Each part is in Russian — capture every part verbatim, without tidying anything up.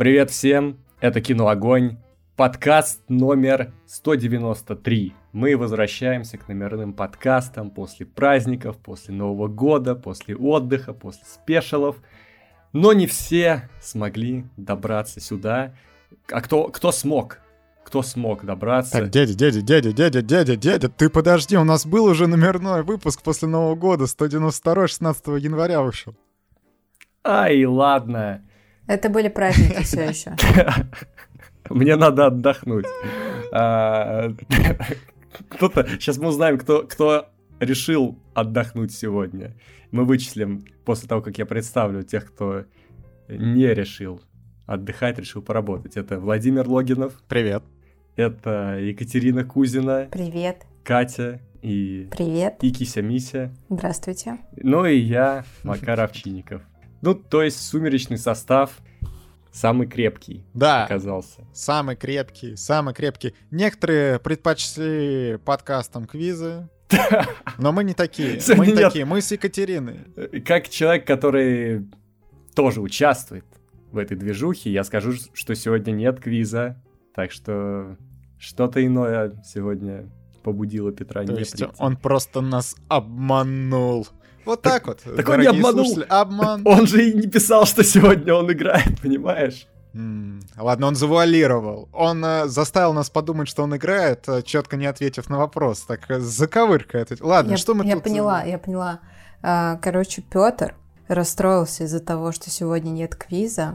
Привет всем, это Кино Огонь, подкаст номер сто девяносто три. Мы возвращаемся к номерным подкастам после праздников, после Нового года, после отдыха, после спешалов. Но не все смогли добраться сюда. А кто, кто смог? Кто смог добраться? Так, дядя, дядя, дядя, дядя, дядя, дядя, ты подожди, у нас был уже номерной выпуск после Нового года, сто девяносто второй, шестнадцатого января вышел. Ай, ладно. Это были праздники все еще. Мне надо отдохнуть. Кто-то... Сейчас мы узнаем, кто, кто решил отдохнуть сегодня. Мы вычислим после того, как я представлю тех, кто не решил отдыхать, решил поработать. Это Владимир Логинов. Привет. Это Екатерина Кузина. Привет. Катя и... Привет. И Кися-Мися. Здравствуйте. Ну и я, Макар Овчинников. Ну, то есть сумеречный состав самый крепкий да, оказался. Самый крепкий, самый крепкий. Некоторые предпочли подкастом квизы, но мы не такие. Мы не такие, мы с Екатериной. Как человек, который тоже участвует в этой движухе, я скажу, что сегодня нет квиза, так что что-то иное сегодня побудило Петра не прийти. Он просто нас обманул. Вот так, так вот. Так он не обманул. Обман. Он же и не писал, что сегодня он играет, понимаешь? М-м, ладно, он завуалировал. Он э, заставил нас подумать, что он играет, э, четко не ответив на вопрос. Так, э, заковыркает. Ладно, я, что мы я тут... Я поняла, я поняла. А, короче, Пётр расстроился из-за того, что сегодня нет квиза.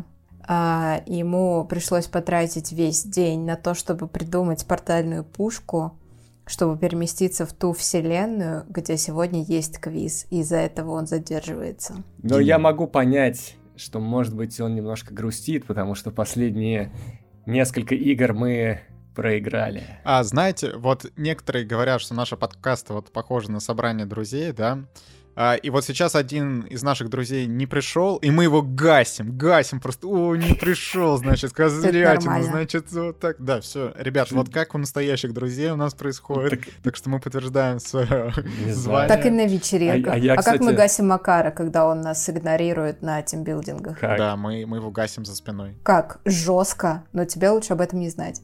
А, ему пришлось потратить весь день на то, чтобы придумать портальную пушку, чтобы переместиться в ту вселенную, где сегодня есть квиз, и из-за этого он задерживается. Но я могу понять, что, может быть, он немножко грустит, потому что последние несколько игр мы проиграли. А, знаете, вот некоторые говорят, что наши подкасты вот похожи на собрание друзей, да? А, и вот сейчас один из наших друзей не пришел, и мы его гасим, гасим просто. О, не пришел, значит, козлятину, значит, вот так. Да, все, ребят, вот как у настоящих друзей у нас происходит, так, так что мы подтверждаем свое звание. Так и на вечеринках. А, а, я, а кстати... как мы гасим Макара, когда он нас игнорирует на тимбилдингах? Как? Да, мы, мы его гасим за спиной. Как? Жестко, но тебе лучше об этом не знать.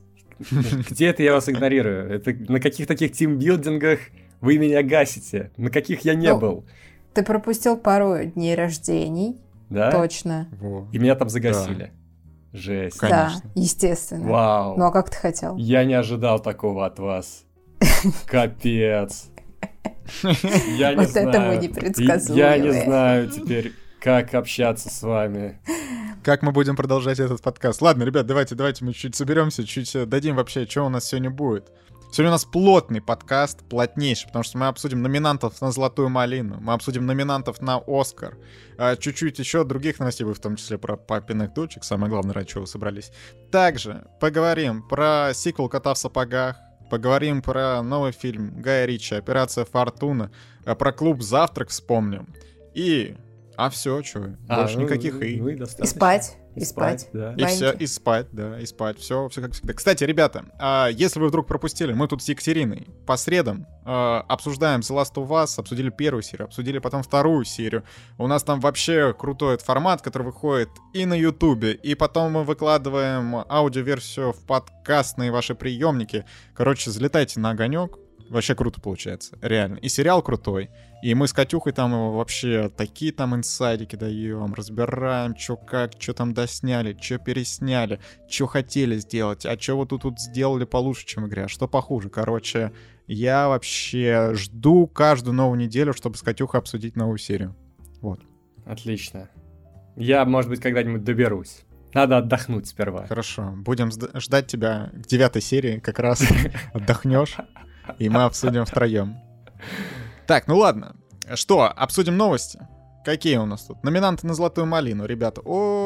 Где это я вас игнорирую? Это на каких таких тимбилдингах вы меня гасите? На каких я не ну, был? Ты пропустил пару дней рождений. Да? Точно. Во. И меня там загасили. Да. Жесть. Конечно. Да, естественно. Вау. Ну а как ты хотел? Я не ожидал такого от вас. Капец. Я не знаю. Вот это мы непредсказуемые. Я не знаю теперь, как общаться с вами. Как мы будем продолжать этот подкаст? Ладно, ребят, давайте, давайте мы чуть соберемся, чуть дадим вообще, что у нас сегодня будет. Сегодня у нас плотный подкаст, плотнейший, потому что мы обсудим номинантов на «Золотую малину», мы обсудим номинантов на «Оскар», а чуть-чуть еще других новостей, в том числе про папиных дочек, самое главное, ради чего вы собрались. Также поговорим про сиквел «Кота в сапогах», поговорим про новый фильм Гая Ричи «Операция Фортуна», про клуб «Завтрак» вспомним. И... А все, что? А, больше ну, никаких и... Ну, и спать. И спать, да. И все, и спать, да, и спать. Все, все как всегда. Кстати, ребята, а если вы вдруг пропустили, мы тут с Екатериной по средам а, обсуждаем The Last of Us, обсудили первую серию, обсудили потом вторую серию. У нас там вообще крутой формат, который выходит и на Ютубе, и потом мы выкладываем аудиоверсию в подкастные ваши приемники. Короче, залетайте на огонек. Вообще круто получается, реально. И сериал крутой. И мы с Катюхой там его вообще такие там инсайдики даем, разбираем, что как, что там досняли, что пересняли, что хотели сделать, а что вот тут, тут сделали получше, чем в игре, а что похуже. Короче, я вообще жду каждую новую неделю, чтобы с Катюхой обсудить новую серию. Вот. Отлично. Я, может быть, когда-нибудь доберусь. Надо отдохнуть сперва. Хорошо, будем ждать тебя к девятой серии, как раз отдохнешь. И мы обсудим втроем. Так, ну ладно. Что, обсудим новости? Какие у нас тут? Номинанты на «Золотую малину», ребята.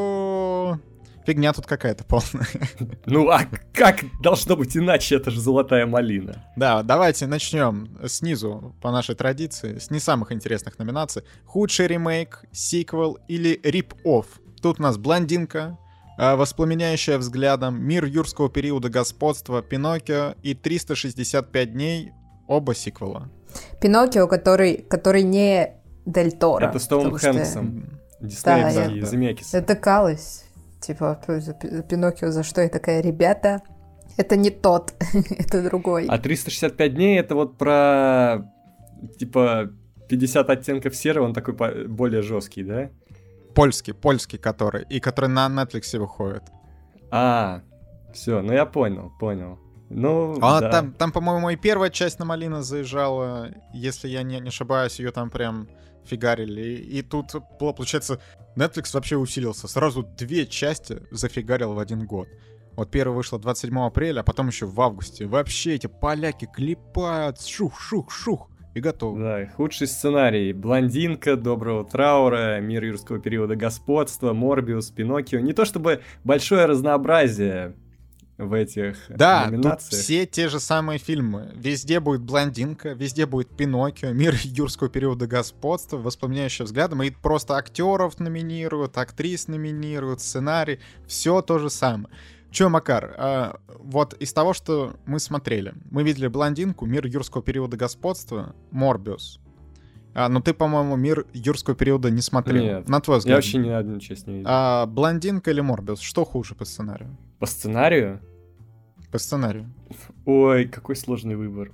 О, фигня тут какая-то полная. Ну а как должно быть иначе? Это же «Золотая малина». Да, давайте начнем снизу, по нашей традиции, с не самых интересных номинаций. Худший ремейк, сиквел или рип-офф. Тут у нас «Блондинка», «Воспламеняющая взглядом», «Мир юрского периода господства», «Пиноккио» и «триста шестьдесят пять дней», оба сиквела. «Пиноккио», который, который не Дель Торо. Это с Томом Хэнксом. Диснеевский, Земекис. Это Калось. Типа, Пиноккио за что? И такая, ребята, это не тот, это другой. А триста шестьдесят пять дней это вот про, типа, пятьдесят оттенков серого, он такой более жесткий, да? Польский, польский который, и который на Netflix выходит. А, все, ну я понял, понял. Ну, а да. там, там, по-моему, и первая часть на Малина заезжала, если я не, не ошибаюсь, ее там прям фигарили. И, и тут, получается, Netflix вообще усилился. Сразу две части зафигарил в один год. Вот первая вышла двадцать седьмого апреля, а потом еще в августе. Вообще эти поляки клепают, шух-шух-шух, и готово. Да, худший сценарий. Блондинка, Доброго траура, Мир юрского периода господства, Морбиус, Пиноккио. Не то чтобы большое разнообразие в этих да, номинациях. Тут все те же самые фильмы. Везде будет блондинка, везде будет Пиноккио, Мир юрского периода господства, Воспламеняющие взглядом. И просто актеров номинируют, актрис номинируют, сценарий. Все то же самое. Че, Макар, а, вот из того, что мы смотрели, мы видели блондинку, Мир юрского периода господства, Морбиус. А, но ты, по-моему, Мир юрского периода не смотрел. Нет, на твой взгляд. Я вообще ни одну часть не видел. А, блондинка или Морбиус? Что хуже по сценарию? По сценарию? По сценарию. Ой, какой сложный выбор.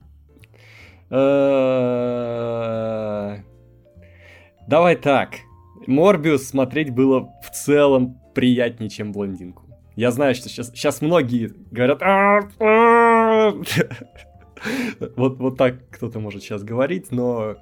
Давай так. Морбиус смотреть было в целом приятнее, чем блондинку. Я знаю, что сейчас, сейчас многие говорят... вот, вот так кто-то может сейчас говорить, но...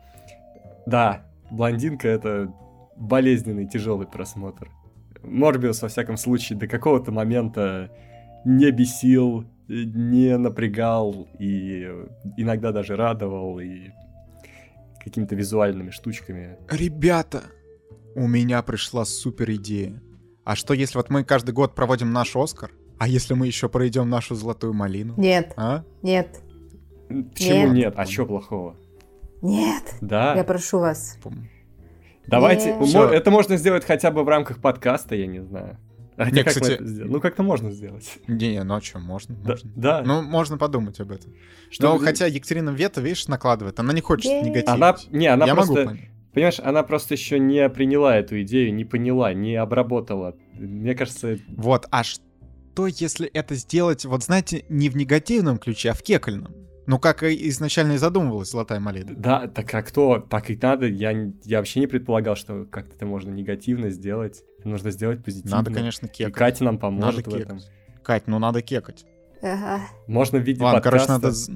Да, блондинка — это болезненный, тяжелый просмотр. Морбиус, во всяком случае, до какого-то момента не бесил, не напрягал и иногда даже радовал и какими-то визуальными штучками. Ребята, у меня пришла супер идея. А что, если вот мы каждый год проводим наш Оскар, а если мы еще пройдем нашу Золотую малину? Нет, а? нет. Почему нет? нет? А что плохого? Нет. Да. Я прошу вас. Давайте. Нет. Мо- это можно сделать хотя бы в рамках подкаста, я не знаю. А Не, как кстати... мы это сделаем? Ну, как-то можно сделать. Не, ну а что, можно, Да, можно. да. Ну, можно подумать об этом. Что Но вы- хотя Екатерина Вета, видишь, накладывает. Она не хочет Е- негативить. Она, не, она Я просто, могу понять. понимаешь, она просто еще не приняла эту идею, не поняла, не обработала. Мне кажется, Вот, а что если это сделать, вот знаете, не в негативном ключе, а в кекольном? Ну, как и изначально и задумывалась «Золотая малина». да, так а кто, так и надо, я, н- я вообще не предполагал, что как-то это можно негативно сделать. Это нужно сделать позитивно. Надо, конечно, И кекать. Катя нам поможет Надо в этом. кекать. Кать, ну надо кекать. Ага. Можно в виде Ладно, короче, подкаста. надо, з-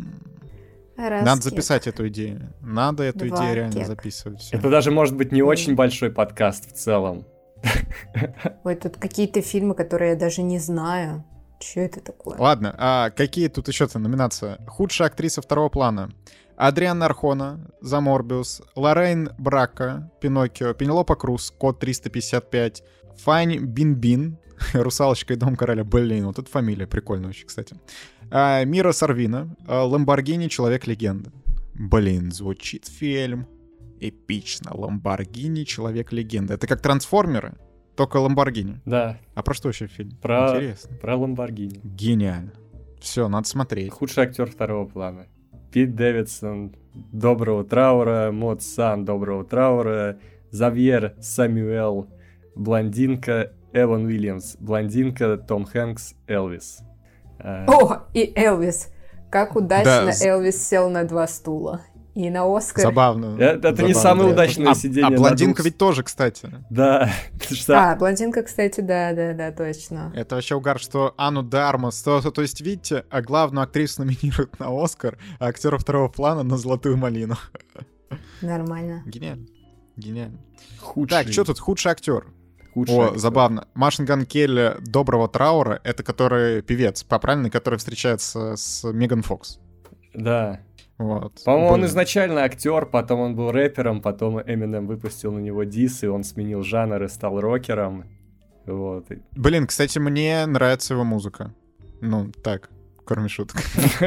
Раз надо кек. записать эту идею. Надо эту Два идею реально кек. записывать. всё. Это даже может быть не Мгм. очень большой подкаст в целом. Ой, тут какие-то фильмы, которые я даже не знаю. Что это такое? Ладно, а какие тут еще-то номинации? Худшая актриса второго плана. Адриана Архона за Морбиус, Лоррейн Брака, Пиноккио, Пенелопа Круз, Код триста пятьдесят пять, Фань Бинбин, Русалочка и Дом короля. Блин, вот эта фамилия прикольная очень, кстати. А, Мира Сорвина, а, Ламборгини, Человек-легенда. Блин, звучит фильм. Эпично. Ламборгини, Человек-легенда. Это как Трансформеры, только Ламборгини. Да, А про что вообще фильм? Про- Интересно. про Ламборгини. Гениально. Все, надо смотреть. Худший актер второго плана. Пит Дэвидсон, Доброго траура, Мод Сан, Доброго траура, Завьер Самюэл, Блондинка, Эван Уильямс, Блондинка, Том Хэнкс, Элвис. А, О, и Элвис. Как удачно Да, с- Элвис сел на два стула. И на Оскар. Забавно. Это- это не Забавно, самое да. удачное А- сидение А на блондинка двух- ведь тоже, кстати. Да, что? А, блондинка, кстати, да, да, да, точно. Это вообще угар, что Анну Дармас. То, то, то есть, видите, а главную актрису номинируют на Оскар, а актера второго плана на Золотую малину. Нормально. Гениально. Гениально. Худший. Так, что тут? Худший актер. Худший О, актер. забавно. Машин Ган Келли Доброго траура, это который певец, по-правильно, который встречается с Меган Фокс. Да. Вот. По-моему, он Блин. изначально актер, потом он был рэпером, потом Эминем выпустил на него дис, и он сменил жанр и стал рокером. Вот. И- Блин, кстати, мне нравится его музыка. Ну, так, кроме шуток.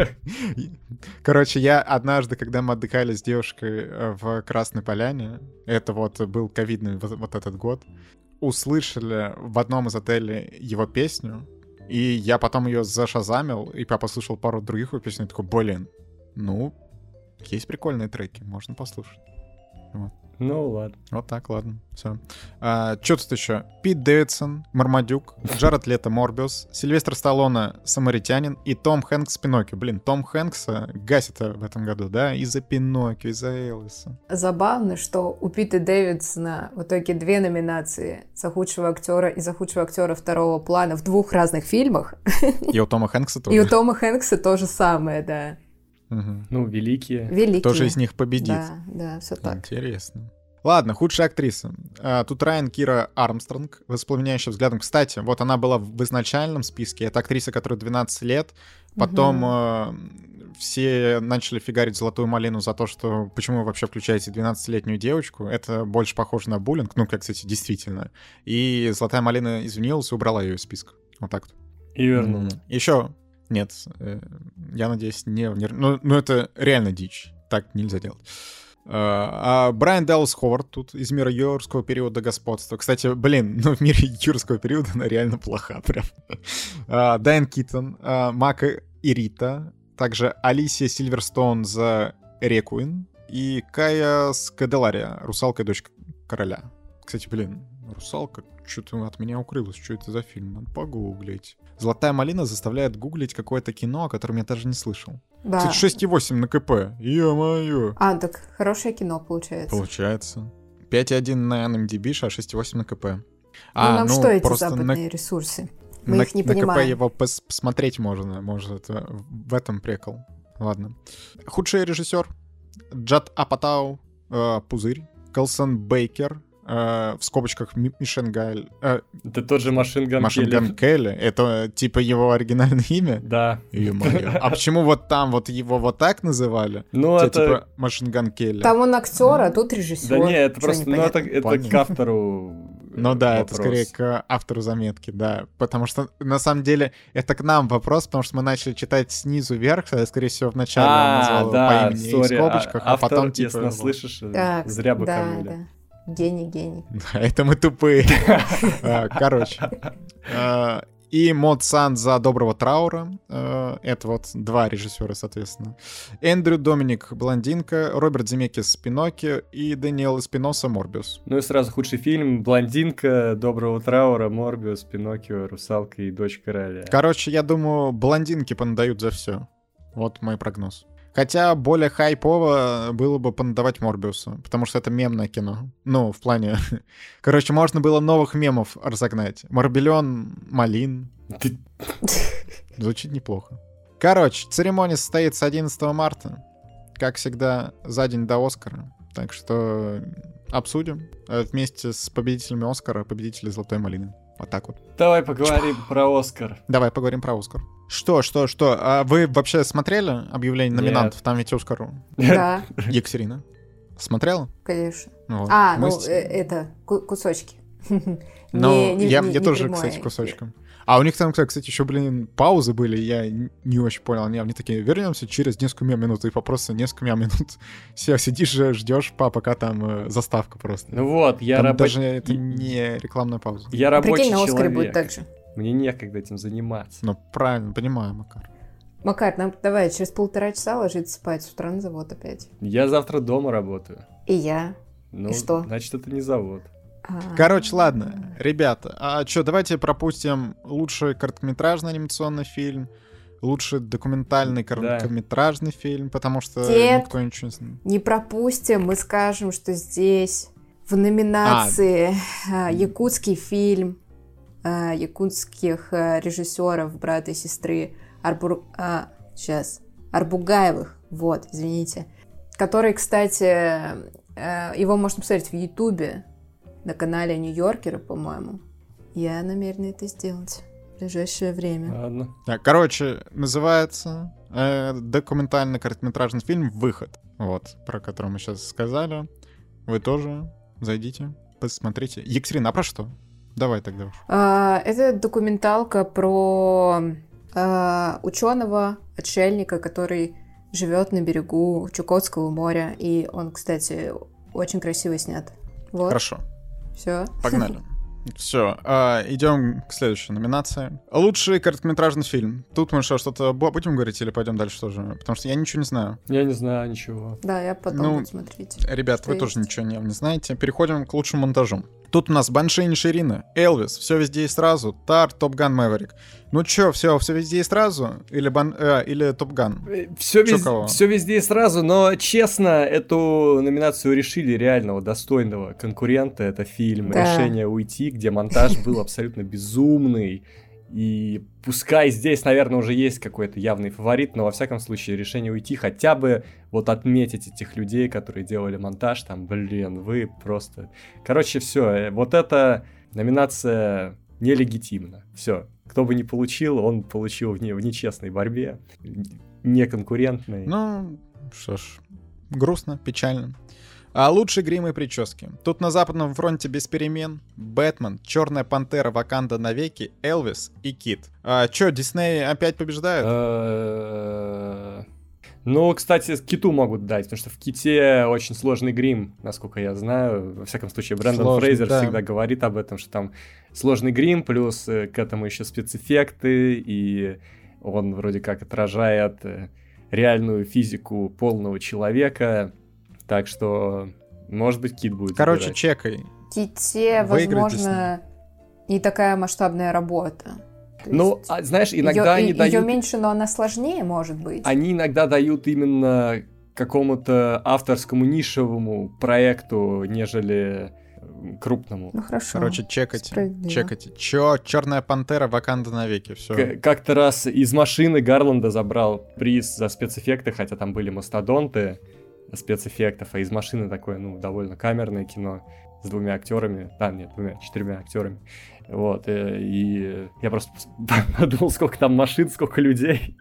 Короче, я однажды, когда мы отдыхали с девушкой э, в Красной Поляне, это вот был ковидный вот, вот этот год, услышали в одном из отелей его песню, и я потом ее зашазамил, и папа слушал пару других его песен, и такой, блин, ну, есть прикольные треки, можно послушать. Вот. Ну, ладно. Вот так, ладно, все. А, что тут еще? Пит Дэвидсон, Мармадюк, Джаред Лето, Морбиус, Сильвестр Сталлоне, Самаритянин и Том Хэнкс, Пиноккио. Блин, Том Хэнкса гасит в этом году, да? Из-за Пиноккио, из-за Элвиса. Забавно, что у Пита Дэвидсона в итоге две номинации за худшего актера и за худшего актера второго плана в двух разных фильмах. И у Тома Хэнкса тоже. И у Тома Хэнкса то же самое, да. Угу. Ну, великие. Великие. Кто же из них победит? Да, да, все так. Интересно. Ладно, худшая актриса. А, тут Райан Кира Армстронг, воспламеняющая взглядом. Кстати, вот она была в изначальном списке. Это актриса, которой двенадцать лет. Потом угу. э, все начали фигарить «Золотую малину» за то, что почему вы вообще включаете двенадцатилетнюю девочку. Это больше похоже на буллинг. Ну, как, кстати, действительно. И «Золотая малина» извинилась и убрала ее из списка. Вот так вот. И вернула. Еще... Нет, э, я надеюсь, не... не ну, ну, это реально дичь. Так нельзя делать. А Брайан Даллас Ховард тут из мира юрского периода господства. Кстати, блин, ну в мире юрского периода она реально плоха прям. а, Дайан Китон, а, Мака и Рита, также Алисия Сильверстоун за Рекуин и Кая Скаделария, русалка и дочь короля. Кстати, блин, русалка, что-то от меня укрылось, что это за фильм, надо погуглить. «Золотая малина» заставляет гуглить какое-то кино, о котором я даже не слышал. Да. Кстати, шесть и восемь на КП. Ё-моё. А, так хорошее кино получается. Получается. пять и один на эм ди би, а шесть и восемь на КП. Ну, а, нам ну, что эти просто западные на... ресурсы? Мы на, их не на понимаем. КП его пос- посмотреть можно. Может, в этом прикол. Ладно. Худший режиссер. Джад Апатау, э, Пузырь. Кэлсон Бейкер, Uh, в скобочках Мишен Галь. Uh, это тот же Машин Ган Келли. Машин Ган Келли. Это типа его оригинальное имя? Да. Ё-моё. А почему вот там вот его вот так называли? Ну, это... Типа Машин Ган Келли. Там он актер, а тут режиссер. Да не, это просто, ну это, это к автору. Ну да, вопрос. Это скорее к автору заметки, да. Потому что, на самом деле, это к нам вопрос, потому что мы начали читать снизу вверх, скорее всего, вначале а, он назвал да, по имени sorry, и скобочках, а, автор, потом типа... если нас слышишь, так, зря бы да, кормили. Да. Гений, гений. Это мы тупые. Короче. И Мод Сан за «Доброго траура». Это вот два режиссера, соответственно. Эндрю Доминик «Блондинка», Роберт Земекис «Пиноккио» и Дэниел Эспиноса «Морбиус». Ну и сразу худший фильм: «Блондинка», «Доброго траура», «Морбиус», «Пиноккио», «Русалка» и «Дочь короля». Короче, я думаю, блондинки понадают за все. Вот мой прогноз. Хотя более хайпово было бы понадавать Морбиуса, потому что это мемное кино. Ну, в плане... Короче, можно было новых мемов разогнать. Морбелен, Малин. Звучит неплохо. Короче, церемония состоится одиннадцатого марта. Как всегда, за день до Оскара. Так что обсудим вместе с победителями Оскара, победители «Золотой малины». Вот так вот. Давай поговорим про Оскар. Давай поговорим про Оскар. Что, что, что? А вы вообще смотрели объявление номинантов? Нет. Там ведь Оскар. Да. Екатерина. Смотрела? Конечно. Вот. А, Мы ну, с... э- это, кусочки. Ну, я, я тоже, кстати, кусочком. А у них там, кстати, еще, блин, паузы были, я не очень понял. Они, они такие, вернемся через несколько минут, и просто несколько минут все сидишь, ждешь, пока там э, заставка просто. Ну вот, я рабочий... Даже это не рекламная пауза. Я рабочий Прикинь, на Оскаре человек. будет так же. Мне некогда этим заниматься. Ну, правильно, понимаю, Макар. Макар, нам давай через полтора часа ложиться спать, с утра на завод опять. Я завтра дома работаю. И я. Ну, и что? Значит, это не завод. Короче, ладно, ребята, а что, давайте пропустим лучший короткометражный анимационный фильм, лучший документальный короткометражный да. фильм, потому что Нет, никто ничего не знает. Не пропустим, мы скажем, что здесь в номинации а. якутский фильм а, якутских а, режиссеров, брата и сестры Арбур... а, сейчас, Арбугаевых, вот, извините, который, кстати, а, его можно посмотреть в Ютубе, на канале Нью-Йоркера, по-моему. Я намерена это сделать в ближайшее время. Ладно. Короче, называется э, документальный короткометражный фильм «Выход». Вот, про который мы сейчас сказали. Вы тоже зайдите, посмотрите. Екатерина, а про что? Давай тогда уж. А, это документалка про а, ученого, отшельника, который живет на берегу Чукотского моря. И он, кстати, очень красиво снят. Вот. Хорошо. Все. Погнали. Все, а, идем к следующей номинации. Лучший короткометражный фильм. Тут мы что, что-то будем говорить или пойдем дальше тоже? Потому что я ничего не знаю. Я не знаю ничего. Да, я потом ну, буду смотреть. Ребят, вы есть. тоже ничего не, не знаете. Переходим к лучшему монтажу. Тут у нас Банши и Ниширина, Элвис, Все везде и сразу, Тар, Топ Ган, Мэверик. Ну чё, все, все везде и сразу? Или, бан, э, или Топ Ган? Все, вез... все везде и сразу, но честно, эту номинацию решили реального достойного конкурента. Это фильм да. «Решение уйти», где монтаж был абсолютно безумный. И пускай здесь, наверное, уже есть какой-то явный фаворит, но во всяком случае «Решение уйти» хотя бы вот отметить этих людей, которые делали монтаж, там, блин, вы просто... Короче, все, вот эта номинация нелегитимна. Все, кто бы не получил, он получил в, не... в нечестной борьбе, неконкурентной. Ну, что ж, грустно, печально. А лучшие гримы и прически. Тут на Западном фронте без перемен Бэтмен, Черная пантера, Ваканда навеки, Элвис и Кит. А чё, Дисней опять побеждает? Ну, кстати, Киту могут дать, потому что в Ките очень сложный грим, насколько я знаю. Во всяком случае, Брэндон Сложный, Фрейзер да. всегда говорит об этом, что там сложный грим, плюс к этому еще спецэффекты, и он вроде как отражает реальную физику полного человека. Так что, может быть, Кит будет Короче, забирать. чекай. Ките, возможно, не такая масштабная работа. То ну, есть... а, знаешь, иногда её, они и, дают... Ее меньше, но она сложнее, может быть. Они иногда дают именно какому-то авторскому нишевому проекту, нежели крупному. Ну, хорошо. Короче, чекайте. Чекайте. Чё, Черная пантера, Ваканда навеки, все. К- как-то раз из машины Гарланда забрал приз за спецэффекты, хотя там были мастодонты спецэффектов, а из машины такое, ну, довольно камерное кино с двумя актерами, да, нет, двумя, четырьмя актерами, вот, и, и я просто подумал, сколько там машин, сколько людей,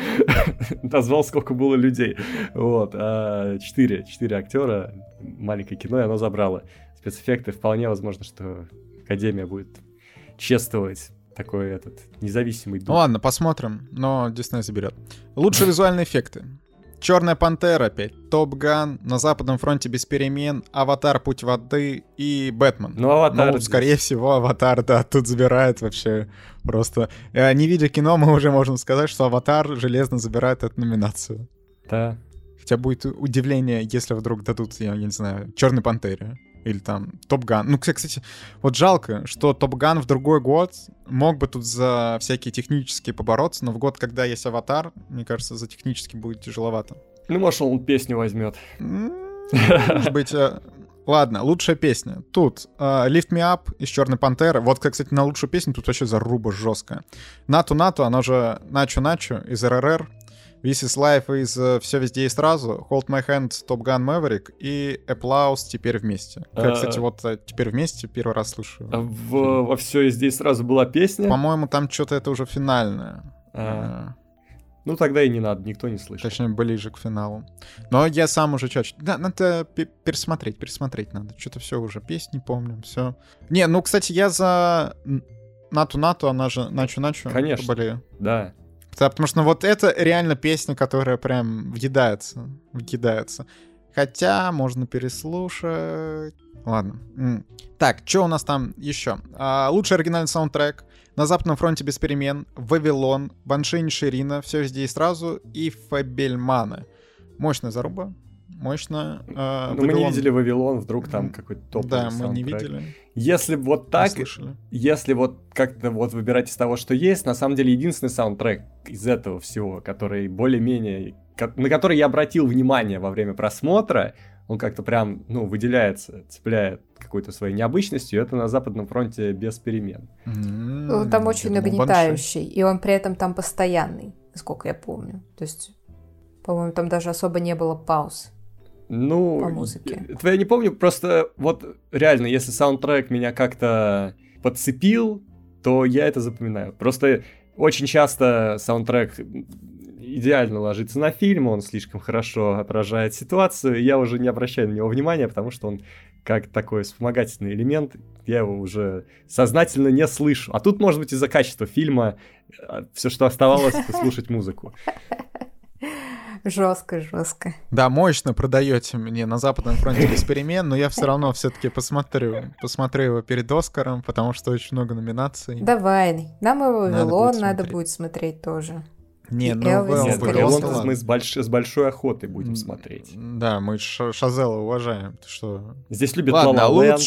назвал, сколько было людей, вот, а четыре, четыре актера, маленькое кино, и оно забрало спецэффекты, вполне возможно, что Академия будет чествовать такой этот независимый дух. Ну ладно, посмотрим, но Дисней заберет. Лучшие визуальные эффекты. Черная пантера опять, Топ Ган, На Западном фронте без перемен, Аватар, Путь воды и Бэтмен. Ну, Аватар. Ну, скорее всего, Аватар, да, тут забирает вообще просто. Не видя кино, мы уже можем сказать, что Аватар железно забирает эту номинацию. Да. Хотя будет удивление, если вдруг дадут, я не знаю, Черной пантере. Или там Топ Ган. Ну, кстати, вот жалко, что Топ Ган в другой год мог бы тут за всякие технические побороться, но в год, когда есть Аватар, мне кажется, за технически будет тяжеловато. Ну, может, он песню возьмет. Может быть... Ладно, лучшая песня. Тут uh, Lift Me Up из Черной пантеры. Вот, кстати, на лучшую песню тут вообще заруба жесткая. Нату Нату, она же Начо Начо из эр эр эр. This is Life из uh, Все везде и сразу, Hold My Hand, Top Gun Maverick и Applause Теперь вместе. Я, кстати, вот Теперь вместе первый раз слышу. В, во Все везде и сразу была песня. По-моему, там что-то это уже финальное. А. Ну тогда и не надо, никто не слышит. Точнее, ближе к финалу. Но я сам уже чаще. Да, надо пересмотреть, пересмотреть надо. Что-то все уже песни помним, все. Не, ну, кстати, я за Нату Нату, она же Начо Начо. Конечно. Болею. Да. Да, потому что ну, вот это реально песня, которая прям въедается, въедается. Хотя можно переслушать. Ладно. М. Так, что у нас там еще? А, лучший оригинальный саундтрек. На Западном фронте без перемен. Вавилон. Банши и Ниширина. Все везде и сразу. И Фабельманы. Мощная заруба. Мощно. Э, ну, мы не видели Вавилон, вдруг там какой-то топовый Да, мы саундтрек. не видели. Если вот так, если вот как-то вот выбирать из того, что есть, на самом деле единственный саундтрек из этого всего, который более-менее, на который я обратил внимание во время просмотра, он как-то прям, ну, выделяется, цепляет какой-то своей необычностью, это «На Западном фронте без перемен». Mm-hmm. Там очень нагнетающий, и он при этом там постоянный, насколько я помню. То есть, по-моему, там даже особо не было пауз. Ну, по музыке. Я не помню, просто вот реально, если саундтрек меня как-то подцепил, то я это запоминаю. Просто очень часто саундтрек идеально ложится на фильм, он слишком хорошо отражает ситуацию, и я уже не обращаю на него внимания, потому что он как такой вспомогательный элемент, я его уже сознательно не слышу. А тут, может быть, из-за качества фильма все, что оставалось, это слушать музыку. Жестко, жестко. Да, мощно продаете мне на Западном фронте без перемен, но я все равно все-таки посмотрю. Посмотрю его перед Оскаром, потому что очень много номинаций. Давай, нам его Надо Вавилон будет надо смотреть. будет смотреть тоже. Не, И ну Элвис, Вавилон, и Нет, скорее Вавилон всего. мы с, больш... с большой охотой будем смотреть. Да, мы Ша- Шазела уважаем. Ты что? Здесь любят Ладно, La La Land.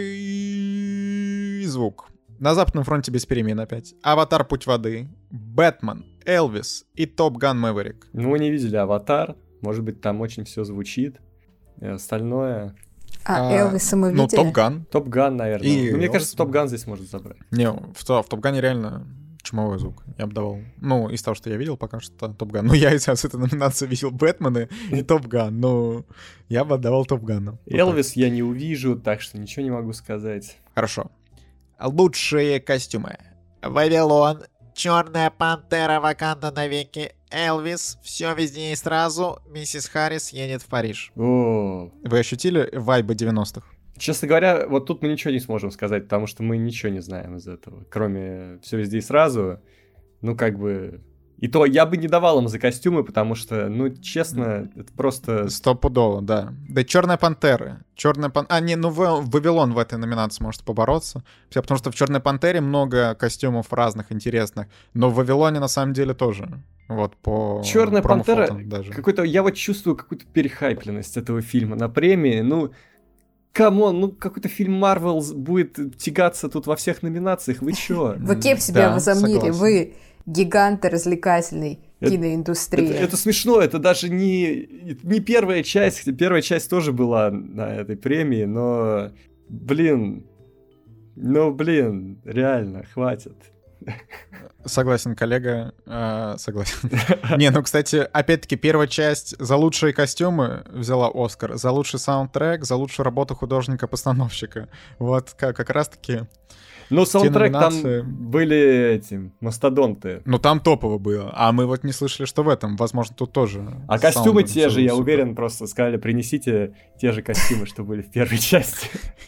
лучший звук. На Западном фронте без перемен опять. Аватар. Путь воды. Бэтмен. Элвис и Топ Ган Мэверик. Ну, мы не видели «Аватар». Может быть, там очень все звучит. И остальное... А, А, Элвиса мы Ну, видели? Топ Ган. Топ Ган, наверное. И Ну, мне Элвис, кажется, Топ да. Ган здесь может забрать. Не, в, то- в Топ Гане реально чумовой звук. Я бы давал. Ну, из того, что я видел пока что, Топ Ган. Ну, я из этой номинации видел Бэтмена и Топ Ган. Но я бы отдавал Топ Гану. Вот так. Элвис я не увижу, так что ничего не могу сказать. Хорошо. Лучшие костюмы. Вавилон, Черная пантера, Ваканда навеки, Элвис, все везде и сразу, Миссис Харрис едет в Париж. О, Вы ощутили вайбы девяностых? честно говоря, вот тут мы ничего не сможем сказать, потому что мы ничего не знаем из этого. Кроме «Все везде и сразу». Ну, как бы... И то я бы не давал им за костюмы, потому что, ну, честно, это просто... Стопудово, да. Да, Черная пантера. Черная пан... А, не, ну Ва- Вавилон в этой номинации может побороться. Все, потому что в Черной пантере много костюмов разных, интересных. Но в Вавилоне на самом деле тоже. Вот по Черная пантера, промофотам даже. какой-то, я вот чувствую какую-то перехайпленность этого фильма на премии. Ну, камон, ну какой-то фильм Марвел будет тягаться тут во всех номинациях. Вы чё? Вы кем себя Да, возомнили? согласен. Вы гиганты развлекательной Это- киноиндустрии. Это, это смешно, это даже не, не первая часть. Первая часть тоже была на этой премии, но, блин, ну, блин, реально, хватит. Согласен, коллега, э, согласен. Не, ну, кстати, опять-таки, первая часть за лучшие костюмы взяла Оскар, за лучший саундтрек, за лучшую работу художника-постановщика. Вот как, как раз-таки... Но саундтрек номинации- там были эти мастодонты. Ну, там топово было, а мы вот не слышали, что в этом. Возможно, тут тоже. А с костюмы саундом те всё же, я супер. уверен, просто сказали, принесите те же костюмы, что были в первой части.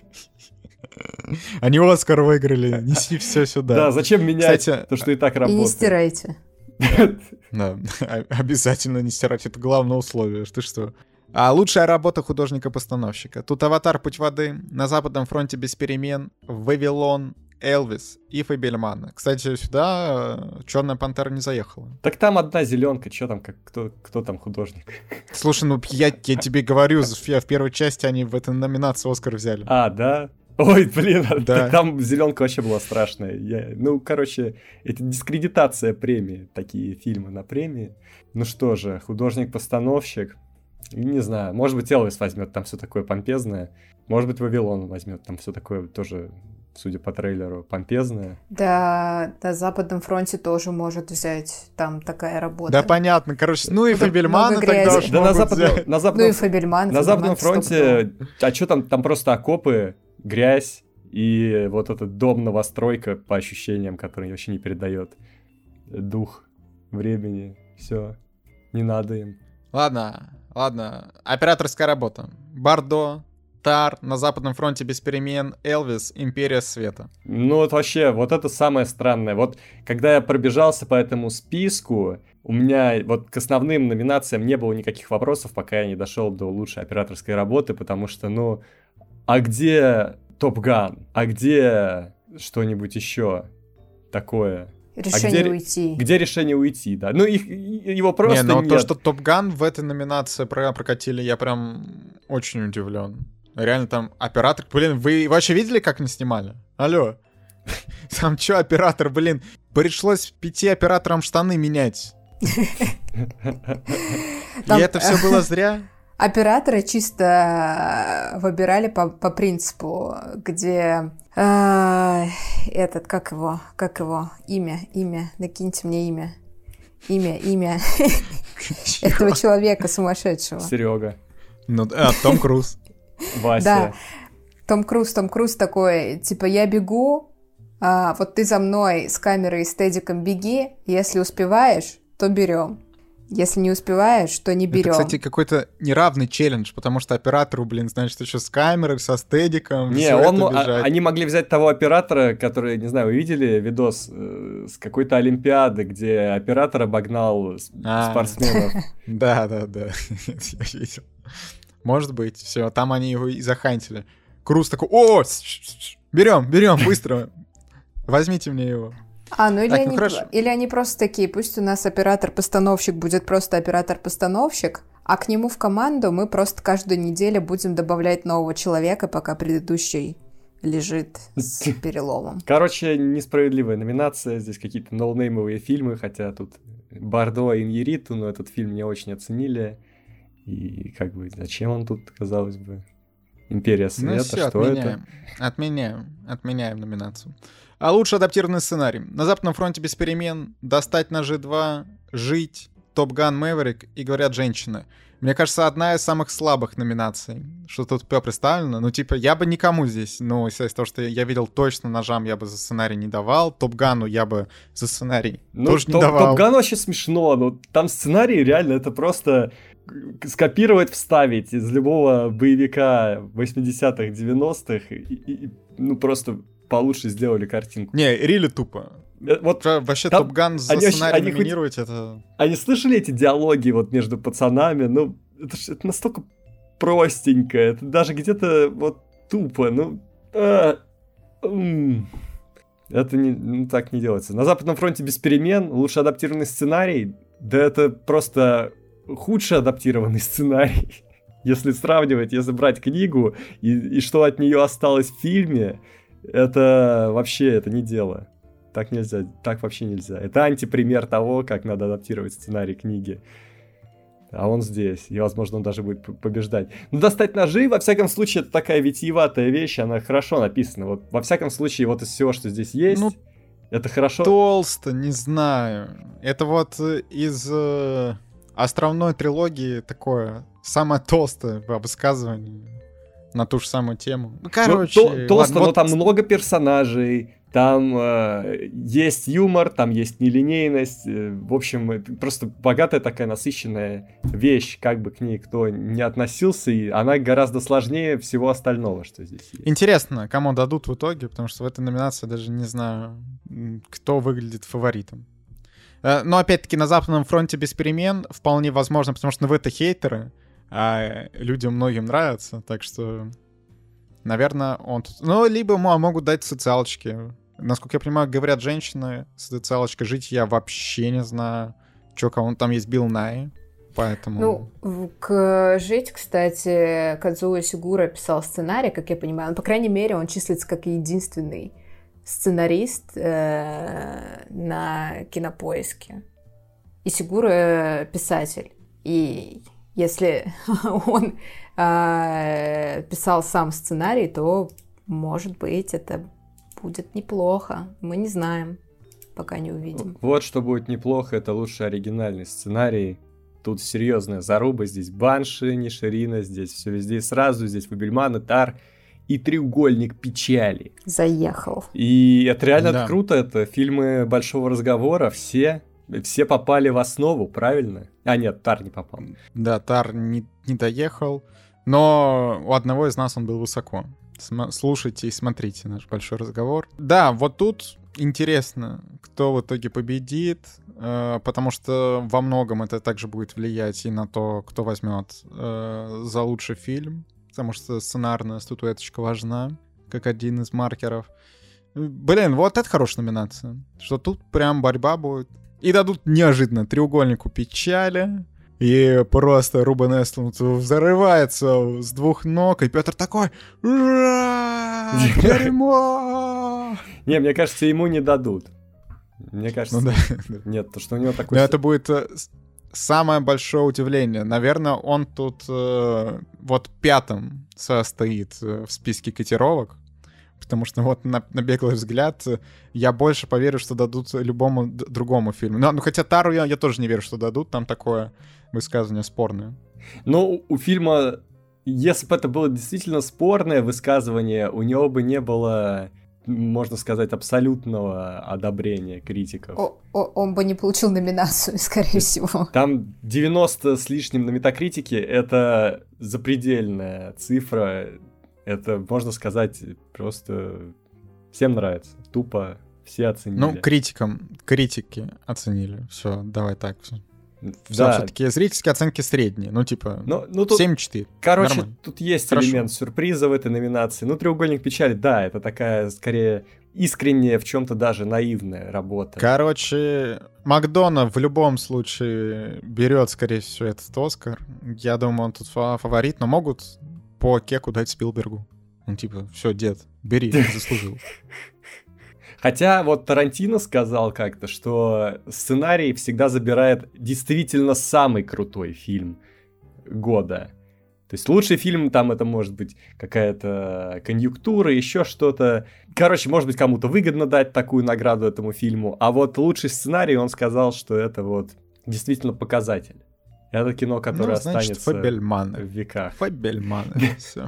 Они Оскар выиграли, неси все сюда. Да, зачем менять Кстати, то, что и так И не работает? стирайте. Да, о- обязательно не стирать, это главное условие. Ты что? А лучшая работа художника-постановщика. Тут «Аватар. Путь воды», «На Западном фронте без перемен», «Вавилон», «Элвис» и «Фабельман». Кстати, сюда «Черная пантера» не заехала. Так там одна зеленка, что там, как, кто, кто там художник? Слушай, ну я, я тебе говорю, в, в первой части они в этой номинации «Оскар» взяли. А, да? Ой, блин, Да. так там зеленка вообще была страшная. Я- ну, короче, это дискредитация премии, такие фильмы на премии. Ну что же, художник-постановщик, не знаю, может быть, Элвис возьмет, там все такое помпезное. Может быть, Вавилон возьмет, там все такое тоже, судя по трейлеру, помпезное. Да, на Западном фронте тоже может взять там такая работа. Да, понятно, короче, ну и Много Фабельмана грези. тогда уж Да на могут западном, взять. на Ну и западном, Фабельман. на Западном Фабельман фронте, а что там, там просто окопы, грязь и вот этот дом-новостройка, по ощущениям, который вообще не передает дух времени. Все, не надо им. Ладно, ладно. Операторская работа. Бардо, Тар, «На Западном фронте без перемен», Элвис, «Империя света». Ну вот вообще, вот это самое странное. Вот когда я пробежался по этому списку, у меня вот к основным номинациям не было никаких вопросов, пока я не дошел до лучшей операторской работы, потому что, ну, а где Топ Ган? А где что-нибудь еще такое? Решение где- уйти. Где решение уйти, да? Ну, их, и- его просто не, ну нет. то, что Топ Ган в этой номинации про прокатили, я прям очень удивлен. Реально там оператор... Блин, вы вообще видели, как они снимали? Алло. Там чё, оператор, блин? Пришлось пяти операторам штаны менять. Там- И это все было зря? Операторы чисто выбирали по, по принципу, где э, этот, как его, как его, имя, имя, накиньте мне имя, имя, имя этого человека сумасшедшего. Серега, Ну, а, Том Круз. Вася. Да, Том Круз, Том Круз такой, типа, я бегу, а, вот ты за мной с камерой и стедиком беги, если успеваешь, то берем. Если не успеваешь, то не берем. Это, кстати, какой-то неравный челлендж, потому что оператору, блин, значит, еще с камерой, со стедиком. Не, он, а, они могли взять того оператора, который, не знаю, вы видели видос э, с какой-то олимпиады, где оператор обогнал а, спортсменов. Да, да, да, я видел. Может быть, все, там они его и захантили. Круз такой: о, берем, берем, быстро, возьмите мне его. А, ну или, так, они, ну или они просто такие: пусть у нас оператор-постановщик будет просто оператор-постановщик, а к нему в команду мы просто каждую неделю будем добавлять нового человека, пока предыдущий лежит с переломом. Короче, несправедливая номинация, здесь какие-то ноунеймовые фильмы, хотя тут Бардо и Иньярриту, но этот фильм не очень оценили, и как бы зачем он тут, казалось бы. Империя света, ну все, что отменяем. это? Отменяем, отменяем номинацию. А лучший адаптированный сценарий. На Западном фронте без перемен, Достать ножи два, Жить, Топ Ган Мэверик и Говорят женщины. Мне кажется, одна из самых слабых номинаций, что тут представлено. Ну, типа, я бы никому здесь, ну, из того, что я видел точно ножам, я бы за сценарий не давал. Топ Гану я бы за сценарий ну, тоже топ, не давал. Топ Ган вообще смешно, но там сценарий реально это просто скопировать, вставить из любого боевика восьмидесятых, девяностых, и, и, ну, просто получше сделали картинку. Не, рили тупо. Вот вообще Топ Ган за они, сценарий они номинировать, хоть... это... Они слышали эти диалоги вот между пацанами? Ну, это, это настолько простенько, это даже где-то вот тупо, ну... А, м- это не, ну, так не делается. На Западном фронте без перемен, лучше адаптированный сценарий, да это просто худший адаптированный сценарий. Если сравнивать, если брать книгу и, и что от нее осталось в фильме, это вообще это не дело. Так нельзя, так вообще нельзя. Это антипример того, как надо адаптировать сценарий книги. А он здесь, и, возможно, он даже будет побеждать. Ну, «Достать ножи», во всяком случае, это такая витиеватая вещь, она хорошо написана. Вот, во всяком случае, вот из всего, что здесь есть, ну, это хорошо. Толсто, не знаю. Это вот из э, островной трилогии такое, самое толстое высказывание на ту же самую тему. Ну, короче... Ну, то, толсто, ладно, но вот... там много персонажей, там э, есть юмор, там есть нелинейность. Э, в общем, это просто богатая такая насыщенная вещь, как бы к ней кто не относился, и она гораздо сложнее всего остального, что здесь есть. Интересно, кому дадут в итоге, потому что в этой номинации даже не знаю, кто выглядит фаворитом. Э, но опять-таки на Западном фронте без перемен вполне возможно, потому что ну, вы-то хейтеры, а людям многим нравится, так что, наверное, он тут... Ну, либо могут дать социалочки. Насколько я понимаю, Говорят женщины, социалочка «Жить» я вообще не знаю. Чё, кого там есть Билл Най, поэтому... Ну, к «Жить», кстати, Кадзуо Сигура писал сценарий, как я понимаю. Ну, по крайней мере, он числится как единственный сценарист э, на Кинопоиске. И Сигура писатель. И если он э, писал сам сценарий, то, может быть, это будет неплохо. Мы не знаем, пока не увидим. Вот что будет неплохо, это лучший оригинальный сценарий. Тут серьезная заруба, здесь Банши, Ниширина, здесь все везде и сразу, здесь Фабельман и Тар, и Треугольник печали. Заехал. И это реально да. круто, это фильмы большого разговора, все, все попали в основу, правильно? А нет, Тар не попал. Да, Тар не, не доехал, но у одного из нас он был высоко. Слушайте и смотрите наш большой разговор. Да, вот тут интересно, кто в итоге победит, э, потому что во многом это также будет влиять и на то, кто возьмет э, за лучший фильм, потому что сценарная статуэточка важна, как один из маркеров. Блин, вот это хорошая номинация, что тут прям борьба будет. И дадут неожиданно «Треугольнику печали», и просто Рубен Эстлунд взрывается с двух ног, и Петр такой: «Ура! Дерьмо!» Не, мне кажется, ему не дадут. Мне кажется, ну, да. Нет, то что у него такой... Но это будет самое большое удивление. Наверное, он тут э, вот пятым состоит в списке котировок, потому что вот на, на беглый взгляд я больше поверю, что дадут любому д- другому фильму. Ну, ну хотя Тару я, я тоже не верю, что дадут, там такое высказывание спорное. Ну, у фильма, если бы это было действительно спорное высказывание, у него бы не было можно сказать, абсолютного одобрения критиков. О, о, он бы не получил номинацию, скорее всего. Там девяносто с лишним на Метакритике, это запредельная цифра. Это, можно сказать, просто всем нравится. Тупо все оценили. Ну, критикам, критики оценили. Все, давай так. Все, да. все-таки зрительские оценки средние. Ну, типа, ну, ну, тут, семь четыре. Короче, Нормально. тут есть Хорошо. элемент сюрприза в этой номинации. Ну, «Треугольник печали», да, это такая, скорее, искренняя, в чем-то даже наивная работа. Короче, Макдональд в любом случае берет, скорее всего, этот Оскар. Я думаю, он тут фаворит, но могут по кеку дать Спилбергу. Он типа, все, дед, бери, заслужил. Хотя вот Тарантино сказал как-то, что сценарий всегда забирает действительно самый крутой фильм года. То есть лучший фильм, там это может быть какая-то конъюнктура, еще что-то. Короче, может быть, кому-то выгодно дать такую награду этому фильму. А вот лучший сценарий, он сказал, что это вот действительно показатель. Это кино, которое ну, значит, останется Фабельманы. в веках. Фабельманы, все.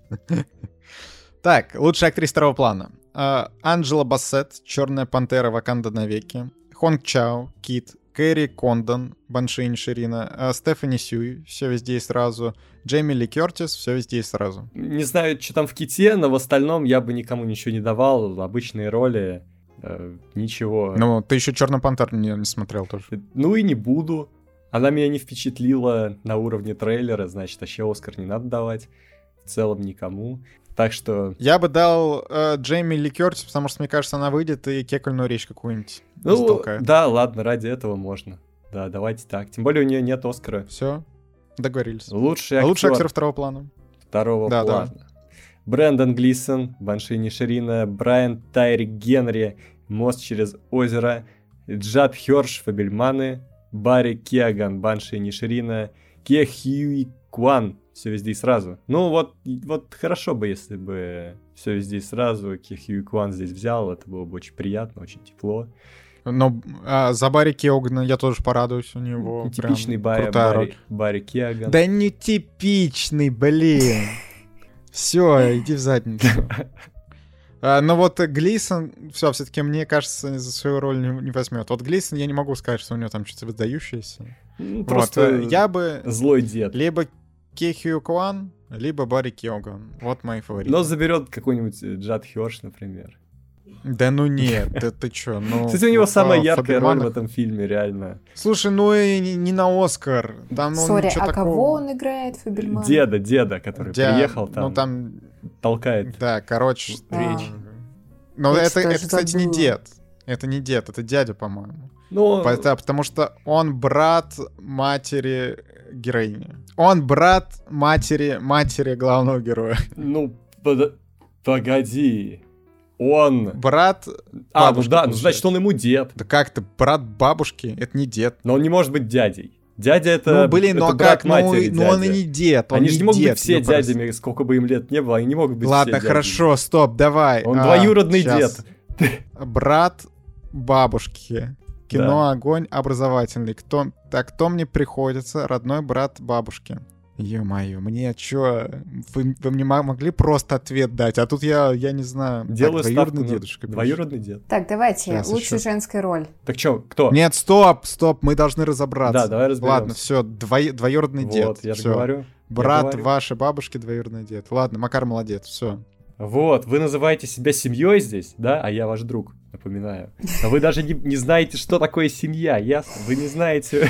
Так, лучшая актриса второго плана. Анджела Бассет, «Черная пантера. Ваканда навеки». Хонг Чао, «Кит». Кэрри Кондон, «Банши Инширина». Стефани Сюй, «Все везде и сразу». Джейми Ли Кертис, «Все везде и сразу». Не знаю, что там в «Ките», но в остальном я бы никому ничего не давал. Обычные роли, э, ничего. Ну, ты еще «Черную пантеру» не, не смотрел тоже. Ну и не буду. Она меня не впечатлила на уровне трейлера, значит, вообще Оскар не надо давать. В целом никому. Так что... Я бы дал э, Джейми Ли Кертис, потому что, мне кажется, она выйдет и кекольную речь какую-нибудь Ну, затолкает. да, ладно, ради этого можно. Да, давайте так. Тем более у нее нет Оскара. Все, договорились. Лучший актер, Лучший актер второго плана. Второго да, плана. Да. Брэндон Глисон, «Банши Инширина», Брайан Тайри Генри, «Мост через озеро», Джад Хёрш, «Фабельманы», Барри Кеоган, «Банши Инширина», Ке Хьюи Кван, «Все везде и сразу». Ну вот, вот хорошо бы, если бы «Все везде и сразу» Ке Хьюи Кван здесь взял, это было бы очень приятно, очень тепло. Но а, за Барри Кеогана я тоже порадуюсь, у него Типичный прям Барри, Барри, Барри Кеоган. Да не типичный, блин. Все, иди в задницу. А, но вот Глисон, все, все-таки мне кажется, за свою роль не, не возьмет. Вот Глисон, я не могу сказать, что у него там что-то выдающееся. Ну, просто вот, я бы злой дед. Либо Ке Хью Кван, либо Барри Кеоган. Вот мои фавориты. Но заберет какой-нибудь Джад Хёрш, например. Да ну нет, ты, ты чё? Ну, кстати, у него самая яркая Фабельманах... роль в этом фильме, реально. Слушай, ну и не, не на Оскар. Там, ну, Сори, а такого... кого он играет, Фабельман? Деда, деда, который Дя... приехал там, ну, там, толкает. Да, короче. Речь. Но Я это, это, тоже кстати, не забыла. дед. Это не дед, это дядя, по-моему. Ну, Это потому что он брат матери героини. Он брат матери матери главного героя. ну, под- погоди. Он... Брат А, ну бабушки, да, ну получается. значит, он ему дед. Да как ты, брат бабушки? Это не дед. Но он не может быть дядей. Дядя это, ну, блин, ну это а брат как? Ну, матери ну он и дядя. не дед, он Они не же не могут дед, быть все ну, просто. дядями, сколько бы им лет не было, они не могут быть Ладно, все хорошо, стоп, давай. Он А, двоюродный щас. дед. Брат бабушки. Кино Да. «Огонь» образовательный. Кто... Так, кто мне приходится? Родной брат бабушки. Ё-моё, мне чё? Вы, вы мне мо- могли просто ответ дать? А тут я, я не знаю. Делаю так, ставку двоюродный на дедушка. двоюродный дед. Так, давайте, Сейчас лучшая ещё. женская роль. Так чё, кто? Нет, стоп, стоп, мы должны разобраться. Да, давай разберемся. Ладно, все, двоюродный дед. Вот, я же всё. говорю. Брат говорю. вашей бабушки двоюродный дед. Ладно, Макар молодец, все. Вот, вы называете себя семьей здесь, да? А я ваш друг, напоминаю. Но вы даже не, не знаете, что такое семья, ясно? Вы не знаете...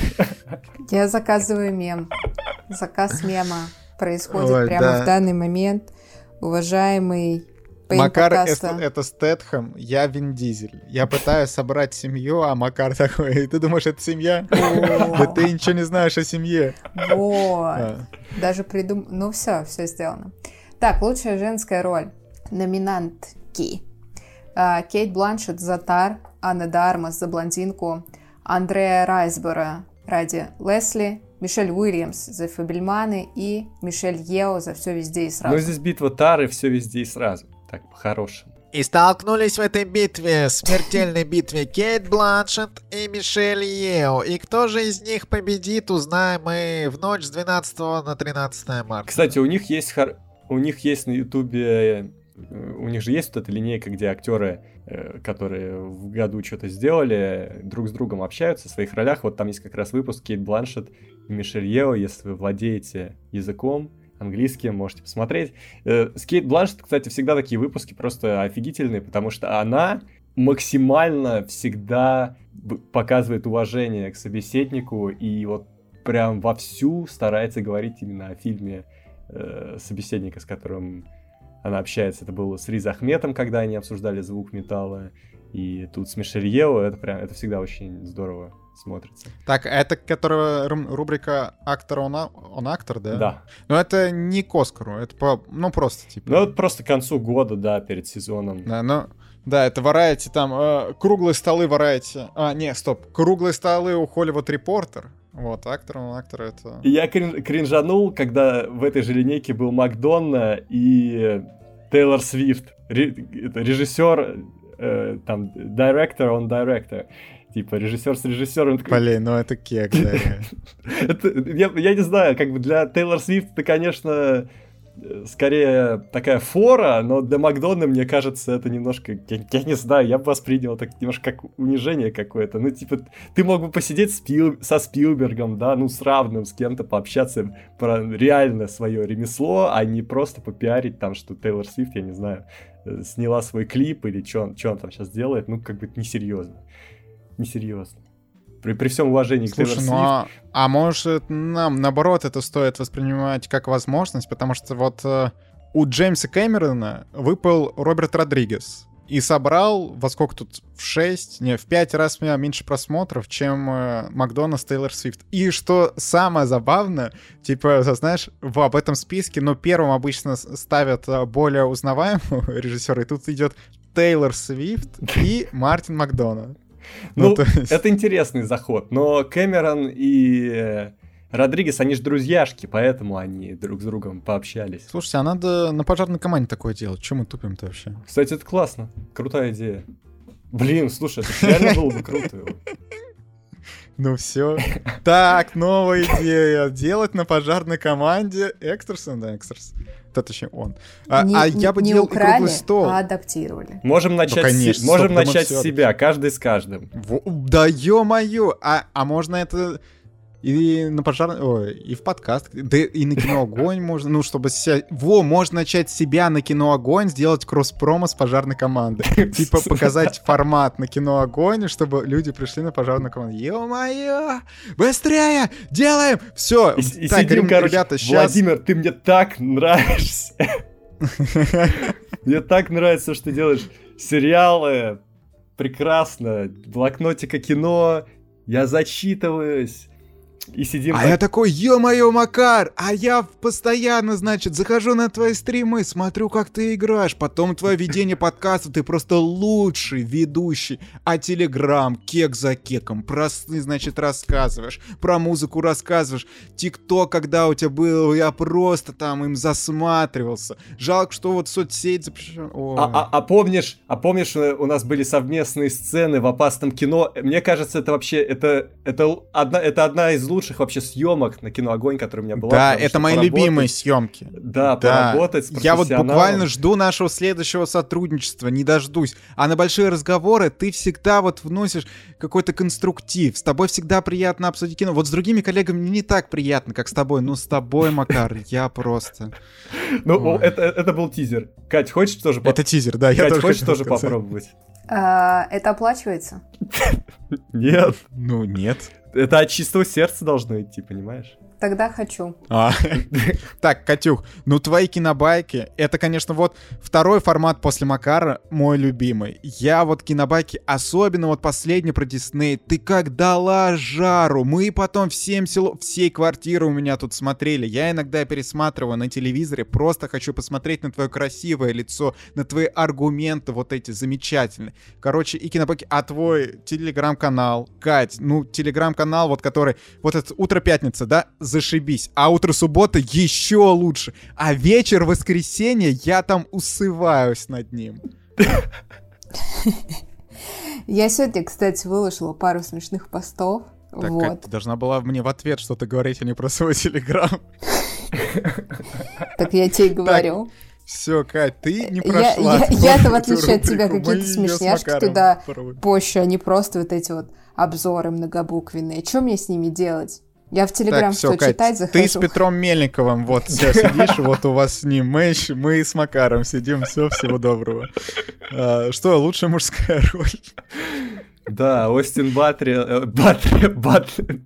Я заказываю мем. Заказ мема происходит Ой, прямо да. в данный момент. Уважаемый пейн Макар подкаста. это, это Стэтхэм, я Вин Дизель. Я пытаюсь собрать семью, а Макар такой, ты думаешь, это семья? Да ты ничего не знаешь о семье. Вот. А. Даже придум... Ну все, все сделано. Так, лучшая женская роль. Номинантки. А, Кейт Бланшетт за Тар, Анна де Армас за Блондинку, Андреа Райсборо ради Лесли, Мишель Уильямс за Фабельманы и Мишель Ео за «Все везде и сразу». Ну, здесь битва Тары, все везде и сразу. Так, по-хорошему. И столкнулись в этой битве, смертельной битве, Кейт Бланшетт и Мишель Ео. И кто же из них победит, узнаем мы в ночь с двенадцатого на тринадцатое марта. Кстати, у них есть хор- у них есть на Ютубе у них же есть вот эта линейка, где актеры, которые в году что-то сделали, друг с другом общаются в своих ролях. Вот там есть как раз выпуск Кейт Бланшетт и Мишель Ео, если вы владеете языком английским, можете посмотреть. С Кейт Бланшетт, кстати, всегда такие выпуски просто офигительные, потому что она максимально всегда показывает уважение к собеседнику и вот прям вовсю старается говорить именно о фильме э, собеседника, с которым она общается. Это было с Риз Ахметом, когда они обсуждали «Звук металла», и тут с Мишель Ео. Это прям, это всегда очень здорово смотрится. Так, это которая рубрика «Актор он, он актор», да? Да. Но это не к Оскару, это по, ну просто типа... Ну, это просто к концу года, да, перед сезоном. Да, ну... Да, это Variety, там, э, круглые столы Variety. А, не, стоп, круглые столы у Hollywood Reporter. Вот, актор, он актор, это... И я крин- кринжанул, когда в этой же линейке был Макдонна и Тейлор Свифт. Ре- это режиссер, э, там, director on director. Типа, режиссер с режиссером. Блин, ну это кек, да. Я не знаю, как бы для Тейлор Свифт это, конечно... скорее такая фора, но для Макдонна, мне кажется, это немножко, я, я не знаю, я бы воспринял так немножко как унижение какое-то. Ну, типа, ты мог бы посидеть Спил, со Спилбергом, да, ну, с равным, с кем-то пообщаться про реально свое ремесло, а не просто попиарить там, что Тейлор Свифт, я не знаю, сняла свой клип или что он, он там сейчас делает. Ну, как бы несерьезно. Несерьезно. При, при всем уважении к Тейлор Слушай, Свифт. ну а, а может нам, наоборот, это стоит воспринимать как возможность, потому что вот э, у Джеймса Кэмерона выпал Роберт Родригес и собрал, во сколько тут, в шесть, не, в пять раз меньше просмотров, чем э, Макдонна с Тейлор Свифт. И что самое забавное, типа, знаешь, в, об этом списке, ну, первым обычно ставят более узнаваемого режиссера, и тут идет Тейлор Свифт и Мартин Макдона. Ну, ну есть... это интересный заход, но Кэмерон и э, Родригес, они же друзьяшки, поэтому они друг с другом пообщались. Слушайте, а надо на пожарной команде такое делать, чем мы тупим-то вообще? Кстати, это классно, крутая идея. Блин, слушай, это реально было бы круто. Ну все. Так, новая идея. Делать на пожарной команде Экстерсон, да, Экстерс. Это точнее он. А, не, а я бы не делал украли, круглый стол. А адаптировали. Можем начать, ну, конечно, с, можем стоп, начать да, с себя, каждый с каждым. Во, да ё-моё! А, а можно это и на пожар... Ой, и в подкаст, да и на Кино Огонь можно, ну, чтобы... Ся... Во, можно начать себя на Кино Огонь, сделать кросс-промо с пожарной командой. Типа показать формат на Кино Огонь, чтобы люди пришли на пожарную команду. Ё-моё! Быстрее! Делаем! Все! И, и так, сидим, короче, ребята, сейчас... Владимир, ты мне так нравишься! Мне так нравится, что ты делаешь. Сериалы, прекрасно, блокнотика кино, я зачитываюсь. И сидим... А так... я такой, ё-моё, Макар, а я постоянно, значит, захожу на твои стримы, смотрю, как ты играешь, потом твое ведение подкаста, ты просто лучший ведущий, а Телеграм, кек за кеком, про сны, значит, рассказываешь, про музыку рассказываешь, ТикТок, когда у тебя был, я просто там им засматривался, жалко, что вот соцсеть запрещена. А, а, а помнишь, а помнишь, у нас были совместные сцены в «Опасном кино», мне кажется, это вообще, это, это, одна, это одна из лучших вообще съемок на Кино Огонь, которая у меня была. Да, это мои любимые съемки. Да, да, поработать с Я профессионалом. вот буквально жду нашего следующего сотрудничества, не дождусь. А на большие разговоры ты всегда вот вносишь какой-то конструктив. С тобой всегда приятно обсудить кино. Вот с другими коллегами не так приятно, как с тобой. Но с тобой, Макар, я просто... Ну, это, это был тизер. Кать, хочешь тоже... Это тизер, да. Кать, хочешь тоже попробовать? Это оплачивается? Нет. Ну, нет. Это от чистого сердца должно идти, понимаешь? Тогда хочу. А. Так, Катюх, ну твои кинобайки, это, конечно, вот второй формат после Макара, мой любимый. Я вот кинобайки, особенно вот последний про Дисней, ты как дала жару. Мы потом всем село, всей квартиры у меня тут смотрели. Я иногда пересматриваю на телевизоре, просто хочу посмотреть на твое красивое лицо, на твои аргументы вот эти замечательные. Короче, и кинобайки, а твой телеграм-канал, Кать, ну телеграм-канал, вот который, вот это «Утро пятница», да, зашибись. А утро субботы еще лучше. А вечер воскресенья я там усываюсь над ним. Я сегодня, кстати, выложила пару смешных постов. Так, вот. Кать, ты должна была мне в ответ что-то говорить, а не про свой телеграм. Так я тебе и говорю. Все, Кать, ты не Я- прошла. я- твою Я-то, в эту отличие от тебя, рубрику, мы какие-то её с смешняшки Макаром туда порвали. позже, а не просто вот эти вот обзоры многобуквенные. Что мне с ними делать? Я в Телеграм Так, все, что, Кать, читать захожу? ты с Петром Мельниковым вот все сидишь, вот у вас с ним мэч, мы с Макаром сидим, все, всего доброго. А, Что, лучшая мужская роль? Да, Остин Батлер... Батлер... Батлер...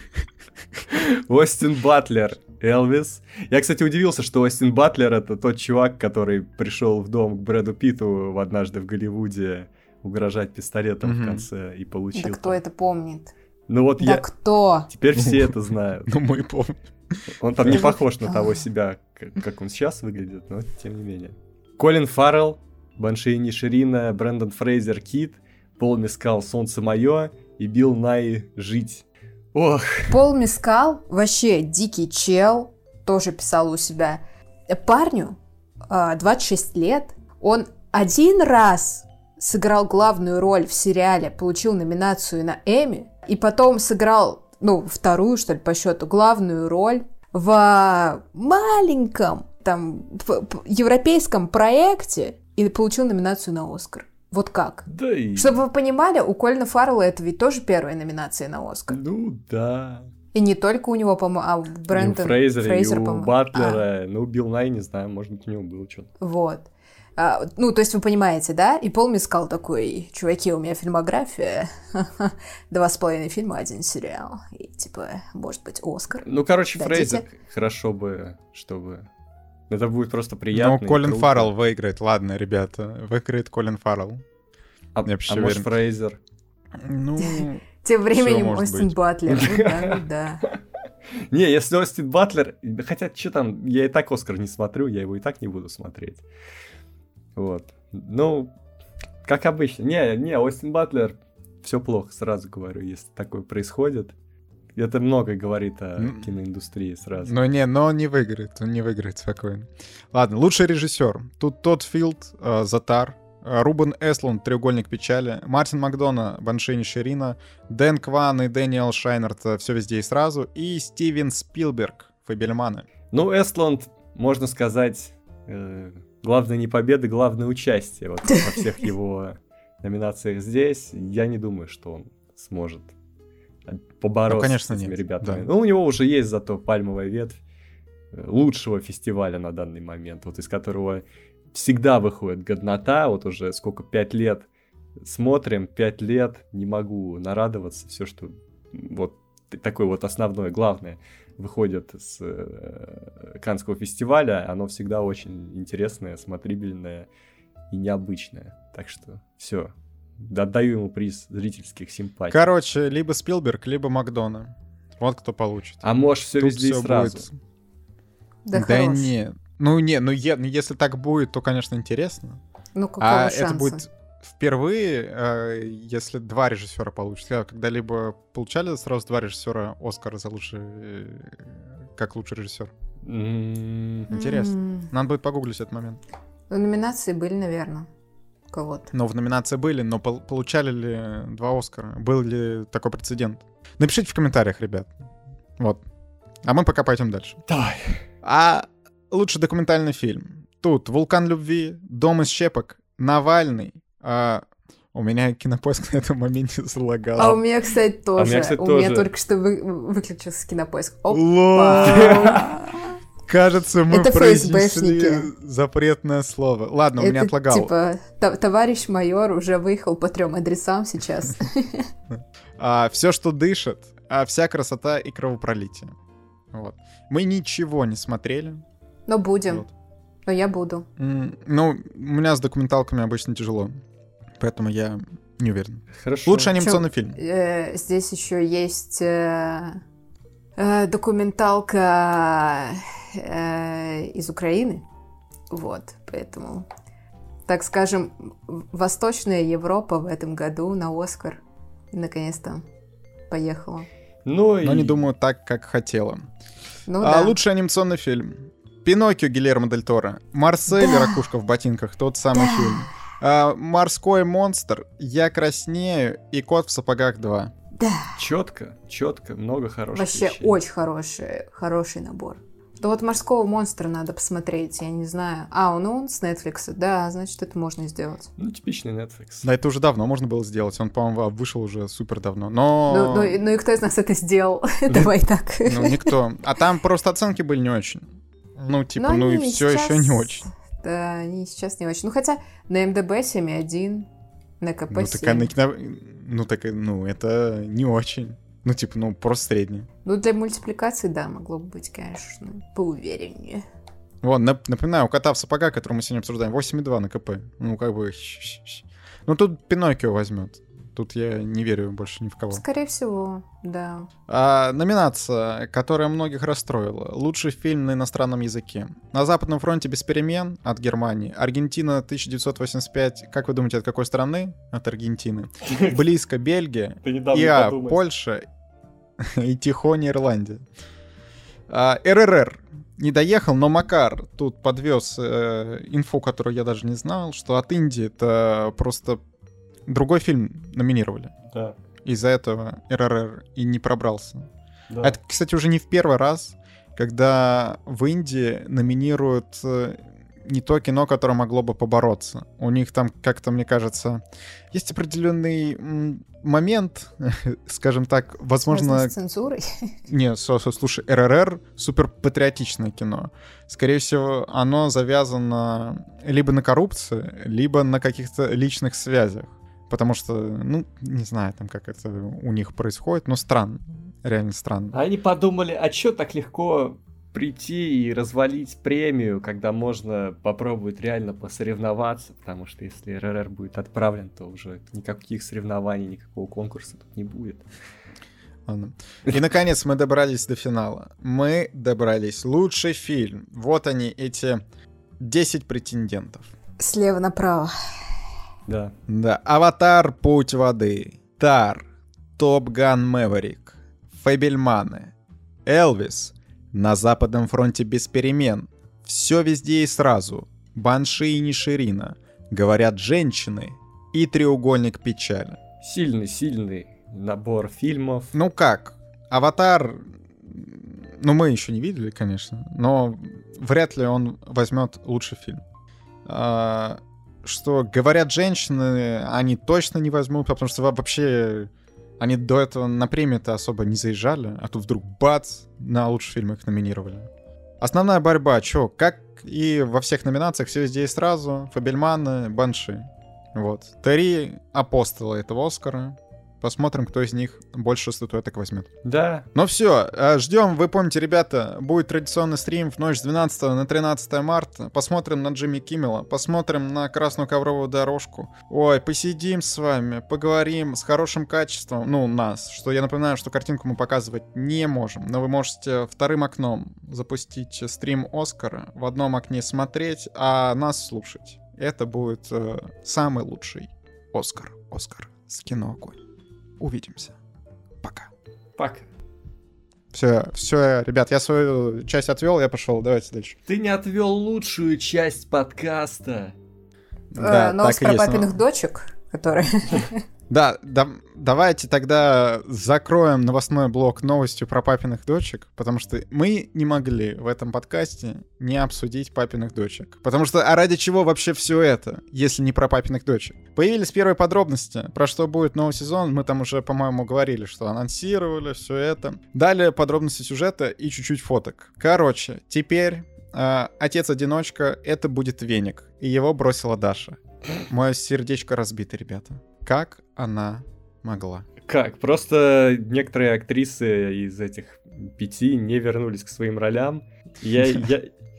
Остин Батлер, Элвис. Я, кстати, удивился, что Остин Батлер — это тот чувак, который пришел в дом к Брэду Питту в «Однажды в Голливуде» угрожать пистолетом в Мгм. конце и получил. Да кто там. это помнит? Ну вот Да я... кто? Теперь все это знают. Ну, мы помним. Он там не Да похож вот- на того себя, к- как он сейчас выглядит, но тем не менее. Колин Фаррелл, Банши Иниширина, Брэндон Фрейзер Кит, Пол Мескал «Солнце мое» и Билл Най «Жить». Ох, Пол Мескал вообще дикий чел, тоже писал у себя. Парню а, двадцать шесть лет, он один раз сыграл главную роль в сериале, получил номинацию на Эмми, и потом сыграл, ну, вторую, что ли, по счету, главную роль в маленьком, там, п- п- европейском проекте и получил номинацию на Оскар. Вот как? да и... Чтобы вы понимали, у Колина Фаррелла это ведь тоже первая номинация на Оскар. Ну да. И не только у него, по-моему, а у И у Брэндон Фрейзера, Фрейзер, и у по-моему. Батлера, ну, Билл Най, не знаю, может быть, у него было что-то. А, вот. А, ну, то есть вы понимаете, да? И Пол Мескал такой: чуваки, у меня фильмография, два с половиной фильма, один сериал. И типа, может быть, Оскар. Ну, короче, Дадите? Фрейзер хорошо бы, чтобы... Это будет просто приятно. Ну, и Колин круто. Фаррелл выиграет. Ладно, ребята, выиграет Колин Фаррелл. А, Я вообще а может, уверен. Фрейзер? Ну, Тем временем может Остин быть. Батлер. Ну да, ну да. Не, если Остин Батлер... Хотя, что там, я и так Оскар не смотрю, я его и так не буду смотреть. Вот. Ну, как обычно. Не, не, Остин Батлер, все плохо, сразу говорю, если такое происходит. Это много говорит о Ну, киноиндустрии сразу. но не, но он не выиграет, он не выиграет спокойно. Ладно, лучший режиссер. Тут Тодд Филд, э, Затар, э, Рубен Эслунд, Треугольник печали, Мартин Макдона, Банши Иниширина, Дэн Кван и Дэниел Шайнерт, Все везде и сразу, и Стивен Спилберг, Фабельманы. Ну, Эстланд, можно сказать, э, главное не победа, главное участие вот, во всех его номинациях здесь. Я не думаю, что он сможет побороться Ну, конечно, с этими нет, ребятами. да. Ну, у него уже есть зато пальмовая ветвь э, лучшего фестиваля на данный момент, вот из которого всегда выходит годнота, вот уже сколько, пять лет смотрим, пять лет, не могу нарадоваться, все, что вот такое вот основное, главное, выходит с э, Каннского фестиваля, оно всегда очень интересное, смотрибельное и необычное. Так что все, отдаю ему приз зрительских симпатий. Короче, либо Спилберг, либо Макдона. Вот кто получит. А может, все Тут везде и всё сразу. будет- Да, Да хорош. не. Ну не, ну, е- ну если так будет, то, конечно, интересно. Ну, какого А шанса? это будет впервые, э, если два режиссера получат. Я когда-либо получали сразу два режиссера Оскар за лучший, э, как лучший режиссер? М, Интересно. М. Надо будет погуглить этот момент. Ну, номинации были, наверное, у кого-то. Но в номинации были, но пол- получали ли два Оскара? Был ли такой прецедент? Напишите в комментариях, ребят. Вот. А мы пока пойдем дальше. Давай. А лучший документальный фильм. Тут «Вулкан любви», «Дом из щепок», «Навальный». А, у меня Кинопоиск на этом моменте залагал. А у меня, кстати, тоже. меня, кстати, у меня тоже. только что вы- выключился Кинопоиск. Лол. Опа! Кажется, мы Это произнесли ФСБшники. запретное слово. Ладно, у меня Это отлагал. типа «Т- товарищ майор уже выехал по трем адресам сейчас. А, все, что дышит, а вся красота и кровопролитие. Вот. Мы ничего не смотрели. Но будем. Вот. Но я буду. М, Ну, у меня с документалками обычно тяжело. Поэтому я не уверен. Хорошо. Лучший анимационный фильм. Э, Здесь еще есть э, э, документалка э, из Украины. Вот, поэтому, так скажем, Восточная Европа в этом году на Оскар наконец-то поехала. Ну, Но и... не думаю так, как хотела. Ну А да. лучший анимационный фильм. «Пиноккио» Гильермо Дель Торо. «Марсель. Да. Ракушка в ботинках». Тот самый Да. фильм. А, «Морской монстр», «Я краснею» и «Кот в сапогах два». Да. Четко, четко, много хороших Вообще вещей. очень хороший, хороший набор. Да вот «Морского монстра» надо посмотреть, я не знаю. А, ну он с Netflix, да, значит, это можно сделать. Ну, типичный Netflix. Да, это уже давно можно было сделать. Он, по-моему, вышел уже супер давно. Но... Ну, ну, ну и кто из нас это сделал? Давай так. Ну, никто. А там просто оценки были не очень. Ну, типа, Но ну и они все сейчас- еще не очень. Да, они сейчас не очень. Ну, хотя на эм дэ бэ семь и один, на ка пэ Ну, так, а на семь. кино- ну, так, ну, это не очень. Ну, типа, ну, просто средний. Ну, для мультипликации, да, могло бы быть, конечно, поувереннее. Вон, нап- напоминаю, у «Кота в сапогах», который мы сегодня обсуждаем, восемь и два на ка пэ. Ну, как бы... Ну, тут Пиноккио возьмет. Тут я не верю больше ни в кого. Скорее всего, да. А, номинация, которая многих расстроила. Лучший фильм на иностранном языке. «На Западном фронте без перемен» от Германии. «Аргентина тысяча девятьсот восемьдесят пять». Как вы думаете, от какой страны? От Аргентины. «Близко» Бельгия. Ты недавно «Я» подумай. Польша. И «Тихоня» Ирландия. А, эр эр эр. Не доехал, но Макар тут подвез э, инфу, которую я даже не знал, что от Индии это просто другой фильм номинировали. Да, Из-за этого эр эр эр и не пробрался. да. Это, кстати, уже не в первый раз, когда в Индии номинируют э, не то кино, которое могло бы побороться. У них там, как-то, мне кажется, есть определенный м, момент, скажем так, возможно... Связано с цензурой. Не, со- со- слушай, эр эр эр супер патриотичное кино. Скорее всего, оно завязано либо на коррупции, либо на каких-то личных связях. Потому что, ну, не знаю, там как это у них происходит, но странно. Реально странно. Они подумали, а чё так легко прийти и развалить премию, когда можно попробовать реально посоревноваться, потому что если эр эр эр будет отправлен, то уже никаких соревнований, никакого конкурса тут не будет. Ладно. И, наконец, мы добрались до финала. Мы добрались. Лучший фильм. Вот они, эти десять претендентов. Слева направо. Да. Да. «Аватар. Путь воды», «Тар», «Топ Ган Мэверик», «Фабельманы», «Элвис», «На Западном фронте без перемен», «Все везде и сразу», «Банши и Ниширина», «Говорят женщины» и «Треугольник печали». Сильный-сильный набор фильмов. Ну как? «Аватар», ну мы еще не видели, конечно, но вряд ли он возьмет лучший фильм. А, что «Говорят женщины», они точно не возьмут, потому что вообще они до этого на премию-то особо не заезжали, а тут вдруг бац, на лучший фильм их номинировали. Основная борьба, чё, как и во всех номинациях, все везде и сразу, «Фабельманы», «Банши». Вот. Три апостола этого Оскара. Посмотрим, кто из них больше статуэток возьмет. Да. Ну все, ждем. Вы помните, ребята, будет традиционный стрим в ночь с двенадцатого на тринадцатое марта. Посмотрим на Джимми Киммела, посмотрим на красную ковровую дорожку. Ой, посидим с вами, поговорим с хорошим качеством. Ну, нас. Что я напоминаю, что картинку мы показывать не можем. Но вы можете вторым окном запустить стрим Оскара, в одном окне смотреть, а нас слушать. Это будет э, самый лучший Оскар. Оскар с кино «Огонь». Увидимся. Пока. Пока. Все, все, ребят, я свою часть отвел, я пошел. Давайте дальше. Ты не отвел лучшую часть подкаста. Э, Новость так и про есть, папиных но- дочек, которые... Да, да, давайте тогда закроем новостной блок новостью про папиных дочек, потому что мы не могли в этом подкасте не обсудить папиных дочек. Потому что, а ради чего вообще все это, если не про папиных дочек? Появились первые подробности, про что будет новый сезон. Мы там уже, по-моему, говорили, что анонсировали все это. Далее подробности сюжета и чуть-чуть фоток. Короче, теперь э, отец-одиночка — это будет Веник, и его бросила Даша. Мое сердечко разбито, ребята. Как она могла? Как? Просто некоторые актрисы из этих пяти не вернулись к своим ролям. Я, я...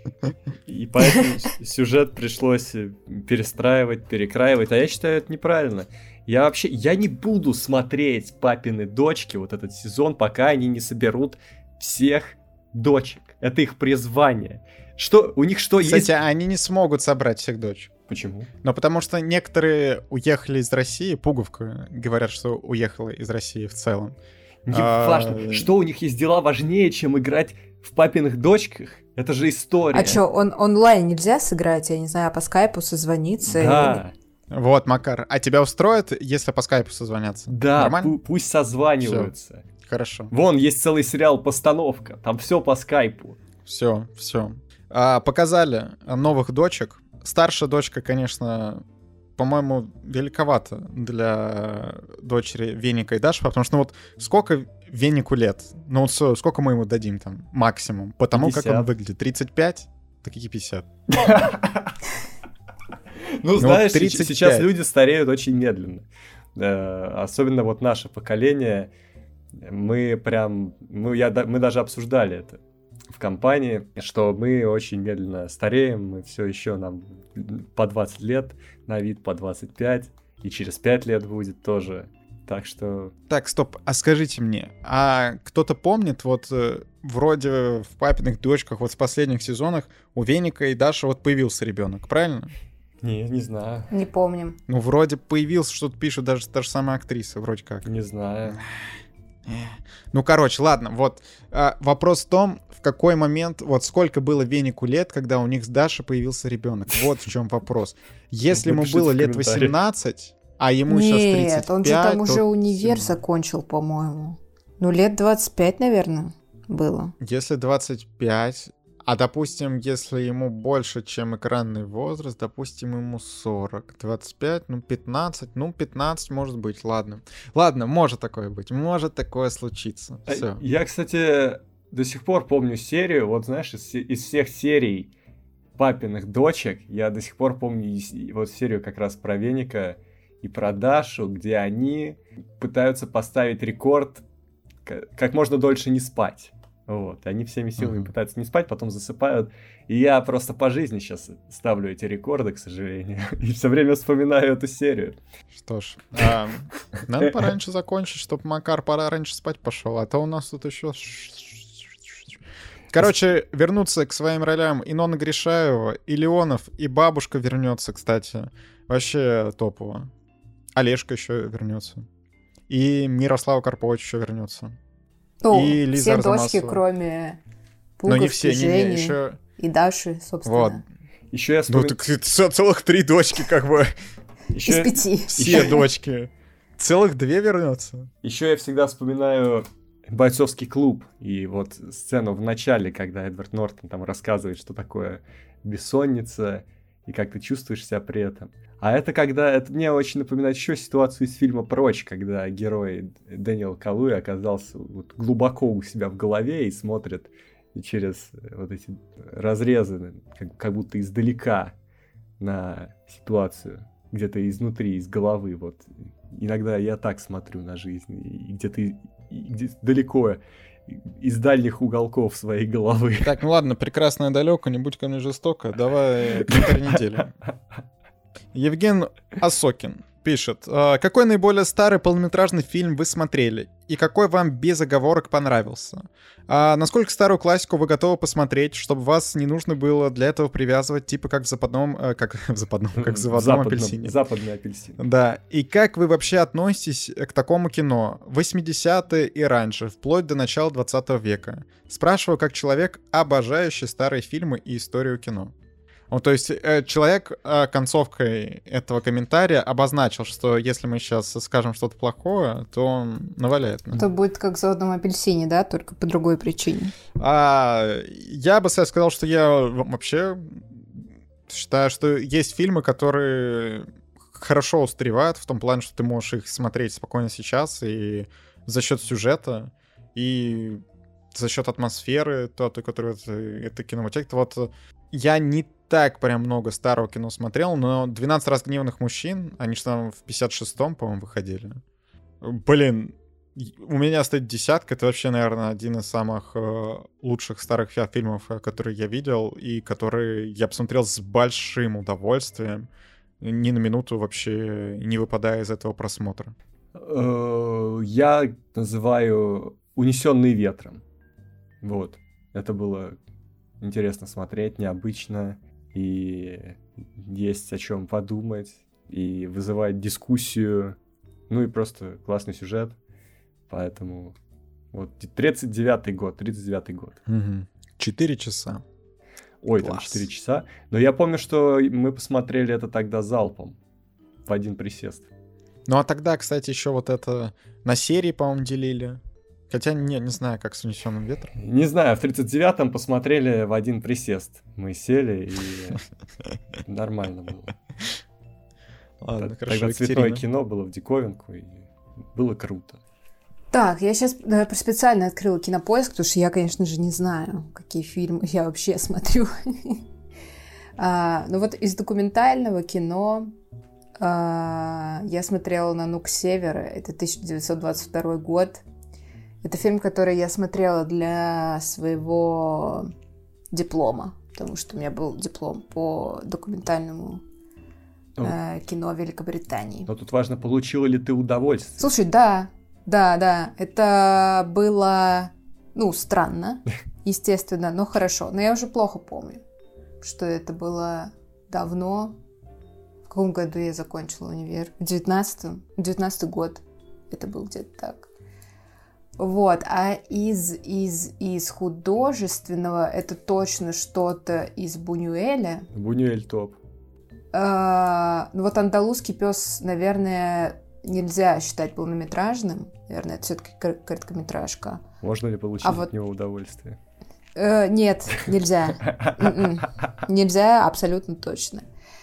И поэтому сюжет пришлось перестраивать, перекраивать. А я считаю, это неправильно. Я вообще... Я не буду смотреть «Папины дочки», вот этот сезон, пока они не соберут всех дочек. Это их призвание. Что? У них что, Кстати, есть... они не смогут собрать всех дочек. Почему? Но потому что некоторые уехали из России, Пуговка говорят, что уехала из России в целом. Не А, важно. Что у них есть дела важнее, чем играть в «Папиных дочках»? Это же история. А что, он, онлайн нельзя сыграть? Я не знаю, по скайпу созвониться? Да. Вот, Макар, а тебя устроит, если по скайпу созвоняться? Да, Нормально? пу- пусть созваниваются. Хорошо. Вон, есть целый сериал «Постановка», там все по скайпу. все, все. А, показали новых дочек. Старшая дочка, конечно, по-моему, великовато для дочери Веника и Даши, потому что, ну вот, сколько Венику лет? Ну вот сколько мы ему дадим там максимум? Потому пятьдесят. Как он выглядит. тридцать пять? Такие пятьдесят. Ну, знаешь, сейчас люди стареют очень медленно. Особенно вот наше поколение. Мы прям... Мы, я, мы даже обсуждали это в компании, что мы очень медленно стареем. Мы все еще нам по двадцать лет, на вид по двадцать пять. И через пять лет будет тоже. Так что... Так, стоп, а скажите мне, а кто-то помнит, вот вроде в «Папиных дочках», вот в последних сезонах у Веника и Даши вот появился ребенок, правильно? Не, не знаю. Не помним. Ну, вроде появился, что-то пишут даже та же самая актриса, вроде как. Не знаю. Ну, короче, ладно, вот а, вопрос в том, в какой момент, вот сколько было Венику лет, когда у них с Дашей появился ребенок. Вот в чем вопрос. Если ему было лет восемнадцать, а ему сейчас тридцать пять... Нет, он же там уже универ закончил, по-моему. Ну, лет двадцать пять, наверное, было. Если двадцать пять... А, допустим, если ему больше, чем экранный возраст, допустим, ему сорок, двадцать пять, ну, пятнадцать, ну, пятнадцать может быть, ладно. Ладно, может такое быть, может такое случиться. Всё. Я, кстати, до сих пор помню серию, вот знаешь, из, из всех серий «Папиных дочек», я до сих пор помню вот серию как раз про Веника и про Дашу, где они пытаются поставить рекорд как можно дольше не спать. Вот, и они всеми силами uh-huh. пытаются не спать, потом засыпают. И я просто по жизни сейчас ставлю эти рекорды, к сожалению. И все время вспоминаю эту серию. Что ж, а, надо пораньше закончить, чтобы Макар пора раньше спать пошел. А то у нас тут еще... Короче, вернуться к своим ролям Инона Гришаева, и Леонов, и бабушка вернется, кстати. Вообще топово. Олежка еще вернется. И Мирослава Карпович еще вернется. Ну, и Лиза все Арзамасова. дочки, кроме Пуговки, Но не все, Жени не, не, еще... и Даши, собственно. Вот. Еще я вспомнил... Ну, так целых три дочки, как бы. Еще... Из пяти. Все еще... дочки. Целых две вернется. Еще я всегда вспоминаю «Бойцовский клуб». И вот сцену в начале, когда Эдвард Нортон там рассказывает, что такое бессонница, и как ты чувствуешь себя при этом. А это когда... Это мне очень напоминает еще ситуацию из фильма «Прочь», когда герой Дэниел Калуя оказался вот глубоко у себя в голове и смотрит через вот эти разрезы, как, как будто издалека на ситуацию, где-то изнутри, из головы. Вот. Иногда я так смотрю на жизнь, и где-то и, и, где далеко, из дальних уголков своей головы. Так, ну ладно, прекрасное далеко, не будь ко мне жестоко. Давай комментарий недели. Евген Осокин пишет. Какой наиболее старый полнометражный фильм вы смотрели? И какой вам без оговорок понравился? А насколько старую классику вы готовы посмотреть, чтобы вас не нужно было для этого привязывать, типа как в западном... Как в западном, как в заводном апельсине. Западный апельсин. Да. И как вы вообще относитесь к такому кино? восьмидесятые и раньше, вплоть до начала двадцатого века. Спрашиваю как человек, обожающий старые фильмы и историю кино. Ну, то есть человек концовкой этого комментария обозначил, что если мы сейчас скажем что-то плохое, то он наваляет. Это будет как в «Заводном апельсине», да? Только по другой причине. А, я бы сказал, что я вообще считаю, что есть фильмы, которые хорошо устаревают, в том плане, что ты можешь их смотреть спокойно сейчас, и за счет сюжета, и за счет атмосферы, той, которую это, это киномотек. Вот я не так прям много старого кино смотрел, но «двенадцать разгневанных мужчин», они же там в пятьдесят шестом, по-моему, выходили. Блин, у меня стоит десятка, это вообще, наверное, один из самых э, лучших старых фильмов, которые я видел, и которые я посмотрел с большим удовольствием, ни на минуту вообще не выпадая из этого просмотра. Я называю «Унесенные ветром». Вот, это было интересно смотреть, необычно, и есть о чем подумать, и вызывает дискуссию, ну и просто классный сюжет, поэтому вот тридцать девятый год, тридцать девятый год. Угу. Четыре часа. Ой, Класс. Там четыре часа, но я помню, что мы посмотрели это тогда залпом, в один присест. Ну а тогда, кстати, еще вот это на серии, по-моему, делили. Хотя не, не знаю, как с «Унесенным ветром». Не знаю, в тридцать девятом посмотрели в один присест. Мы сели, и нормально было. Ладно, Т- хорошо, Тогда цветное Екатерина. кино было в диковинку, и было круто. Так, я сейчас специально открыла Кинопоиск, потому что я, конечно же, не знаю, какие фильмы я вообще смотрю. А, ну вот из документального кино а, я смотрела «Нанук Севера», это тысяча девятьсот двадцать второй год. Это фильм, который я смотрела для своего диплома, потому что у меня был диплом по документальному Ну. э, кино Великобритании. Но тут важно, получила ли ты удовольствие. Слушай, да, да, да, это было, ну, странно, естественно, но хорошо. Но я уже плохо помню, что это было давно. В каком году я закончила универ? В девятнадцатом? девятнадцатый год. Это был где-то так. Вот, а из, из, из художественного это точно что-то из Бунюэля. Бунюэль топ. А, ну вот «Андалузский пес», наверное, нельзя считать полнометражным. Наверное, это все-таки короткометражка. Можно ли получить А от вот- него удовольствие? Э, нет, нельзя. М-м. Нельзя, абсолютно точно.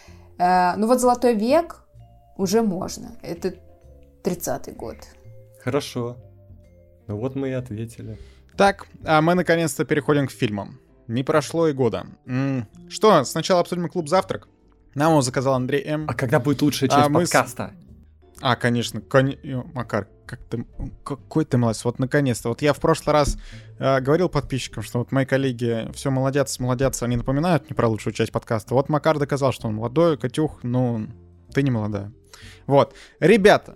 Э, ну вот «Золотой век» уже можно. Это тридцатый год. Хорошо. Ну вот мы и ответили. Так, а мы наконец-то переходим к фильмам. Не прошло и года. М, Что, сначала обсудим «Клуб Завтрак». Нам его заказал Андрей М. А когда будет лучшая А часть мы с- подкаста? А, конечно, кони- Ё, Макар, как ты, какой ты молодец, вот наконец-то. Вот я в прошлый раз э, говорил подписчикам, что вот мои коллеги все молодятся, молодятся, они напоминают мне про лучшую часть подкаста. Вот Макар доказал, что он молодой, Катюх, ну, ты не молодая. Вот, ребята,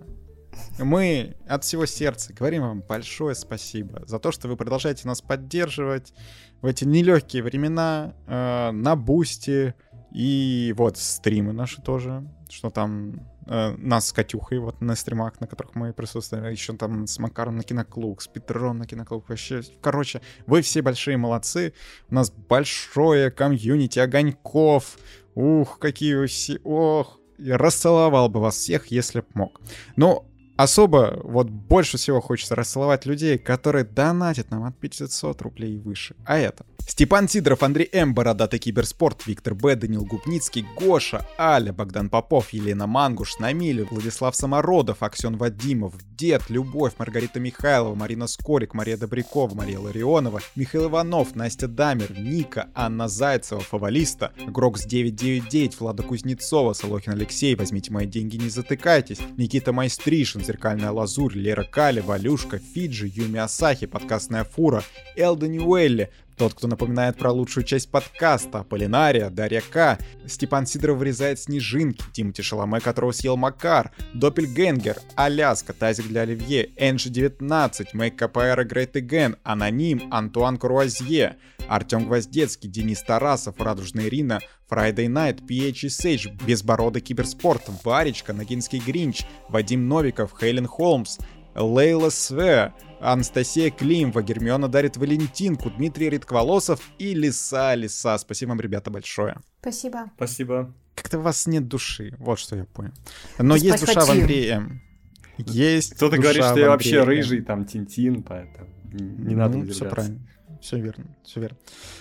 мы от всего сердца говорим вам большое спасибо за то, что вы продолжаете нас поддерживать в эти нелегкие времена э, на Бусти и вот стримы наши тоже, что там э, нас с Катюхой вот на стримах, на которых мы присутствуем, еще там с Макаром на Киноклуб, с Петром на Киноклуб, вообще, короче, вы все большие молодцы, у нас большое комьюнити огоньков, ух, какие вы все, ох, я расцеловал бы вас всех, если б мог. Ну, особо, вот больше всего хочется расцеловать людей, которые донатят нам от пятисот рублей и выше. А это Степан Сидоров, Андрей М, Бородатый Киберспорт, Виктор Б, Данил Губницкий, Гоша, Аля, Богдан Попов, Елена Мангуш, Намиль, Владислав Самородов, Аксен Вадимов, Дед, Любовь, Маргарита Михайлова, Марина Скорик, Мария Добрякова, Мария Ларионова, Михаил Иванов, Настя Дамер, Ника, Анна Зайцева, Фавалиста, Грокс девять девять девять, Влада Кузнецова, Солохин Алексей, Возьмите мои деньги, не затыкайтесь, Никита Майстришин, Зеркальная лазурь, Лера Кали, Валюшка, Фиджи, Юми Асахи, Подкастная фура, Элда Ньюэлли, тот, кто напоминает про лучшую часть подкаста, Полинария, Дарья К, Степан Сидоров вырезает снежинки, Тимати Шаломе, которого съел Макар, Доппельгенгер, Аляска, Тазик для Оливье, Энджи девятнадцать, Make КПР Great Again, Аноним, Антуан Круазье, Артем Гвоздецкий, Денис Тарасов, Радужная Ирина, Friday Night, пи эйч эс эйч, Безбородый Киберспорт, Варечка, Ногинский Гринч, Вадим Новиков, Хейлен Холмс, Лейла Све, Анастасия Климова, Гермиона дарит Валентинку, Дмитрий Редкволосов и Лиса Лиса. Спасибо вам, ребята, большое. Спасибо. Спасибо. Как-то у вас нет души, вот что я понял. Но Ты есть душа в спать Андрея М. Есть Кто-то душа говорит, что в я вообще Андрея М. рыжий, там, Тинтин, поэтому не надо Ну, удивляться. все правильно, все верно, все верно.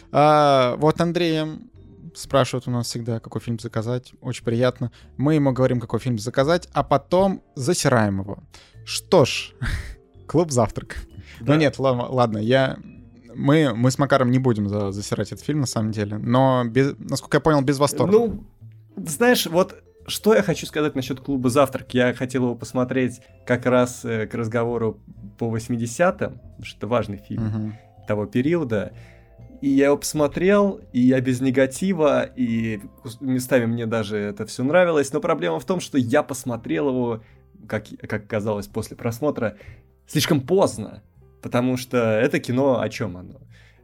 А, вот Андрей М. спрашивает у нас всегда, какой фильм заказать. Очень приятно. Мы ему говорим, какой фильм заказать, а потом засираем его. Что ж, «Клуб Завтрак». Да. Ну нет, ладно, ладно, я... Мы, мы с Макаром не будем за- засирать этот фильм, на самом деле, но, без, насколько я понял, без восторга. Ну, знаешь, вот что я хочу сказать насчет «Клуба Завтрак». Я хотел его посмотреть как раз э, к разговору по восьмидесятым, потому что это важный фильм Мгм. того периода. И я его посмотрел, и я без негатива, и местами мне даже это все нравилось. Но проблема в том, что я посмотрел его, как, как казалось после просмотра, слишком поздно. Потому что это кино, о чем оно?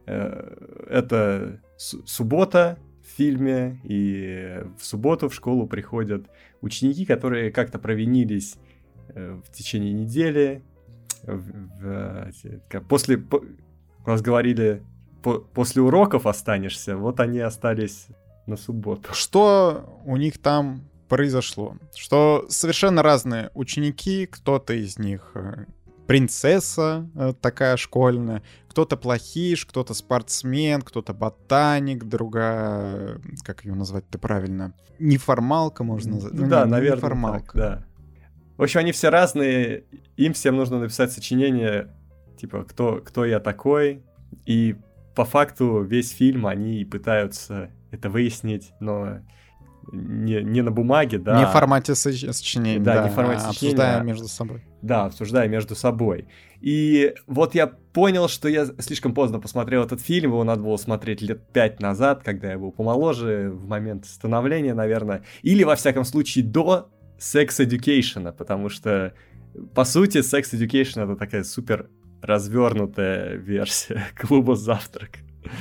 Э, Это с- суббота в фильме, и в субботу в школу приходят ученики, которые как-то провинились э, в течение недели. В- в- эти, как- После, по- у нас говорили, по- после уроков останешься, вот они остались на субботу. Что у них там произошло? Что совершенно разные ученики, кто-то из них э, принцесса э, такая школьная, кто-то плохиш, кто-то спортсмен, кто-то ботаник, другая, как ее назвать-то правильно, неформалка можно назвать. Ну, да, не, наверное, неформалка. так, да. В общем, они все разные, им всем нужно написать сочинение, типа, кто, кто я такой, и по факту весь фильм они пытаются это выяснить, но не, не на бумаге, да. Не в формате сочинения, да, да, не в формате а сочинения, обсуждая а... между собой. Да, обсуждая между собой. И вот я понял, что я слишком поздно посмотрел этот фильм, его надо было смотреть лет пять назад, когда я был помоложе, в момент становления, наверное, или, во всяком случае, до Sex Education, потому что, по сути, Sex Education — это такая супер развернутая версия клуба «Завтрак».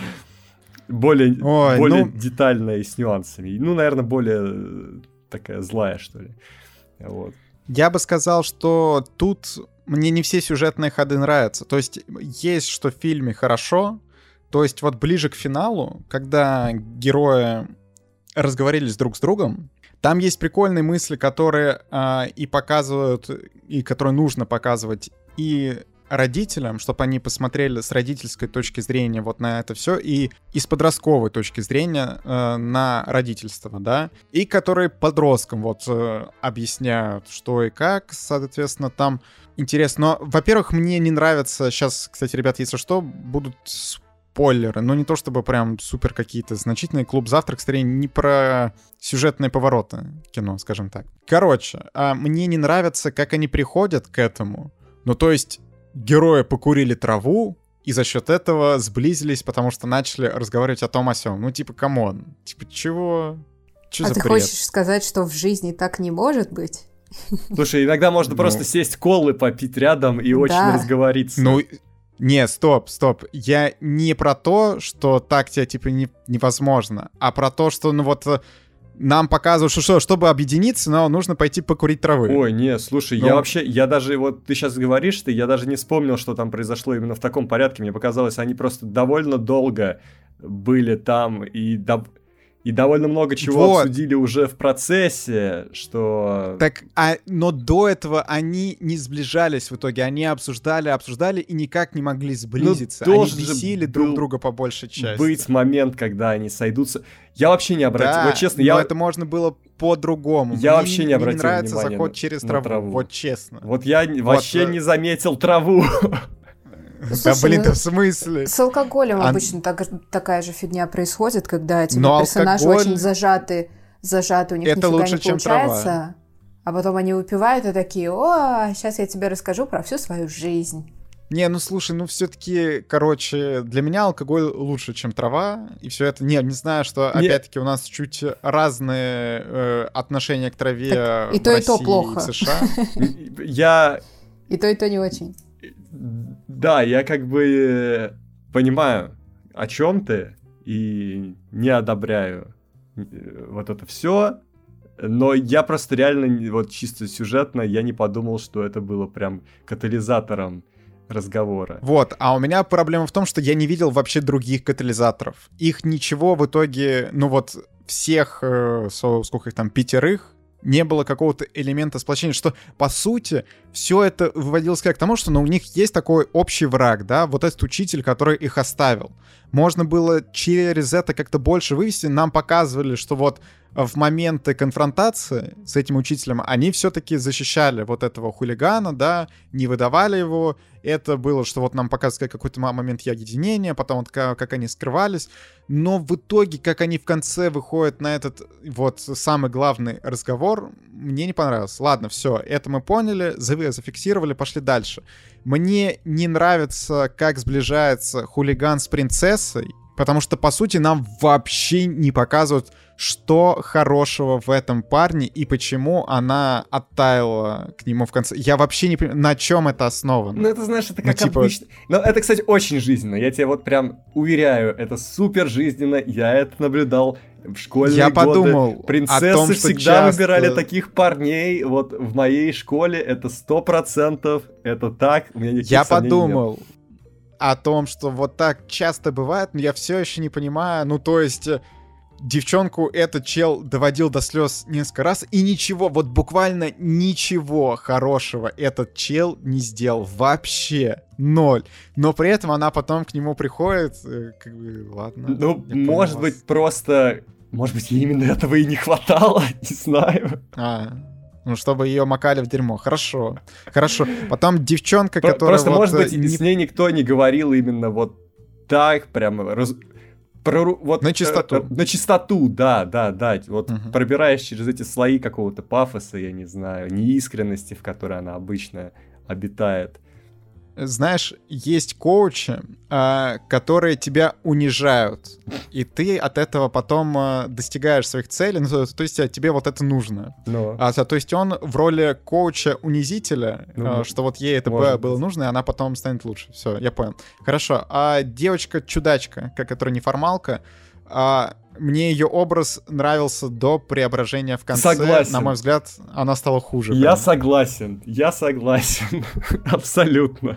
Более, Ой, более ну... детальная и с нюансами. Ну, наверное, более такая злая, что ли. Вот. Я бы сказал, что тут мне не все сюжетные ходы нравятся. То есть есть, что в фильме хорошо, то есть вот ближе к финалу, когда герои разговорились друг с другом, там есть прикольные мысли, которые э, и показывают, и которые нужно показывать и родителям, чтобы они посмотрели с родительской точки зрения вот на это все, и, и с подростковой точки зрения э, на родительство, да, и которые подросткам вот э, объясняют, что и как, соответственно, там интересно. Но, во-первых, мне не нравится, сейчас, кстати, ребят, если что, будут спойлеры, но не то чтобы прям супер какие-то значительные. «Клуб Завтрак» скорее не про сюжетные повороты кино, скажем так. Короче, э, мне не нравится, как они приходят к этому, ну то есть герои покурили траву, и за счет этого сблизились, потому что начали разговаривать о том о сём. Ну, типа, камон. Типа, чего? Чё а за ты бред? хочешь сказать, что в жизни так не может быть? Слушай, иногда можно ну... просто сесть колы, попить рядом и очень да. разговориться. Ну, не, стоп, стоп. Я не про то, что так тебе, типа, не, невозможно, а про то, что, ну, вот... Нам показывают, что, что чтобы объединиться, но нужно пойти покурить травы. Ой, не, слушай, ну... я вообще, я даже, вот ты сейчас говоришь, ты, я даже не вспомнил, что там произошло именно в таком порядке. Мне показалось, они просто довольно долго были там и, до... и довольно много чего вот. обсудили уже в процессе, что... Так, а, но до этого они не сближались в итоге, они обсуждали, обсуждали и никак не могли сблизиться. Ну, они бесили друг друга по большей части. Быть момент, когда они сойдутся. Я вообще не обратил, да, вот честно, но я... это можно было по-другому. Я мне, вообще не обратил внимания. Мне не нравится внимания заход на, через на траву. траву, вот честно. Вот я вот, вообще не заметил траву. Да блин, ты в смысле? С алкоголем а... обычно так, такая же фигня происходит, когда тебе но персонажи алкоголь... очень зажаты, зажаты, у них это нифига лучше, не чем получается. Трава. А потом они выпивают и такие: о, сейчас я тебе расскажу про всю свою жизнь. Не, ну слушай, ну все-таки, короче, для меня алкоголь лучше, чем трава, и все это. Не, не знаю, что не... опять-таки у нас чуть разные э, отношения к траве так, и в то, России и, то плохо. и в США. Я... И то, и то не очень. Да, я как бы понимаю, о чем ты, и не одобряю вот это все. Но я просто реально, вот чисто сюжетно, я не подумал, что это было прям катализатором разговора. Вот, а у меня проблема в том, что я не видел вообще других катализаторов. Их ничего в итоге, ну вот всех, э, сколько их там, пятерых, не было какого-то элемента сплочения, что, по сути, все это выводилось как к тому, что ну, у них есть такой общий враг, да, вот этот учитель, который их оставил. Можно было через это как-то больше вывести, нам показывали, что вот в моменты конфронтации с этим учителем они все-таки защищали вот этого хулигана, да, не выдавали его. Это было, что вот нам показывают какой-то момент единения, потом вот как, как они скрывались. Но в итоге, как они в конце выходят на этот вот самый главный разговор, мне не понравилось. Ладно, все, это мы поняли, зафиксировали, пошли дальше. Мне не нравится, как сближается хулиган с принцессой, потому что, по сути, нам вообще не показывают, что хорошего в этом парне и почему она оттаяла к нему в конце. Я вообще не понимаю, на чем это основано. Ну, это, знаешь, это как ну, типа... обычно. Но это, кстати, очень жизненно. Я тебе вот прям уверяю, это супер жизненно. Я это наблюдал в школьные Я годы. подумал Принцессы о том, что всегда часто... выбирали таких парней. Вот в моей школе это сто процентов. Это так. У меня никаких Я сомнений подумал... нет. О том, что вот так часто бывает, но я все еще не понимаю. Ну, то есть, девчонку этот чел доводил до слез несколько раз, и ничего, вот буквально ничего хорошего этот чел не сделал. Вообще ноль. Но при этом она потом к нему приходит, э, как бы, ладно. Ну, может вас. быть, просто... Может быть, ей именно этого и не хватало, не знаю. А, ну, чтобы ее макали в дерьмо. Хорошо, хорошо. Потом девчонка, Про- которая Просто, вот, может быть, э, не- с ней никто не говорил именно вот так, прямо... раз- Про, вот, На чистоту. э, э, на чистоту, да, да, да. Вот Мгм. пробираешь через эти слои какого-то пафоса, я не знаю, неискренности, в которой она обычно обитает. Знаешь, есть коучи, а, которые тебя унижают, и ты от этого потом а, достигаешь своих целей, ну, то, то есть а, тебе вот это нужно. Но... А, то есть он в роли коуча-унизителя, Ну, а, мо- что вот ей это может б- было быть. нужно, и она потом станет лучше. Все, я понял. Хорошо. А девочка-чудачка, ка- которая неформалка, а, мне ее образ нравился до преображения в конце. Согласен. На мой взгляд, она стала хуже. Я прям. согласен, я согласен, абсолютно.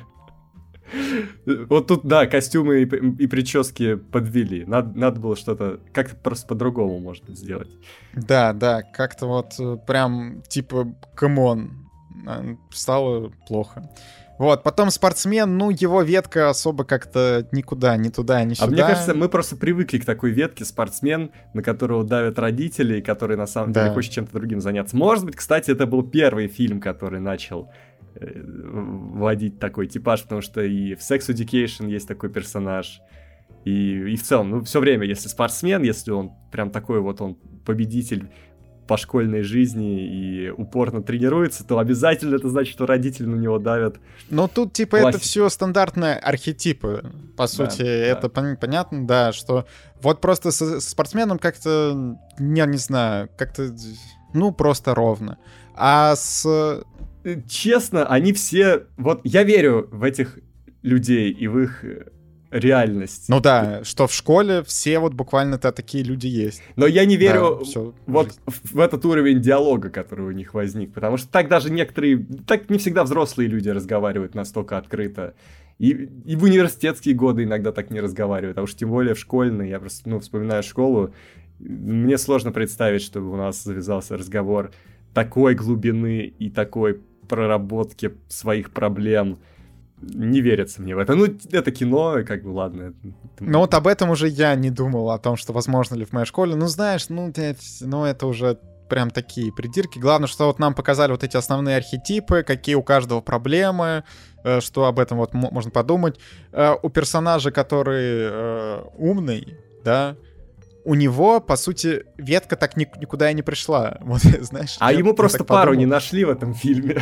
Вот тут, да, костюмы и, п- и прически подвели. Надо, надо было что-то как-то просто по-другому, может быть, сделать. Да, да, как-то вот э, прям типа, камон, а, стало плохо. Вот, потом спортсмен, ну, его ветка особо как-то никуда, ни туда, ни сюда. А мне кажется, мы просто привыкли к такой ветке спортсмен, на которого давят родители, и который на самом деле Да. хочет чем-то другим заняться. Может быть, кстати, это был первый фильм, который начал э, вводить такой типаж, потому что и в Sex Education есть такой персонаж, и, и в целом, ну, все время, если спортсмен, если он прям такой вот, он победитель по школьной жизни и упорно тренируется, то обязательно это значит, что родители на него давят. Ну, тут, типа, это Классика. все стандартные архетипы. По сути, да. это пон- понятно, да, что вот просто со, со спортсменом как-то, я не знаю, как-то, ну, просто ровно. А с... Э, Честно, они все... Вот я верю в этих людей и в их э, реальность. Ну да, что в школе все вот буквально-то такие люди есть. Но я не верю Да, всё, вот жизнь. в, в этот уровень диалога, который у них возник. Потому что так даже некоторые... Так не всегда взрослые люди разговаривают настолько открыто. И, и в университетские годы иногда так не разговаривают. А уж тем более в школьные. Я просто, ну, вспоминаю школу. Мне сложно представить, чтобы у нас завязался разговор такой глубины и такой проработки своих проблем. Не верится мне в это. Ну, это кино, как бы, ладно. это- Ну вот об этом уже я не думал, о том, что возможно ли в моей школе. Ну знаешь, ну, это, ну, это уже прям такие придирки. Главное, что вот нам показали вот эти основные архетипы, какие у каждого проблемы, э, что об этом вот мо- можно подумать. Э, У персонажа, который э, умный, да, у него, по сути, ветка так ни- никуда и не пришла. Вот, знаешь, А я- ему я просто так пару подумал. не нашли в этом фильме.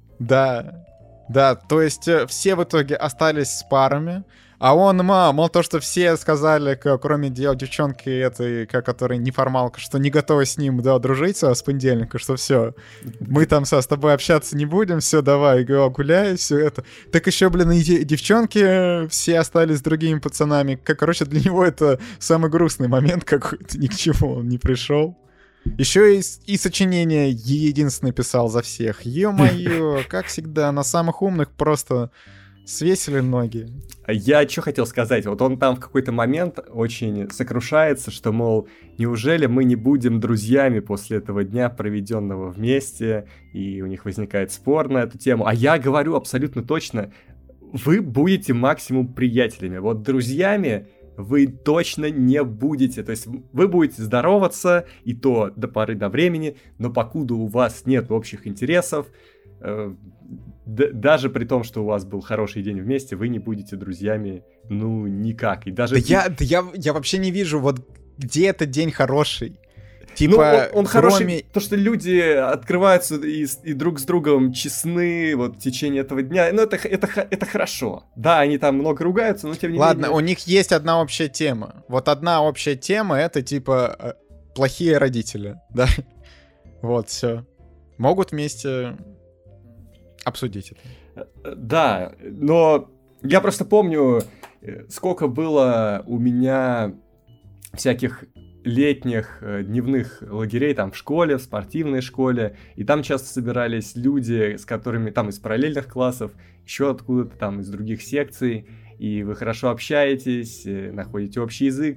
Да, да, то есть э, все в итоге остались с парами, а он, ма, мол, то, что все сказали, к- кроме дев- девчонки этой, к- которая неформалка, что не готовы с ним, да, дружить с понедельника, что все, мы там со, с тобой общаться не будем, все, давай, го- гуляй, все это. Так еще, блин, и де- девчонки э, все остались с другими пацанами. Как, короче, для него это самый грустный момент какой-то, ни к чему он не пришел. Еще и, с- и сочинение единственный писал за всех. Ё-моё, как всегда, на самых умных просто свесили ноги. Я что хотел сказать, вот он там в какой-то момент очень сокрушается, что, мол, неужели мы не будем друзьями после этого дня, проведенного вместе, и у них возникает спор на эту тему. А я говорю абсолютно точно, вы будете максимум приятелями. Вот друзьями вы точно не будете. То есть вы будете здороваться, и то до поры до времени, но покуда у вас нет общих интересов, э, д- даже при том, что у вас был хороший день вместе, вы не будете друзьями, ну, никак. И даже... Да я, да я, я вообще не вижу, вот где этот день хороший. Ну, Типа, он, он кроме- хороший, то, что люди открываются и, с- и друг с другом честны вот в течение этого дня, ну, это, х- это, х- это хорошо. Да, они там много ругаются, но тем не Ладно, менее... у них есть одна общая тема. Вот одна общая тема — это, типа, э, плохие родители, да? Вот, все. Могут вместе обсудить это. Да, но я просто помню, э, сколько было у меня всяких летних э, дневных лагерей там в школе, в спортивной школе, и там часто собирались люди, с которыми там из параллельных классов, еще откуда-то там из других секций, и вы хорошо общаетесь, э, находите общий язык.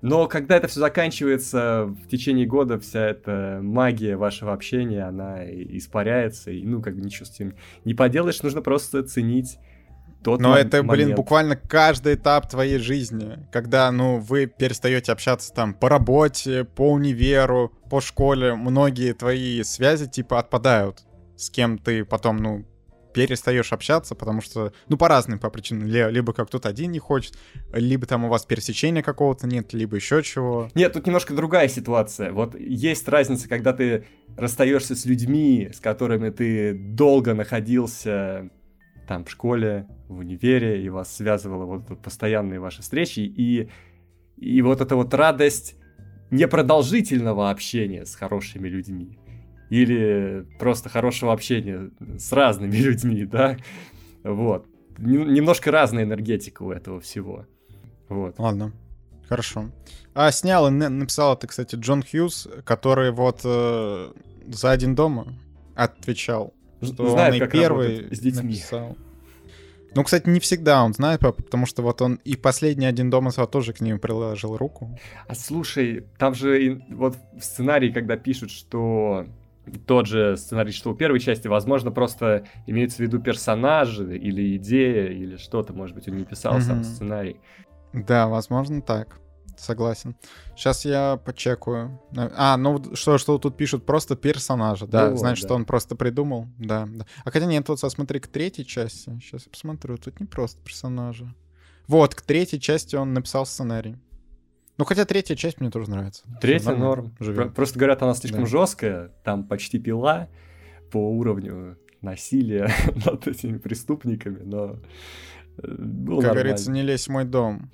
Но когда это все заканчивается, в течение года вся эта магия вашего общения, она испаряется, и, ну, как бы ничего с этим не поделаешь, нужно просто ценить тот Но мо- это, блин, момент. буквально каждый этап твоей жизни, когда, ну, вы перестаете общаться там по работе, по универу, по школе, многие твои связи, типа, отпадают, с кем ты потом, ну, перестаешь общаться, потому что, ну, по разным по причинам. Либо как кто-то один не хочет, либо там у вас пересечения какого-то нет, либо еще чего. Нет, тут немножко другая ситуация. Вот есть разница, когда ты расстаешься с людьми, с которыми ты долго находился там в школе, в универе, и вас связывало вот тут постоянные ваши встречи, и, и вот эта вот радость непродолжительного общения с хорошими людьми. Или просто хорошего общения с разными людьми, да, вот. Немножко разная энергетика у этого всего, вот. Ладно, хорошо. А снял и написал это, кстати, Джон Хьюз, который вот э, за «Один дома» отвечал, что Знает, он и как первый работать с детьми. написал. Ну, кстати, не всегда он знает, потому что вот он и последний «Один дома» тоже к нему приложил руку. А слушай, там же и, вот в сценарии, когда пишут, что тот же сценарий, что у первой части, возможно, просто имеется в виду персонажи или идея, или что-то, может быть, он не писал сам Мгм. сценарий. Да, возможно, так. Согласен. Сейчас я почекаю. А, ну что, что тут пишут, просто персонажа, да, Ну, знаешь, да. что он просто придумал, да, да. А хотя нет, вот смотри, к третьей части, сейчас я посмотрю, тут не просто персонажа. Вот, к третьей части он написал сценарий. Ну, хотя третья часть мне тоже нравится. Третья Всё нормально, норм. живем. Про- Просто говорят, она слишком Да. жесткая, там почти пила по уровню насилия над этими преступниками, но э, было Как нормально. говорится, не лезь в мой дом.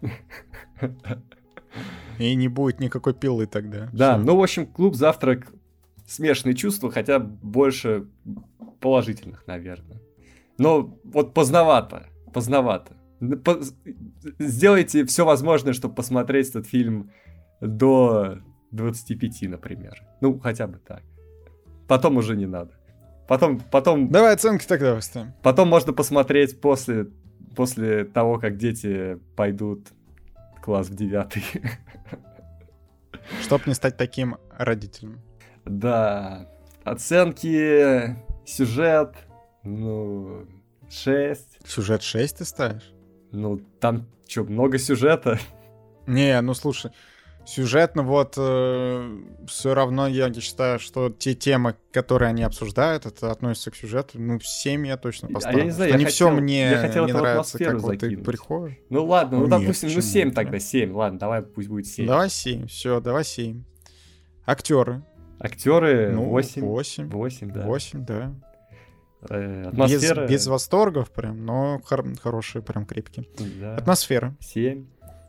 И не будет никакой пилы тогда. Да, Всё. ну, в общем, «Клуб Завтрак» смешанные чувства, хотя больше положительных, наверное. Но вот поздновато, поздновато. По- Сделайте все возможное, чтобы посмотреть этот фильм до двадцати пяти, например. Ну, хотя бы так. Потом уже не надо. Потом, потом, Давай оценки тогда выставим. потом можно посмотреть после, после того, как дети пойдут в класс в девятый. Чтоб не стать таким родителем. Да, оценки, сюжет, ну, шесть. Сюжет шесть ты ставишь? Ну, там что, много сюжета? Не, ну слушай, сюжетно вот э, все равно я не считаю, что те темы, которые они обсуждают, это относится к сюжету. Ну, семь я точно А поставлю. я не знаю, Что я не все хотел- мне я хотел не это в нравится, атмосферу как вот ты закинуть. приходишь. Ну ладно, ну, Ну, нет, допустим, ну почему? семь Нет. тогда, семь. Ладно, давай пусть будет семь. Давай семь, все, давай семь. Актеры. Актеры Ну, восемь. восемь. восемь, да. восемь, да. Э, Без, атмосфера. без восторгов прям, но хор- хорошие, прям крепкие. Да. Атмосфера. семь.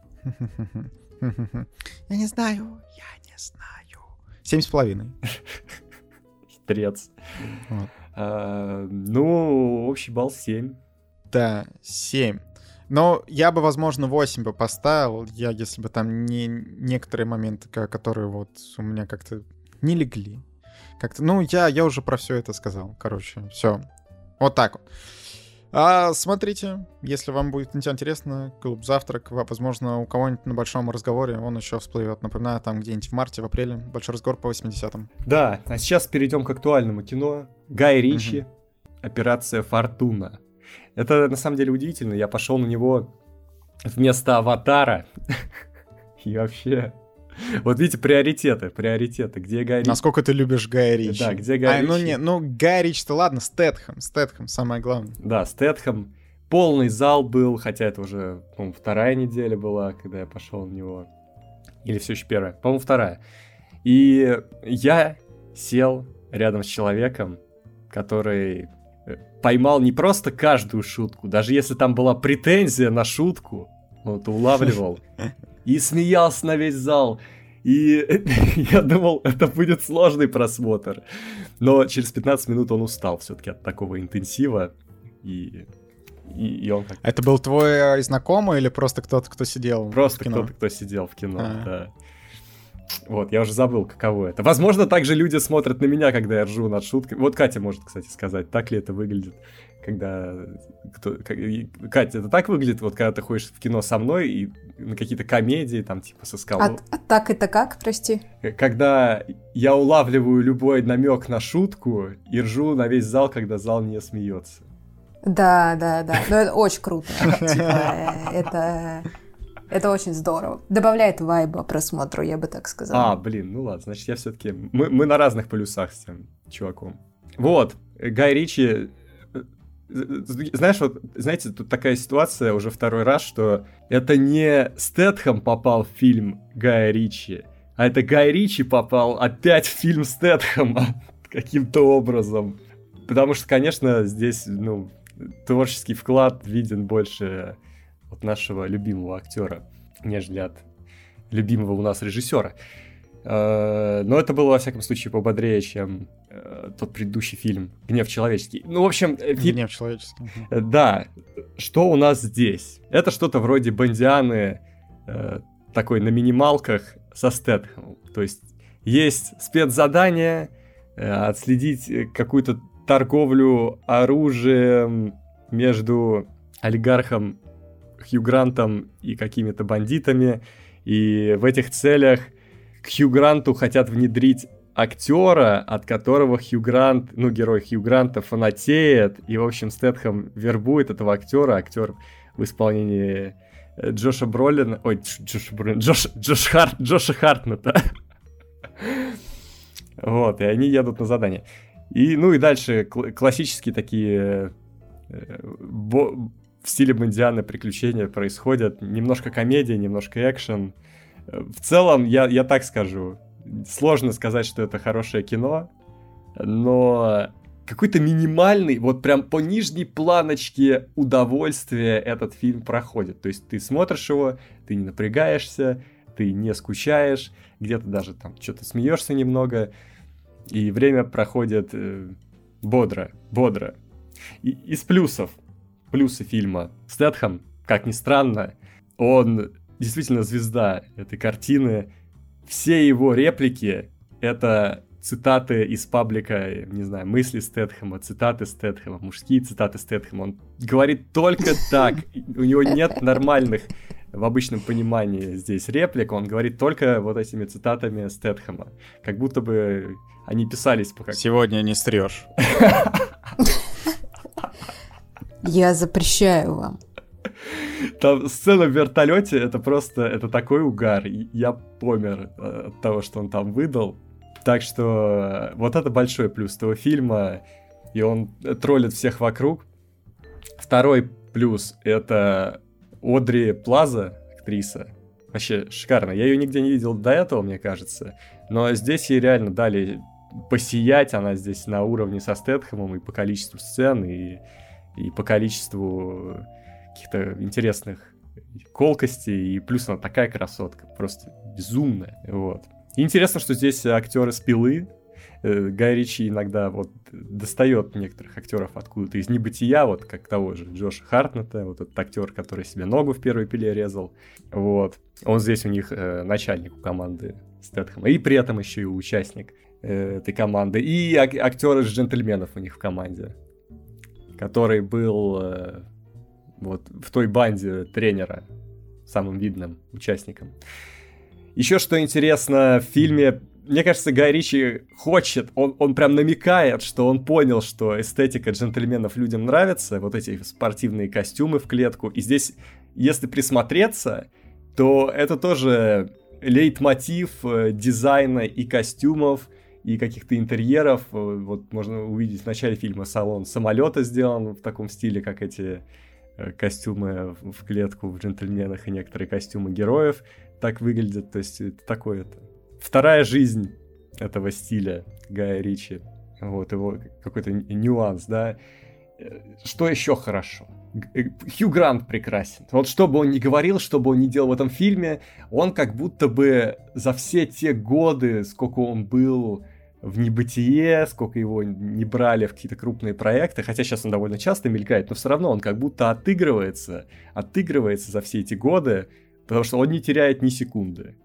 Я не знаю, я не знаю. Семь с половиной. Хитрец. Вот. А, ну, общий балл семь. Да, семь. Но я бы, возможно, восемь бы поставил, я, если бы там не некоторые моменты, ко- которые вот у меня как-то не легли. Как-то, ну, я, я уже про все это сказал. Короче, все. Вот так вот. А, смотрите, если вам будет интересно, клуб «Завтрак», возможно, у кого-нибудь на большом разговоре он еще всплывет. Напоминаю, там где-нибудь в марте, в апреле, большой разговор по восьмидесятым. Да, а сейчас перейдем к актуальному кино. Гай Ричи, «Операция Фортуна». Это на самом деле удивительно. Я пошел на него вместо «Аватара». И вообще... Вот видите, приоритеты, приоритеты. Где Гай Ричи? Насколько ты любишь Гая Ричи? Да, где Гай А, ну, Ричи? не, ну, Гай Ричи-то ладно, Стэтхэм, Стэтхэм, самое главное. Да, Стэтхэм. Полный зал был, хотя это уже, по-моему, вторая неделя была, когда я пошел на него. Или все еще первая? По-моему, вторая. И я сел рядом с человеком, который поймал не просто каждую шутку, даже если там была претензия на шутку, он это улавливал, и смеялся на весь зал. И я думал, это будет сложный просмотр. Но через пятнадцать минут он устал все-таки от такого интенсива. И, и, и он как Это был твой э, знакомый или просто кто-то, кто сидел просто в кино? кто-то, кто сидел в кино, А. да. Вот, я уже забыл, каково это. Возможно, также люди смотрят на меня, когда я ржу над шутками. Вот Катя может, кстати, сказать, так ли это выглядит, когда... Кто... Катя, это так выглядит, вот когда ты ходишь в кино со мной и на какие-то комедии, там, типа, со скалой? А, а так это как, прости? Когда я улавливаю любой намек на шутку и ржу на весь зал, когда зал не смеется. Да, да, да. Но это очень круто. Это... Это очень здорово. Добавляет вайба просмотру, я бы так сказала. А, блин, ну ладно, значит, я все-таки... Мы, мы на разных полюсах с тем чуваком. Вот, Гай Ричи... Знаешь, вот, знаете, тут такая ситуация уже второй раз, что это не Стэтхэм попал в фильм Гая Ричи, а это Гай Ричи попал опять в фильм Стэтхэма каким-то образом. Потому что, конечно, здесь, ну, творческий вклад виден больше... от нашего любимого актера, нежели от любимого у нас режиссера. Но это было, во всяком случае, пободрее, чем тот предыдущий фильм «Гнев человеческий». Ну, в общем... Фи... «Гнев человеческий». Да. Что у нас здесь? Это что-то вроде Бондианы, такой на минималках со Стэтхэмом. То есть есть спецзадание, отследить какую-то торговлю оружием между олигархом Хью Грантом и какими-то бандитами, и в этих целях к Хью Гранту хотят внедрить актера, от которого Хью Грант, ну, герой Хью Гранта фанатеет, и, в общем, Стэтхэм вербует этого актера, актер в исполнении Джоша Бролина, ой, Джоша Бролина, Джош, Джош Харт, Джоша Хартнета. Вот, и они едут на задание. И, ну, и дальше классические такие... в стиле Бондианы приключения происходят. Немножко комедия, немножко экшен. В целом, я, я так скажу, сложно сказать, что это хорошее кино, но какой-то минимальный, вот прям по нижней планочке удовольствия этот фильм проходит. То есть ты смотришь его, ты не напрягаешься, ты не скучаешь, где-то даже там что-то смеешься немного, и время проходит э, бодро, бодро. И, из плюсов. Плюсы фильма. Стэтхэм, как ни странно, он действительно звезда этой картины. Все его реплики — это цитаты из паблика, не знаю, мысли Стэтхэма, цитаты Стэтхэма, мужские цитаты Стэтхэма. Он говорит только так. У него нет нормальных, в обычном понимании, здесь реплик. Он говорит только вот этими цитатами Стэтхэма. Как будто бы они писались по как... Сегодня не стрёшь. Я запрещаю вам. Там сцена в вертолете, это просто, это такой угар. Я помер от того, что он там выдал. Так что вот это большой плюс этого фильма. И он троллит всех вокруг. Второй плюс — это Одри Плаза, актриса. Вообще шикарно. Я ее нигде не видел до этого, мне кажется. Но здесь ей реально дали посиять. Она здесь на уровне со Стэтхэмом и по количеству сцен, и... и по количеству каких-то интересных колкостей, и плюс она такая красотка, просто безумная, вот. И интересно, что здесь актеры с «Пилы». Гай Ричи иногда вот достает некоторых актеров откуда-то из небытия, вот как того же Джоша Хартнета, вот этот актер, который себе ногу в первой «Пиле» резал, вот. Он здесь у них э, начальник у команды Стэтхэма, и при этом еще и участник э, этой команды, и ак- актер из «Джентльменов» у них в команде, который был э, вот в той банде тренера, самым видным участником. Еще что интересно, в фильме, мне кажется, Гай Ричи хочет, он, он прям намекает, что он понял, что эстетика «Джентльменов» людям нравится, вот эти спортивные костюмы в клетку. И здесь, если присмотреться, то это тоже лейтмотив дизайна и костюмов, и каких-то интерьеров. Вот можно увидеть в начале фильма салон самолета сделан в таком стиле, как эти костюмы в клетку в «Джентльменах», и некоторые костюмы героев так выглядят. То есть это такое это вторая жизнь этого стиля Гая Ричи. Вот его какой-то нюанс, да. Что еще хорошо? Хью Грант прекрасен. Вот что бы он ни говорил, что бы он ни делал в этом фильме, он как будто бы за все те годы, сколько он был в небытие, сколько его не брали в какие-то крупные проекты, хотя сейчас он довольно часто мелькает, но все равно он как будто отыгрывается, отыгрывается за все эти годы, потому что он не теряет ни секунды.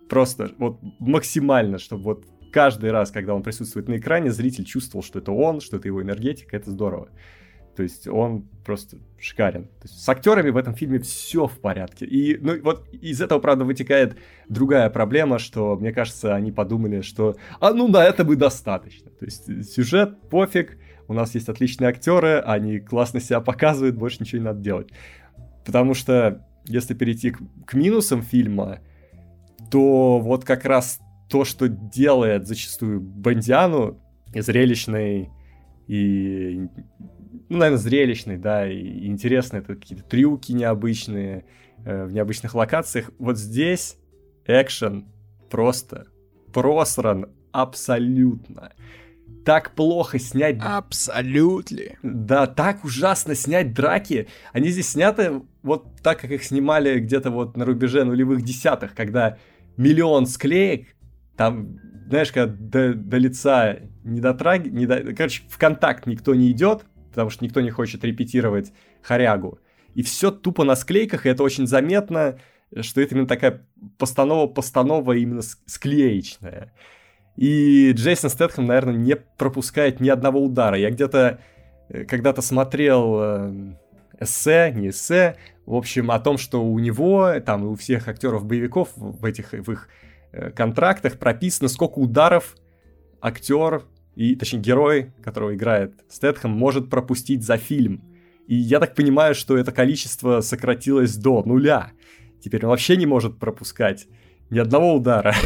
просто вот максимально, чтобы вот каждый раз, когда он присутствует на экране, зритель чувствовал, что это он, что это его энергетика, это здорово. То есть он просто шикарен. То есть с актерами в этом фильме все в порядке. И ну, вот из этого, правда, вытекает другая проблема, что, мне кажется, они подумали, что а ну на это бы достаточно. То есть сюжет, пофиг, у нас есть отличные актеры, они классно себя показывают, больше ничего не надо делать. Потому что если перейти к, к минусам фильма, то вот как раз то, что делает зачастую Бондиану зрелищной и, ну, наверное, зрелищной, да, и интересной, это какие-то трюки необычные э, в необычных локациях. Вот здесь экшен просто просран абсолютно. Так плохо снять... Абсолютно. Да, так ужасно снять драки. Они здесь сняты вот так, как их снимали где-то вот на рубеже нулевых десятых, когда миллион склеек, там, знаешь, когда до, до лица не дотраги... Не до... Короче, в контакт никто не идет, потому что никто не хочет репетировать хорягу. И все тупо на склейках, и это очень заметно, что это именно такая постанова-постанова именно склеечная. И Джейсон Стэтхэм, наверное, не пропускает ни одного удара. Я где-то когда-то смотрел э, эссе, не эссе, в общем, о том, что у него, там, и у всех актеров боевиков в этих, в их э, контрактах прописано, сколько ударов актер, и, точнее, герой, которого играет Стэтхэм, может пропустить за фильм. И я так понимаю, что это количество сократилось до нуля. Теперь он вообще не может пропускать ни одного удара.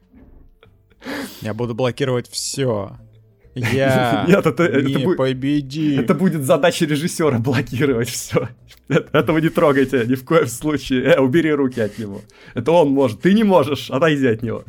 Я буду блокировать все. Я Нет, это, не это бу... победим. Это будет задача режиссера блокировать все. Этого не трогайте ни в коем случае. Э, убери руки от него. Это он может. Ты не можешь. Отойди от него.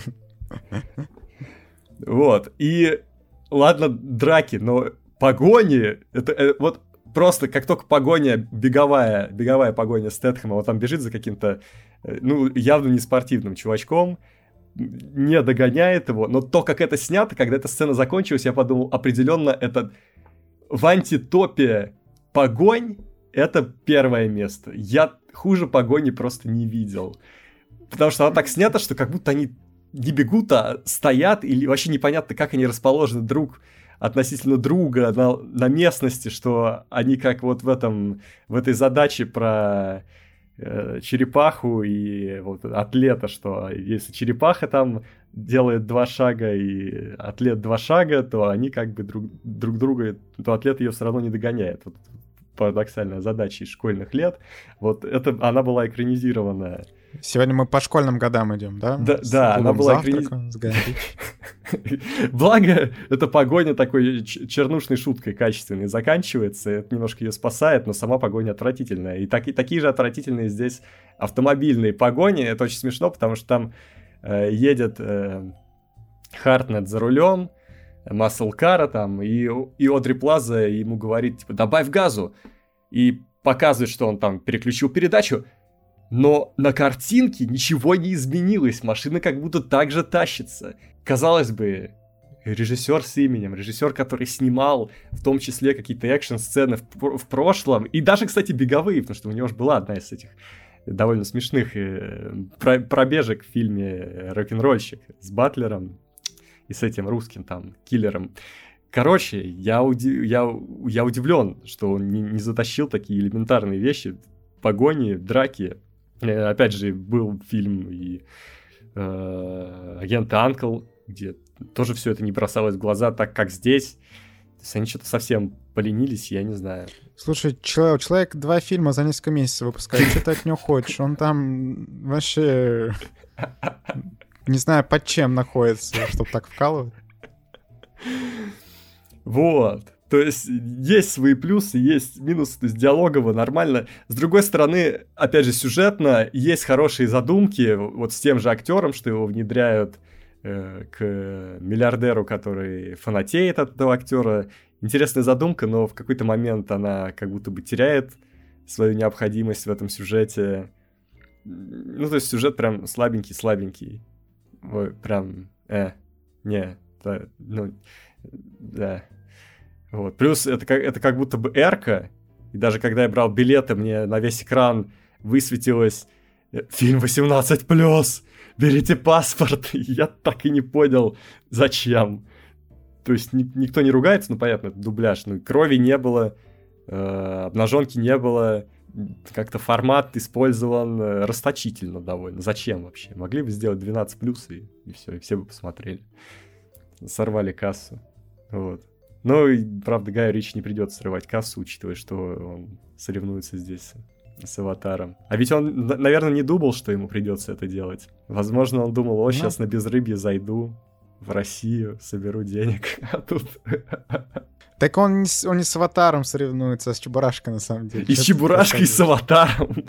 Вот. И ладно, драки, но погони, это, это вот просто как только погоня, беговая, беговая погоня Стэтхэма, он там бежит за каким-то, ну, явно не спортивным чувачком, не догоняет его, но то, как это снято, когда эта сцена закончилась, я подумал, определенно это в антитопе погонь, это первое место. Я хуже погони просто не видел. Потому что она так снята, что как будто они не бегут, а стоят, или вообще непонятно, как они расположены друг относительно друга на, на местности, что они как вот в этом, в этой задаче про э, черепаху и вот атлета, что если черепаха там делает два шага и атлет два шага, то они как бы друг, друг друга, то атлет ее все равно не догоняет. Вот парадоксальная задача из школьных лет. Вот это, она была экранизирована. Сегодня мы по школьным годам идем, да? Да, да, она была экранизирована. Благо, эта погоня такой чернушной шуткой качественной заканчивается, это немножко ее спасает, но сама погоня отвратительная. И, так, и такие же отвратительные здесь автомобильные погони. Это очень смешно, потому что там э, едет э, Хартнетт за рулем, Маслкара там, и, и Одри Плаза ему говорит, типа, добавь газу, и показывает, что он там переключил передачу, но на картинке ничего не изменилось, машина как будто так же тащится. Казалось бы, режиссер с именем, режиссер, который снимал в том числе какие-то экшн-сцены в, в прошлом, и даже, кстати, беговые, потому что у него же была одна из этих довольно смешных э, про- пробежек в фильме «Рок-н-ролльщик» с Батлером и с этим русским там киллером. Короче, я, уди- я, я удивлен, что он не, не затащил такие элементарные вещи, погони, драки. Опять же, был фильм и э, «Агент Анкл», где тоже все это не бросалось в глаза так, как здесь. То есть они что-то совсем поленились, я не знаю. Слушай, человек, человек два фильма за несколько месяцев выпускает. Что ты от него хочешь? Он там вообще... Не знаю, под чем находится, чтобы так вкалывать. Вот. То есть есть свои плюсы, есть минусы, то есть диалогово нормально. С другой стороны, опять же, сюжетно есть хорошие задумки, вот с тем же актером, что его внедряют э, к миллиардеру, который фанатеет от этого актера. Интересная задумка, но в какой-то момент она как будто бы теряет свою необходимость в этом сюжете. Ну, то есть сюжет прям слабенький-слабенький. Ой, прям, э, не, да, ну, да. Вот. Плюс это как, это как будто бы эрка, и даже когда я брал билеты, мне на весь экран высветилось фильм восемнадцать плюс, берите паспорт. Я так и не понял, зачем. То есть ни- никто не ругается, ну понятно, это дубляж, ну крови не было, э, обнаженки не было, как-то формат использован э, расточительно довольно. Зачем вообще? Могли бы сделать двенадцать плюс и, и все, и все бы посмотрели. Сорвали кассу. Вот. Ну, и, правда, Гаю Ричи не придется срывать кассу, учитывая, что он соревнуется здесь с Аватаром. А ведь он, наверное, не думал, что ему придется это делать. Возможно, он думал, о, сейчас на безрыбье зайду в Россию, соберу денег, а тут... Так он не, с, он не с Аватаром соревнуется, а с Чебурашкой, на самом деле. И с Чебурашкой, и с Аватаром.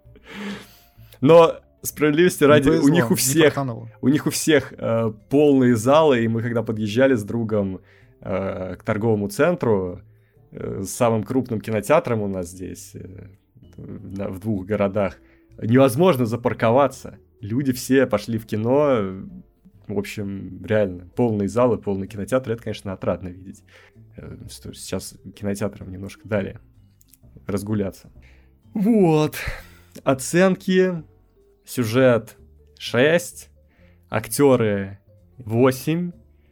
Но справедливости ради, у них у всех, у них у всех э, полные залы, и мы когда подъезжали с другом э, к торговому центру, э, самым крупным кинотеатром у нас здесь, э, в двух городах, невозможно запарковаться. Люди все пошли в кино. В общем, реально, полные залы, полный кинотеатр, это, конечно, отрадно видеть. Сейчас кинотеатрам немножко дали разгуляться. Вот. Оценки. Сюжет шесть. Актеры восемь.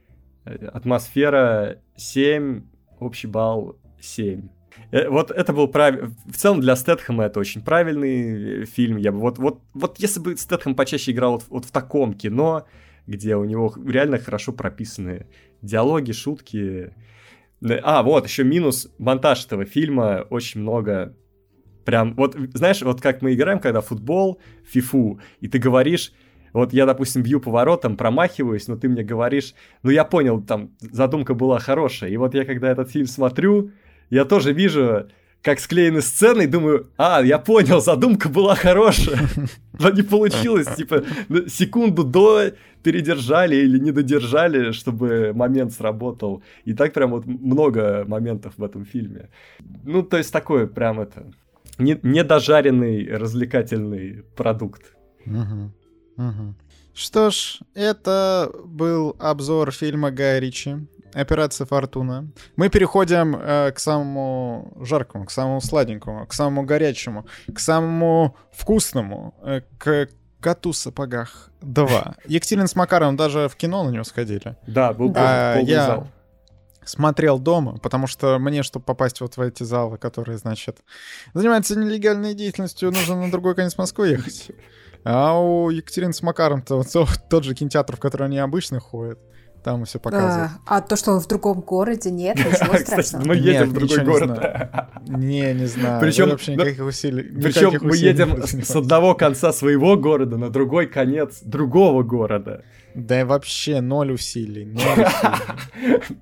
Атмосфера семь. Общий балл семь. Вот это был прав... В целом для Стэтхэма это очень правильный фильм. Я бы вот, вот, вот если бы Стэтхэм почаще играл вот, вот в таком кино, где у него реально хорошо прописаны диалоги, шутки. А, вот, еще минус. Монтаж этого фильма очень много. Прям, вот, знаешь, вот как мы играем, когда футбол, фифу, и ты говоришь, вот я, допустим, бью поворотом, промахиваюсь, но ты мне говоришь, ну я понял, там задумка была хорошая. И вот я, когда этот фильм смотрю, я тоже вижу, как склеены сцены, и думаю, а, я понял, задумка была хорошая. Но не получилось, типа, секунду до передержали или не додержали, чтобы момент сработал. И так прям вот много моментов в этом фильме. Ну, то есть такой прям это... недожаренный развлекательный продукт. Угу. Угу. Что ж, это был обзор фильма Гая Ричи «Операция Фортуна». Мы переходим э, к самому жаркому, к самому сладенькому, к самому горячему, к самому вкусному, э, к «Коту в сапогах два». Екатерина с Макаровым даже в кино на него сходили. Да, был а, полный я зал. Смотрел дома, потому что мне, чтобы попасть вот в эти залы, которые, значит, занимаются нелегальной деятельностью, нужно на другой конец Москвы ехать. А у Екатерины с Макаром-то вот тот же кинотеатр, в который они обычно ходят, там все показывают. А, а то, что он в другом городе, нет, ничего страшного. Кстати, мы едем в другой город. Не, не знаю. Причем вообще никаких усилий. Причем мы едем с одного конца своего города на другой конец другого города. Да и вообще ноль усилий. Ноль усилий.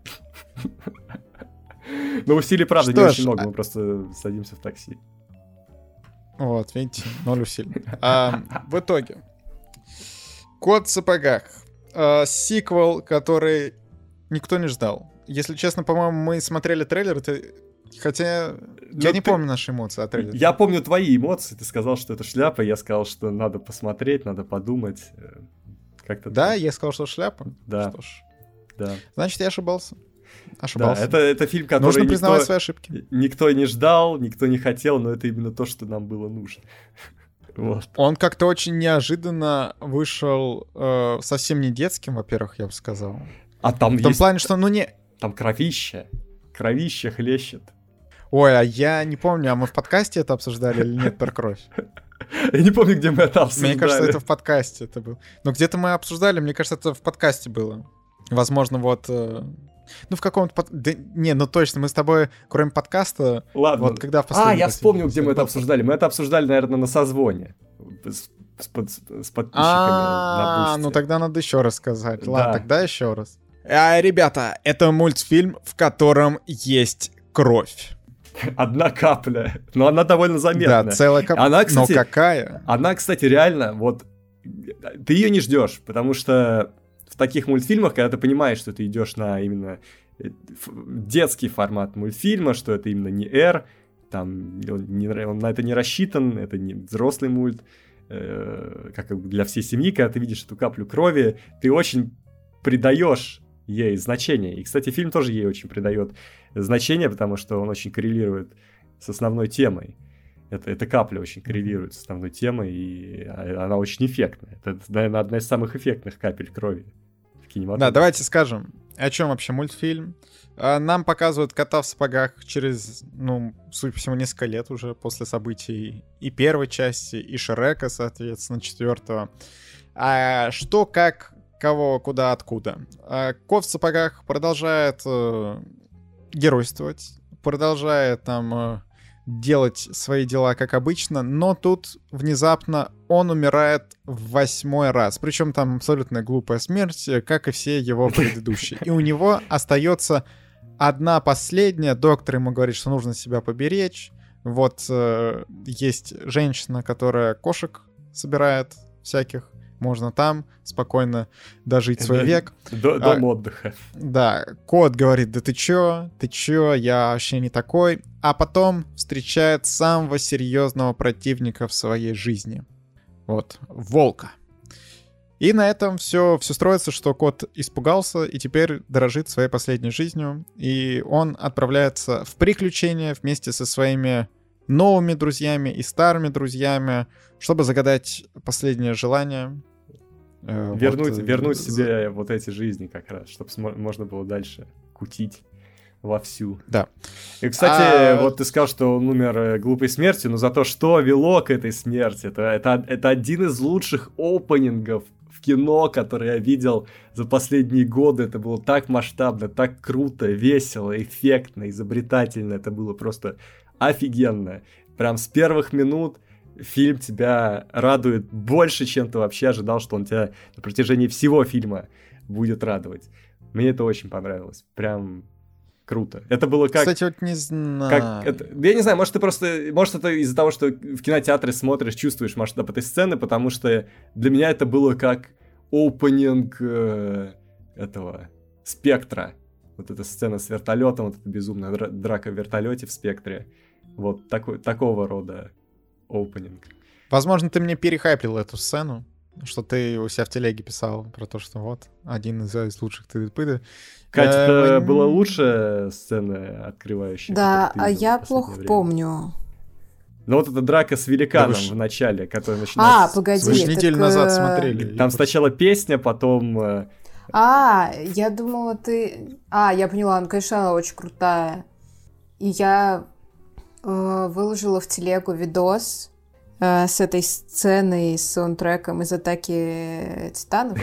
Но усилий, правда, не очень много, мы просто садимся в такси. Вот, видите, ноль усилий. А, в итоге, «Кот в сапогах». А, сиквел, который никто не ждал. Если честно, по-моему, мы смотрели трейлер, ты... хотя Но я не ты... помню наши эмоции от трейлера. Я помню твои эмоции, ты сказал, что это шляпа, я сказал, что надо посмотреть, надо подумать. Как-то да, так. Я сказал, что шляпа? Да. Что ж. Да. Значит, я ошибался. Ошибался. Да, это, это фильм, который нужно признавать никто, свои ошибки. Никто не ждал, никто не хотел, но это именно то, что нам было нужно. Вот. Он как-то очень неожиданно вышел э, совсем не детским, во-первых, я бы сказал. А там В том есть... плане, что, ну не... Там кровище. Кровище хлещет. Ой, а я не помню, а мы в подкасте это обсуждали или нет про кровь? Я не помню, где мы это обсуждали. Мне кажется, это в подкасте это было. Но где-то мы обсуждали, мне кажется, это в подкасте было. Возможно, вот... Э... Ну, в каком-то... Под... Да, не, ну точно, мы с тобой, кроме подкаста... Ладно. Вот когда в последний А, я раз вспомнил, где мы это обсуждали. Мы это обсуждали, наверное, на созвоне. С, с, под, с подписчиками на А, Бусти. ну тогда надо еще раз сказать. Ладно, Да. тогда еще раз. А, ребята, это мультфильм, в котором есть кровь. Одна капля. Но она довольно заметная. Да, целая капля. Она, кстати, Но какая? Она, кстати, реально, вот... Ты ее не ждешь, потому что в таких мультфильмах, когда ты понимаешь, что ты идешь на именно детский формат мультфильма, что это именно не R, там он, не, он на это не рассчитан, это не взрослый мульт, э, как для всей семьи, когда ты видишь эту каплю крови, ты очень придаешь ей значение. И, кстати, фильм тоже ей очень придает значение, потому что он очень коррелирует с основной темой. Это, эта капля очень коррелирует с основной темой, и она очень эффектная. Это, наверное, одна из самых эффектных капель крови в кинематографе. Да, давайте скажем, о чем вообще мультфильм. Нам показывают кота в сапогах через, ну, судя по всему, несколько лет уже после событий и первой части, и Шрека, соответственно, четвертого. А что, как, кого, куда, откуда. А кот в сапогах продолжает э, геройствовать, продолжает там э, делать свои дела как обычно, но тут внезапно он умирает в восьмой раз. Причем там абсолютно глупая смерть, как и все его предыдущие. И у него остается одна последняя. Доктор ему говорит, что нужно себя поберечь. Вот э, есть женщина, которая кошек собирает всяких. Можно там спокойно дожить свой век. Дом а, отдыха. Да, кот говорит, да ты чё, ты чё, я вообще не такой. А потом встречает самого серьезного противника в своей жизни. Вот, волка. И на этом все, все строится, что кот испугался и теперь дорожит своей последней жизнью. И он отправляется в приключения вместе со своими новыми друзьями и старыми друзьями, чтобы загадать последнее желание. Вернуть, вот, вернуть себе вот эти жизни как раз, чтобы смо- можно было дальше кутить вовсю. Да. И, кстати, а... вот ты сказал, что он умер глупой смертью, но за то, что вело к этой смерти, это, это, это один из лучших опенингов в кино, который я видел за последние годы. Это было так масштабно, так круто, весело, эффектно, изобретательно. Это было просто офигенно. Прям с первых минут фильм тебя радует больше, чем ты вообще ожидал, что он тебя на протяжении всего фильма будет радовать. Мне это очень понравилось. Прям круто. Это было как... Кстати, вот не знаю. Как это... Я не знаю, может, ты просто... Может, это из-за того, что в кинотеатре смотришь, чувствуешь масштаб этой сцены, потому что для меня это было как опенинг э, этого «Спектра». Вот эта сцена с вертолетом, вот эта безумная драка в вертолете в «Спектре». Вот такой, такого рода опенинг. Возможно, ты мне перехайпил эту сцену, что ты у себя в телеге писал про то, что вот, один из, из лучших ты-ты-ты. Катя, это была лучшая сцена, открывающая? Да, а я плохо время. помню. Ну вот эта драка с великаном да в начале, которая начинается... А, погоди. Вы же неделю так... назад смотрели. Там сначала песня, потом... А, я думала, ты... А, я поняла, ну, конечно, она очень крутая. И я... выложила в телегу видос э, с этой сценой, с саундтреком из «Атаки Титанов».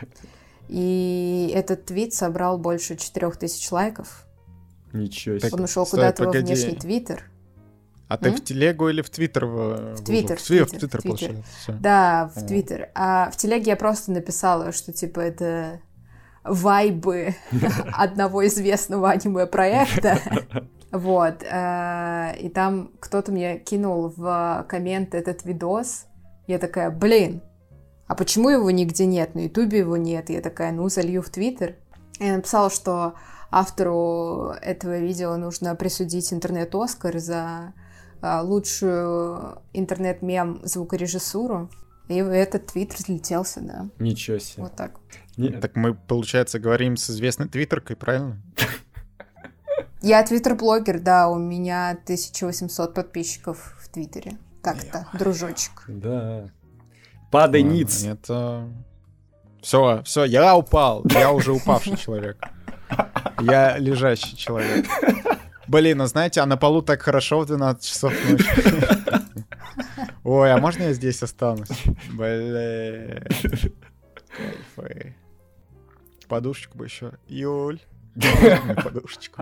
И этот твит собрал больше четырех тысяч лайков. Ничего себе. Он ушел куда-то во внешний твиттер. А ты М? в телегу или в твиттер? В, в твиттер. В твиттер, получается. Да, в твиттер. А в телеге я просто написала, что типа это вайбы одного известного аниме-проекта. Вот, и там кто-то мне кинул в коммент этот видос. Я такая, блин, а почему его нигде нет? На Ютубе его нет. Я такая, ну, залью в Твиттер. Я написала, что автору этого видео нужно присудить интернет-оскар за лучшую интернет-мем звукорежиссуру. И этот твит разлетелся, да. Ничего себе. Вот так. Не... Так мы, получается, говорим с известной твиттеркой, правильно? Я твиттер-блогер, да, у меня тысяча восемьсот подписчиков в Твиттере. Так-то, дружочек. Да. Падай ниц. Это... Все, все, я упал. Я уже упавший человек. Я лежащий человек. Блин, ну знаете, а на полу так хорошо в двенадцать часов ночи. Ой, а можно я здесь останусь? Блин. Кайфы. Подушечку бы еще. Юль. Подушечку.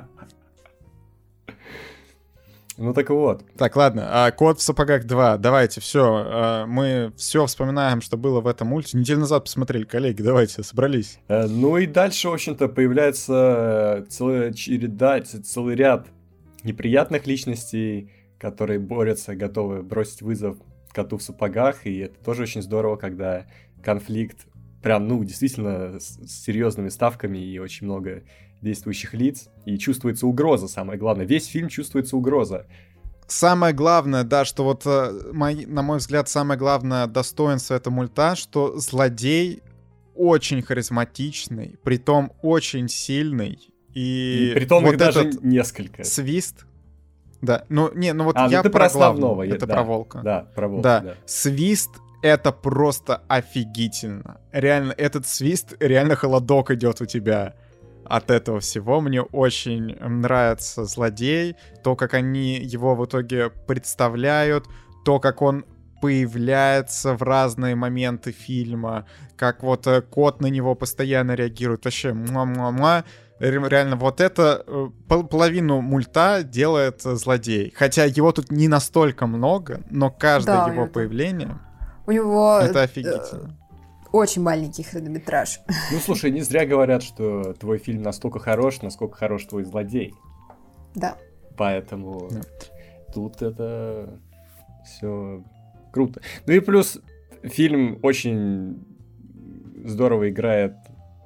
Ну так вот. Так, ладно. А, «Кот в сапогах два». Давайте, все. А, мы все вспоминаем, что было в этом мульте. Неделю назад посмотрели, коллеги. Давайте, собрались. А, ну и дальше, в общем-то, появляется целая череда, целый ряд неприятных личностей, которые борются, готовы бросить вызов коту в сапогах. И это тоже очень здорово, когда конфликт прям, ну, действительно с, с серьезными ставками и очень много действующих лиц, и чувствуется угроза, самое главное. Весь фильм чувствуется угроза. Самое главное, да, что вот, мой, на мой взгляд, самое главное достоинство этого мульта, что злодей очень харизматичный, притом очень сильный, и, и притом вот их даже этот несколько. Свист, Да, ну не, ну вот а, я ну, ты про про основного. главного, это да, про волка. Да, про волка, да. да. Свист — это просто офигительно. Реально, этот свист, реально холодок идет у тебя от этого всего. Мне очень нравится злодей, то, как они его в итоге представляют, то, как он появляется в разные моменты фильма, как вот э, кот на него постоянно реагирует. Вообще, муа-муа-муа. Реально, вот это э, пол- половину мульта делает э, злодей. Хотя его тут не настолько много, но каждое Да, его это... появление... У него... Это офигительно. Очень маленький хронометраж. Ну, слушай, не зря говорят, что твой фильм настолько хорош, насколько хорош твой злодей. Да. Поэтому Да. тут это все круто. Ну и плюс фильм очень здорово играет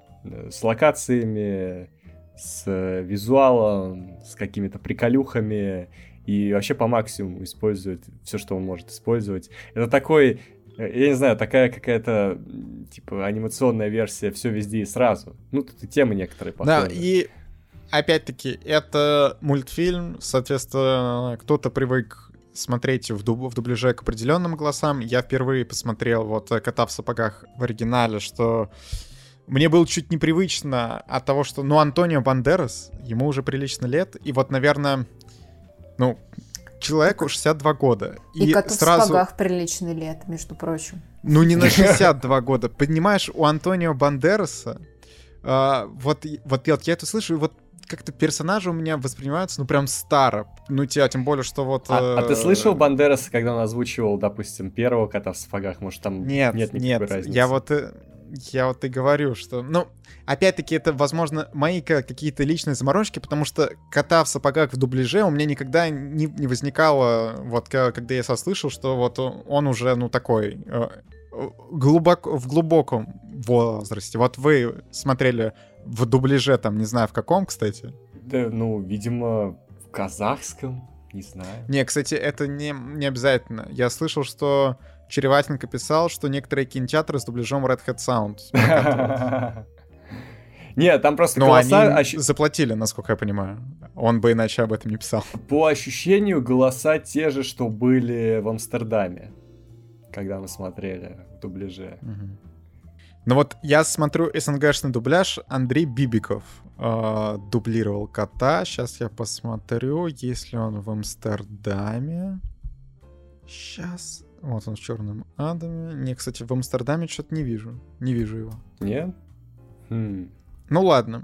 с локациями, с визуалом, с какими-то приколюхами и вообще по максимуму использует все, что он может использовать. Это такой... Я не знаю, такая какая-то, типа, анимационная версия «Все везде и сразу». Ну, тут и темы некоторые похожи. Да, и опять-таки, это мультфильм, соответственно, кто-то привык смотреть в, дуб- в дубляже к определенным голосам. Я впервые посмотрел вот «Кота в сапогах» в оригинале, что мне было чуть непривычно от того, что, ну, Антонио Бандерас, ему уже прилично лет, и вот, наверное, ну... Человеку шестьдесят два года. И, и коту сразу... в сапогах приличный лет, между прочим. Ну, не на шестьдесят два года. Понимаешь, у Антонио Бандераса а, вот, вот, вот я это слышу, и вот как-то персонажи у меня воспринимаются, ну, прям старо. Ну, тебя, тем более, что вот... А, э... а ты слышал Бандераса, когда он озвучивал, допустим, первого «Кота в сапогах»? Может, там нет, нет никакой нет, разницы? Я вот, я вот и говорю, что... Ну, опять-таки, это, возможно, мои какие-то личные заморочки, потому что «Кота в сапогах» в дубляже у меня никогда не, не возникало, вот, когда я сослышал, что вот он уже, ну, такой... глубоко, в глубоком возрасте. Вот вы смотрели в дубляже, там, не знаю, в каком, кстати? Да, ну, видимо, в казахском, не знаю. Не, кстати, это не, не обязательно. Я слышал, что Череватенко писал, что некоторые кинотеатры с дубляжом Red Hat Sound. Нет, там просто Но голоса... они ощ... заплатили, насколько я понимаю. Он бы иначе об этом не писал. По ощущению, голоса те же, что были в Амстердаме, когда мы смотрели в дубляже. Угу. Ну вот я смотрю СНГшный дубляж, Андрей Бибиков э, дублировал кота. Сейчас я посмотрю, есть ли он в Амстердаме. Сейчас. Вот он в Черном Адаме. Не, кстати, в Амстердаме что-то не вижу. Не вижу его. Нет? Хм. Ну ладно.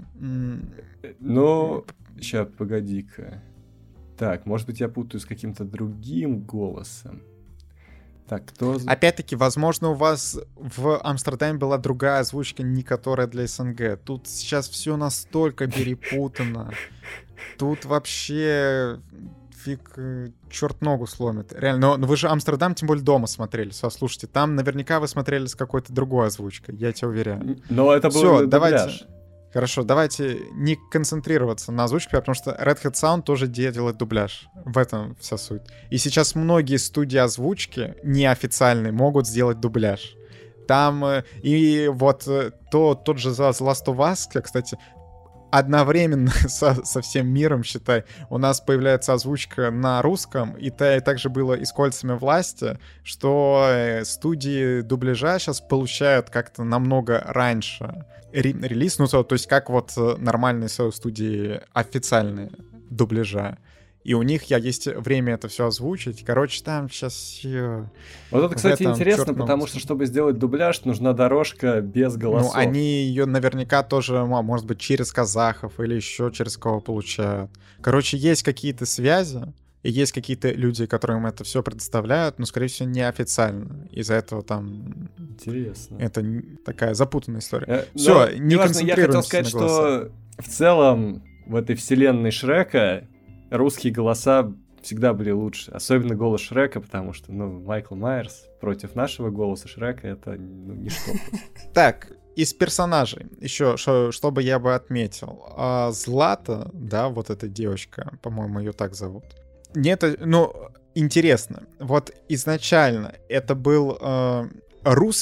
Ну, сейчас, погоди-ка. Так, может быть, я путаю с каким-то другим голосом. Так, кто... Опять-таки, возможно, у вас в Амстердаме была другая озвучка, не которая для СНГ. Тут сейчас все настолько перепутано. Тут вообще фиг черт ногу сломит. Реально, но, но вы же Амстердам, тем более, дома смотрели. Слушайте, там наверняка вы смотрели с какой-то другой озвучкой, я тебя уверяю. Но это был Всё, дубляж. давайте. Хорошо, давайте не концентрироваться на озвучке, потому что Red Hat Sound тоже делает дубляж. В этом вся суть. И сейчас многие студии озвучки неофициальные могут сделать дубляж. Там и вот то, тот же The Last of Us, кстати, одновременно со, со всем миром, считай, у нас появляется озвучка на русском, и, та, и также было и с «Кольцами власти», что студии дубляжа сейчас получают как-то намного раньше релиз, ну, то, то есть как вот нормальные студии официальные дубляжа. И у них я есть время это все озвучить. Короче, там сейчас все... Вот это, кстати, интересно, потому что, чтобы сделать дубляж, нужна дорожка без голосов. Ну, они ее наверняка тоже, может быть, через казахов или еще через кого получают. Короче, есть какие-то связи, и есть какие-то люди, которым это все предоставляют, но, скорее всего, неофициально. Из-за этого там... Интересно. Это такая запутанная история. Э, все, но, не важно, я хотел сказать, что в целом в этой вселенной Шрека русские голоса всегда были лучше. Особенно голос Шрека, потому что, ну, Майкл Майерс против нашего голоса Шрека — это, ну, ничто. Так, из персонажей еще, что бы я бы отметил. Злата, да, вот эта девочка, по-моему, ее так зовут. Нет, ну, интересно. Вот изначально это был э, русский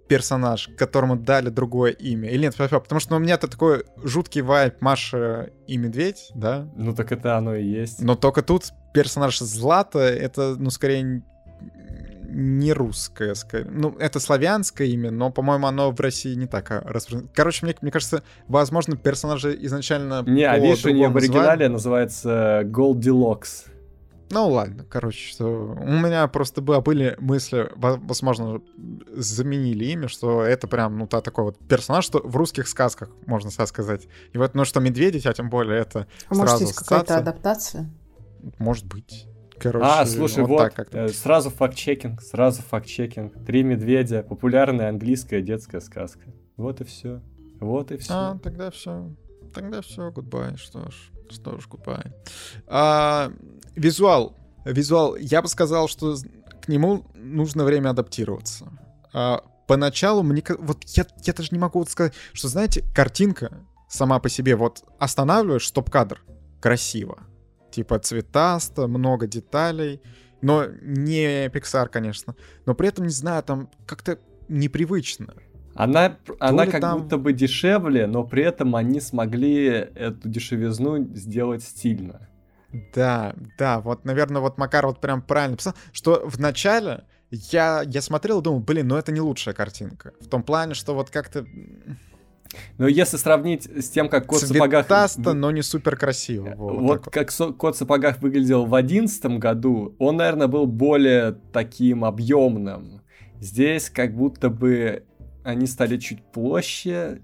персонаж, которому дали другое имя? Или нет? Потому что ну, у меня-то такой жуткий вайб Маша и Медведь, да? Ну так это оно и есть. Но только тут персонаж Злата, это, ну, скорее, не русское, скорее. Ну, это славянское имя, но, по-моему, оно в России не так распространено. Короче, мне, мне кажется, возможно, персонажи изначально Не, а видишь, у нее в оригинале звали. называется Goldilocks. Ну ладно, короче, что у меня просто были мысли, возможно, заменили имя, что это прям, ну, та, такой вот персонаж, что в русских сказках, можно сказать. И вот, ну, что медведить, а тем более это а сразу может, есть ассоциация. какая-то адаптация? Может быть. Короче, а, слушай, вот, вот так э, сразу факт-чекинг, сразу факт-чекинг. «Три медведя», популярная английская детская сказка. Вот и все. Вот и все. А, тогда все. Тогда все, goodbye. Что ж, что ж, goodbye. А, визуал. Визуал. Я бы сказал, что к нему нужно время адаптироваться. А, поначалу мне... Вот я, я даже не могу вот сказать, что, знаете, картинка сама по себе, вот останавливаешь, стоп-кадр, красиво. Типа цветасто, много деталей. Но не Pixar, конечно. Но при этом, не знаю, там как-то непривычно. Она, она как там... будто бы дешевле, но при этом они смогли эту дешевизну сделать стильно. Да, да, вот, наверное, вот Макар вот прям правильно писал, что в начале я, я смотрел и думал, блин, ну это не лучшая картинка. В том плане, что вот как-то... Но если сравнить с тем, как «Кот в сапогах...» Цветасто, но не супер красиво. Вот, вот как вот. «Кот в сапогах» выглядел в одиннадцатом году, он, наверное, был более таким объемным. Здесь как будто бы они стали чуть площе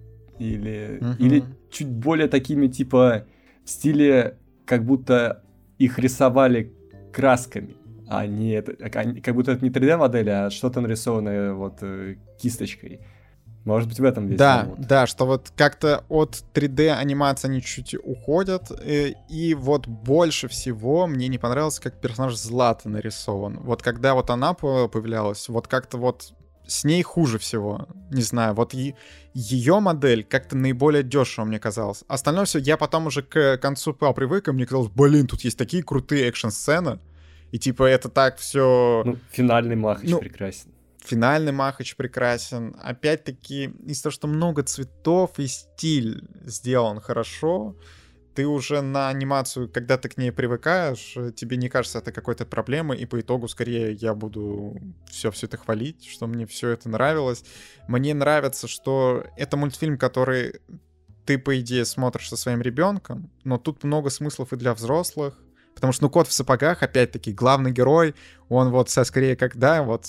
или, uh-huh. или чуть более такими, типа, в стиле, как будто их рисовали красками, а не... Как будто это не три дэ-модель, а что-то нарисованное вот кисточкой. Может быть, в этом весь Да, замут. да, что вот как-то от три дэ-анимации они чуть уходят, и, и вот больше всего мне не понравилось, как персонаж Златы нарисован. Вот когда вот она появлялась, вот как-то вот с ней хуже всего. Не знаю, вот е- ее модель как-то наиболее дешево мне казалось. Остальное все, я потом уже к концу привык, и мне казалось, блин, тут есть такие крутые экшн-сцены, и типа это так все... Ну, финальный Махач ну, прекрасен. Финальный Махач прекрасен. Опять-таки, из-за того, что много цветов и стиль сделан хорошо, ты уже на анимацию, когда ты к ней привыкаешь, тебе не кажется это какой-то проблемой, и по итогу скорее я буду все, все это хвалить, что мне все это нравилось. Мне нравится, что это мультфильм, который ты, по идее, смотришь со своим ребенком, но тут много смыслов и для взрослых. Потому что, ну, «Кот в сапогах», опять-таки, главный герой, он вот со скорее как, да, вот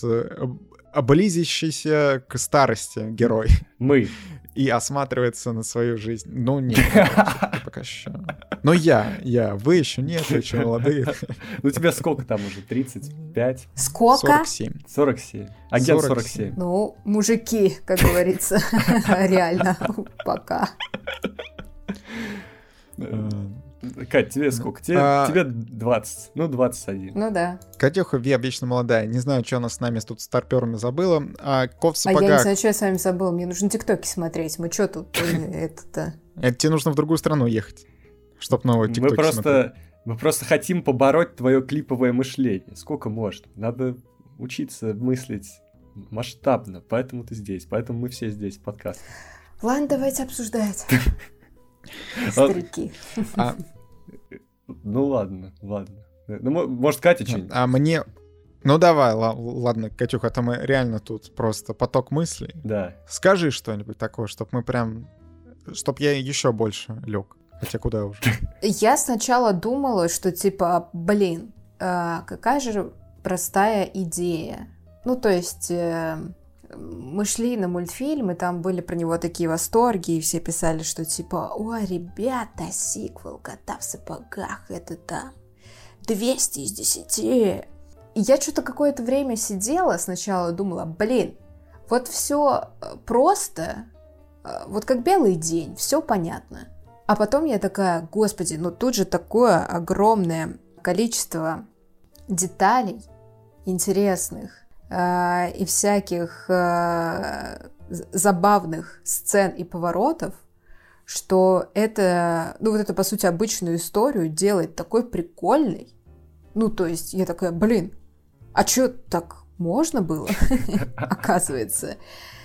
облизящийся к старости герой. Мы. И осматривается на свою жизнь. Ну, нет, пока еще. Но я, я, вы еще нет, вы еще молодые. Ну, тебе сколько там уже? тридцать пять? Сколько? сорок семь. сорок семь. Агент сорок семь. Ну, мужики, как говорится, реально, пока. Кать, тебе сколько? Тебе, а... тебе двадцать. Ну, двадцать один. Ну да. Катюха Ви вечно молодая. Не знаю, что она с нами тут с старпёрами забыла. А Кот в сапогах... А я не знаю, что я с вами забыла. Мне нужно тиктоки смотреть. Мы что тут это-то... Это тебе нужно в другую страну ехать, чтоб новые тиктоки мы просто, смотреть. Мы просто хотим побороть твое клиповое мышление. Сколько можно? Надо учиться мыслить масштабно. Поэтому ты здесь. Поэтому мы все здесь в подкасте. Ладно, давайте обсуждать. Старики. А... Ну ладно, ладно. Ну, может, Катя что-нибудь? А мне... Ну давай, л- ладно, Катюха, а то мы реально тут просто поток мыслей. Да. Скажи что-нибудь такое, чтоб мы прям... Чтоб я еще больше лег. Хотя куда уже? Я сначала думала, что типа, блин, э, какая же простая идея. Ну, то есть... Э, мы шли на мультфильм, и там были про него такие восторги, и все писали, что типа, ой, ребята, сиквел «Кота в сапогах», это там двести из десяти. И я что-то какое-то время сидела, сначала думала, блин, вот все просто, вот как белый день, все понятно. А потом я такая, господи, ну тут же такое огромное количество деталей интересных, и всяких э, забавных сцен и поворотов, что это, ну вот это, по сути, обычную историю делает такой прикольной. Ну, то есть я такая, блин, а чё так можно было, оказывается.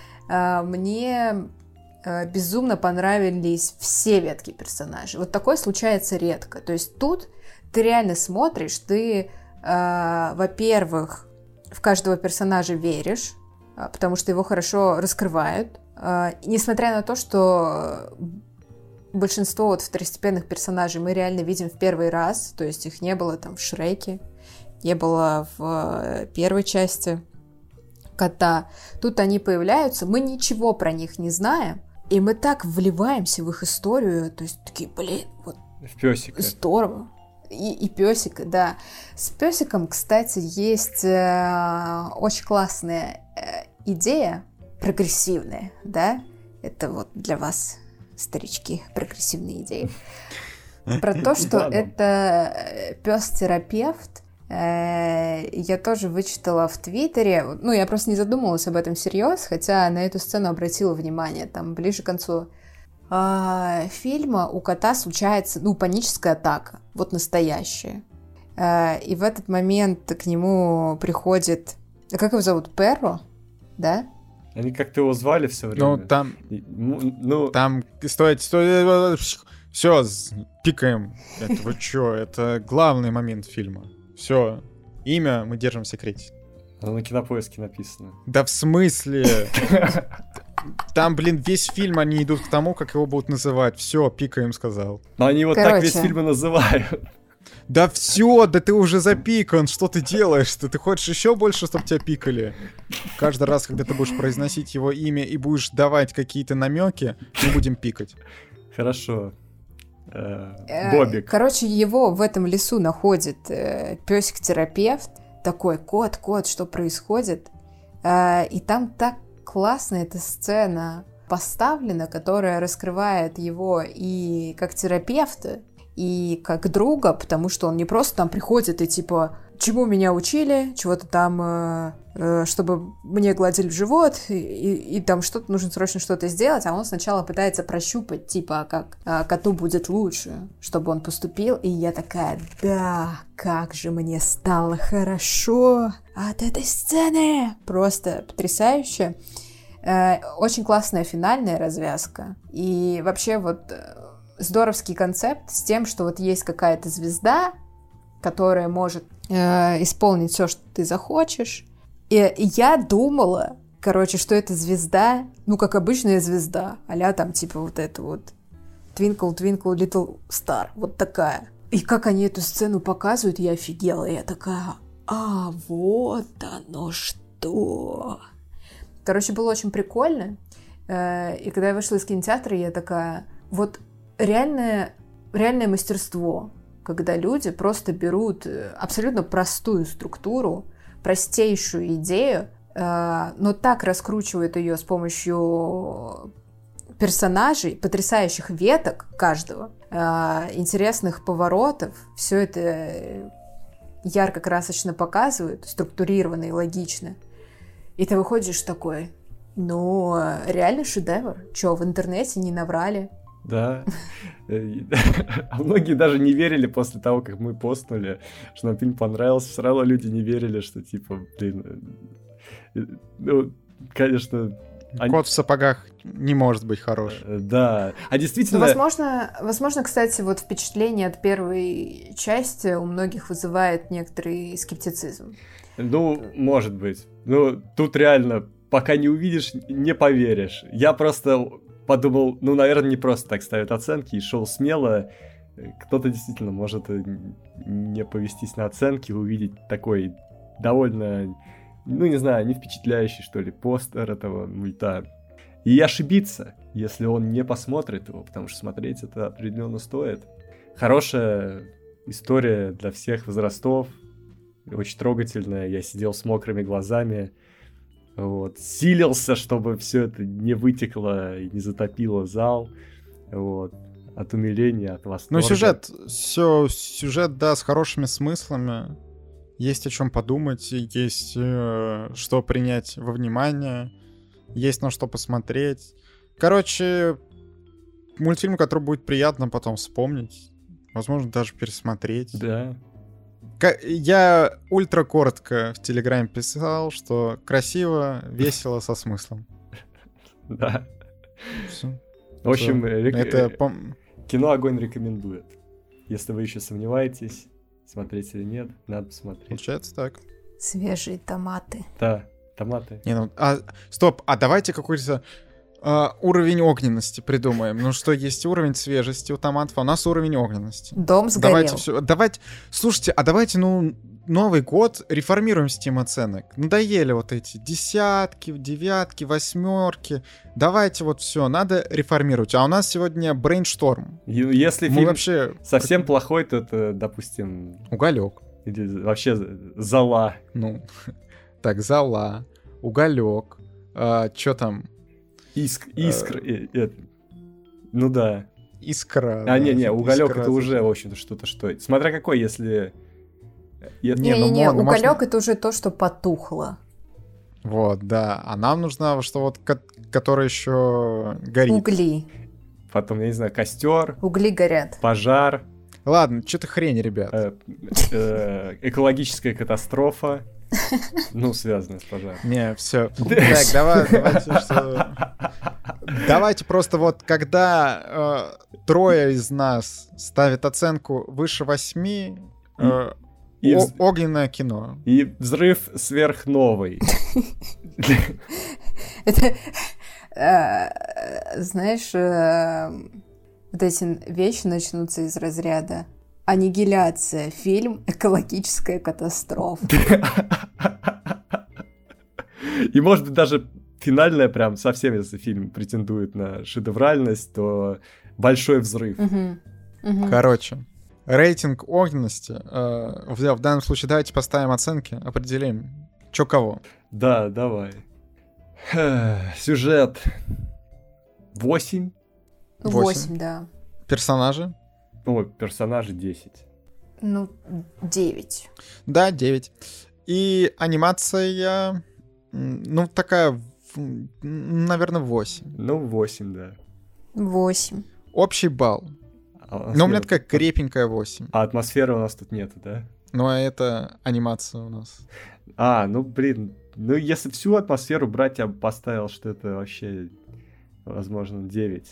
Мне безумно понравились все ветки персонажей. Вот такое случается редко. То есть тут ты реально смотришь, ты, во-первых, в каждого персонажа веришь, потому что его хорошо раскрывают. Несмотря на то, что большинство вот второстепенных персонажей мы реально видим в первый раз, то есть их не было там в Шреке, не было в первой части Кота. Тут они появляются, мы ничего про них не знаем, и мы так вливаемся в их историю, то есть такие, блин, вот в пёсика. Здорово. И, и пёсика, да. С пёсиком, кстати, есть э, очень классная э, идея, прогрессивная, да? Это вот для вас, старички, прогрессивные идеи. Про то, что это пёс-терапевт. Я тоже вычитала в Твиттере, ну, я просто не задумывалась об этом всерьез, хотя на эту сцену обратила внимание, там, ближе к концу э, фильма у кота случается, ну, паническая атака, вот настоящая. Э, и в этот момент к нему приходит, а как его зовут, Перро, да? Они как-то его звали все время. Ну, там, И, ну, там, стоит, стоит, все, пикаем. Это вы чё, это главный момент фильма. Все, имя мы держим в секрете. оно на Кинопоиске написано. Да в смысле? Там, блин, весь фильм они идут к тому, как его будут называть. Все, пикаем, сказал. Но они вот Короче. так весь фильм и называют. Да все, да ты уже запикан, что ты делаешь? Ты, ты хочешь еще больше, чтобы тебя пикали? Каждый раз, когда ты будешь произносить его имя и будешь давать какие-то намеки, мы будем пикать. Хорошо. Э, Бобик. Короче, его в этом лесу находит э, песик-терапевт, такой, кот, кот, что происходит? Э, и там так классно эта сцена поставлена, которая раскрывает его и как терапевта, и как друга, потому что он не просто там приходит и типа, чему меня учили, чего-то там, э, э, чтобы мне гладили в живот, и, и, и там что-то нужно срочно что-то сделать, а он сначала пытается прощупать, типа, как э, коту будет лучше, чтобы он поступил, и я такая, да, как же мне стало хорошо от этой сцены, просто потрясающе. Э, очень классная финальная развязка, и вообще вот здоровский концепт с тем, что вот есть какая-то звезда, которая может э, исполнить все, что ты захочешь. И, и я думала, короче, что эта звезда, ну, как обычная звезда, а-ля там, типа, вот это вот Twinkle, Twinkle, Little Star, вот такая. И как они эту сцену показывают, я офигела. Я такая, а, вот оно что. Короче, было очень прикольно. Э, и когда я вышла из кинотеатра, я такая, вот реальное, реальное мастерство, когда люди просто берут абсолютно простую структуру, простейшую идею, э, но так раскручивают ее с помощью персонажей, потрясающих веток каждого, э, интересных поворотов. Все это ярко, красочно показывают, структурированно и логично. И ты выходишь такой, ну, реально шедевр. Че, в интернете не наврали? Да. А многие даже не верили после того, как мы постнули, что нам фильм понравился. Все равно люди не верили, что типа, блин, ну, конечно... Они... Кот в сапогах не может быть хорош. Да. А действительно... Ну, возможно, возможно, кстати, вот впечатление от первой части у многих вызывает некоторый скептицизм. Ну, может быть. Ну, тут реально, пока не увидишь, не поверишь. Я просто... подумал, ну, наверное, не просто так ставят оценки, и шел смело. Кто-то действительно может не повестись на оценки, увидеть такой довольно, ну, не знаю, не впечатляющий, что ли, постер этого мульта. И ошибиться, если он не посмотрит его, потому что смотреть это определенно стоит. Хорошая история для всех возрастов, очень трогательная. Я сидел с мокрыми глазами, вот, силился, чтобы все это не вытекло и не затопило зал, вот, от умиления, от восторга. Ну, сюжет, все, сюжет, да, с хорошими смыслами, есть о чем подумать, есть э, что принять во внимание, есть на что посмотреть. Короче, мультфильм, который будет приятно потом вспомнить, возможно, даже пересмотреть. Да. Я ультра коротко в Телеграме писал, что красиво, весело, со смыслом. Да. Всё. В общем, Всё. рек- Это э, пом- кино «Огонь» рекомендует. Если вы еще сомневаетесь, смотреть или нет, надо посмотреть. получается так. Свежие томаты. Да, томаты. Не, ну, а, стоп, а давайте какой-то а, уровень огненности придумаем. Ну что, есть уровень свежести у томатов, а у нас уровень огненности. Дом сгорел. Давайте все, давайте, слушайте, а давайте, ну, Новый год реформируем систему оценок. Надоели вот эти десятки, девятки, восьмерки. Давайте вот все, надо реформировать. А у нас сегодня брейншторм. И Если Мы фильм вообще совсем плохой, то это, допустим, уголек. или вообще «Зола». Ну, так, Зола, уголек, а, что там? Иск, искр, э, э, ну да. Искра. А, да, не-не, уголек искра, это уже, в общем-то, что-то что. Смотря какой, если... е- Не, ну, Не-не-не, можно- уголек можно- это уже то, что потухло. Вот, да. А нам нужна, что вот, ко- которая еще горит. Угли. Потом, я не знаю, костер, Угли горят. пожар, Ладно, что-то хрень, ребят. э, э, экологическая катастрофа, ну, связанная с пожаром. Не, все. Так, давай, давайте, что... давайте просто вот, когда э, трое из нас ставят оценку выше восьми, э, И о- вз- огненное кино. И взрыв сверхновый. Это, э, знаешь, э, вот эти вещи начнутся из разряда аннигиляция, фильм «Экологическая катастрофа». И может быть даже финальная прям совсем, если фильм претендует на шедевральность, то большой взрыв. Мгм. Мгм. Короче, рейтинг огненности. э, в, в данном случае давайте поставим оценки, определим, чё кого. Да, давай. Эх, Сюжет восемь. Восемь. Восемь, да. Персонажи. О, персонажи десять. Ну, девять. Да, девять. И анимация, м, ну, такая, наверное, восемь. Ну, восемь, да. Восемь. Общий балл. А Но у меня атмосфера- такая крепенькая восемь. А атмосферы у нас тут нету, да? Ну, а это анимация у нас. А, ну, блин. Ну, если всю атмосферу брать, я бы поставил, что это вообще, возможно, девять.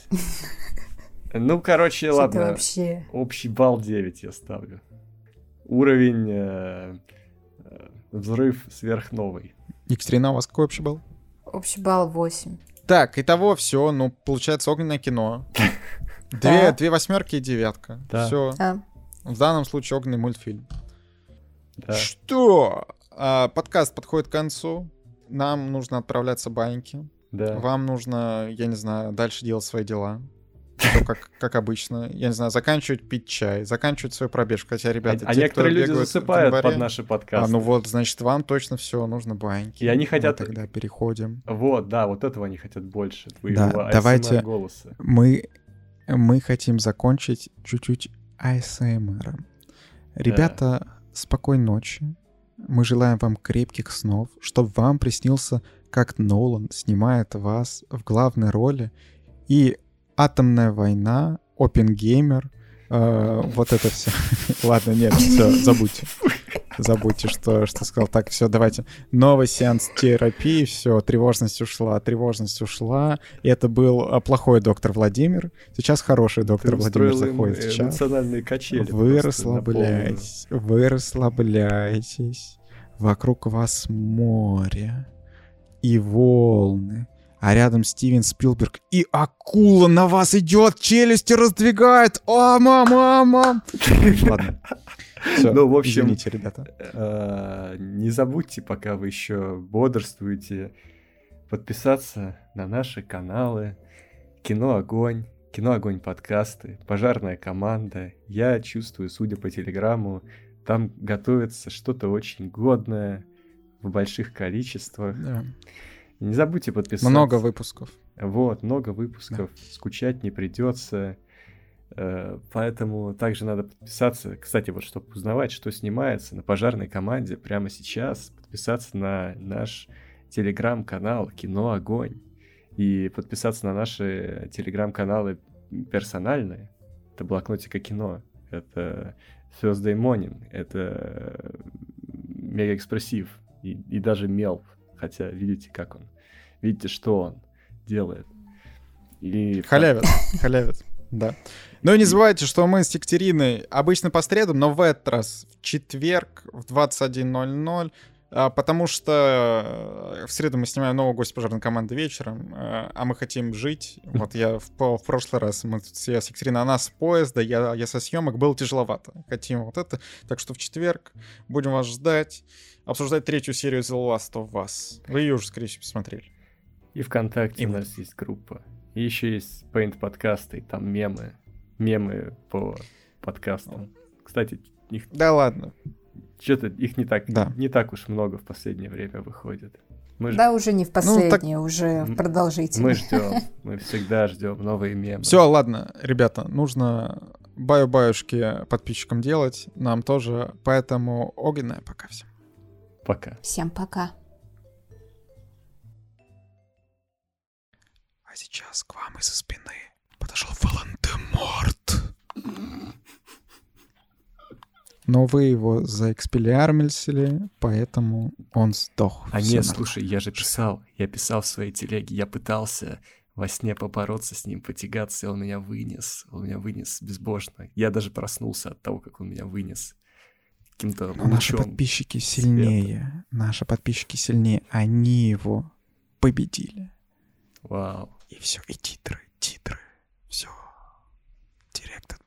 Ну, короче, Что это ладно. вообще? Общий балл девять я ставлю. Уровень э, э, взрыв сверхновый. Екатерина, у вас какой общий балл? Общий балл восемь. Так, итого все, ну, получается огненное кино. Две, Да. две восьмерки и девятка. Да. Все. А, В данном случае огненный мультфильм. Да. Что? А, подкаст подходит к концу. Нам нужно отправляться баньки. Да. Вам нужно, я не знаю, дальше делать свои дела. Всё как, как обычно. Я не знаю, заканчивать пить чай, заканчивать свою пробежку. Хотя, ребята, а те, некоторые кто люди бегают в засыпают январе- под наши подкасты. А, ну вот, значит, вам точно все, нужно баньки. И они Мы хотят- тогда переходим. Вот, да, вот этого они хотят больше. Да, Твоего давайте- эй эс эм ар-голоса. Мы, мы хотим закончить чуть-чуть эй эс эм эр. Ребята, спокойной ночи. Мы желаем вам крепких снов, чтобы вам приснился, как Нолан снимает вас в главной роли. И «Атомная война», «Оппенгеймер», э, вот это все. Ладно, нет, все, забудьте. Забудьте, что, что сказал. Так, все, давайте. Новый сеанс терапии, все, тревожность ушла, тревожность ушла. И это был а, плохой доктор Владимир. Сейчас хороший доктор Ты Владимир устроил им заходит в чат. эмоциональные качели. Вы просто на расслабляетесь, вы расслабляетесь. Вокруг вас море и волны. А рядом Стивен Спилберг. И акула на вас идет, челюсти раздвигает. А, мама, мама. Ладно. Всё, Ну, в общем, извините, ребята. Э, Не забудьте, пока вы еще бодрствуете, подписаться на наши каналы Кино Огонь, Кино Огонь подкасты, Пожарная команда. Я чувствую, судя по телеграмму, там готовится что-то очень годное в больших количествах. Да. Не забудьте подписаться. Много выпусков. Вот, много выпусков, скучать не придется. Э, Поэтому также надо подписаться. Кстати, вот чтобы узнавать, что снимается на Пожарной команде прямо сейчас, подписаться на наш телеграм-канал Кино Огонь и подписаться на наши телеграм-каналы персональные. Это Блокнотика Кино. Это Thursday Morning. Это мега экспрессив. И, и даже мелп. Хотя видите, как он. Видите, что он делает. И... Халявит, халявит, да. Ну и не забывайте, что мы с Екатериной обычно по средам, но в этот раз в четверг в двадцать один ноль ноль, потому что в среду мы снимаем новую гость пожарной команды вечером, а мы хотим жить. Вот я в, в прошлый раз, мы, я с Екатериной, она с поезда, я, я со съемок, было тяжеловато. Хотим вот это. Так что в четверг будем вас ждать, обсуждать третью серию The Last of Us. Вы ее уже, скорее всего, посмотрели. И ВКонтакте И у мы. нас есть группа. И еще есть Paint подкасты, и там мемы. Мемы по подкастам. Кстати, их... Да ладно. Что-то их не так, Да. не так уж много в последнее время выходит. Мы ж- Да, уже не в последнее, так- уже в М- продолжительное. Мы ждем, мы всегда ждем новые мемы. Все, ладно, ребята, нужно баю-баюшки подписчикам делать, нам тоже, поэтому огненное пока всем. Пока. Всем пока. А сейчас к вам из-за спины подошел Волан-де-Морт. Но вы его заэкспелиармельсили, поэтому он сдох. А Всё нет, нормально. слушай, я же писал, я писал в своей телеге, я пытался во сне побороться с ним, потягаться, и он меня вынес, он меня вынес безбожно. Я даже проснулся от того, как он меня вынес. Каким-то Но наши лучом. подписчики сильнее. Наши подписчики сильнее. Они его победили. Вау. И все, и титры, титры. Все. Директор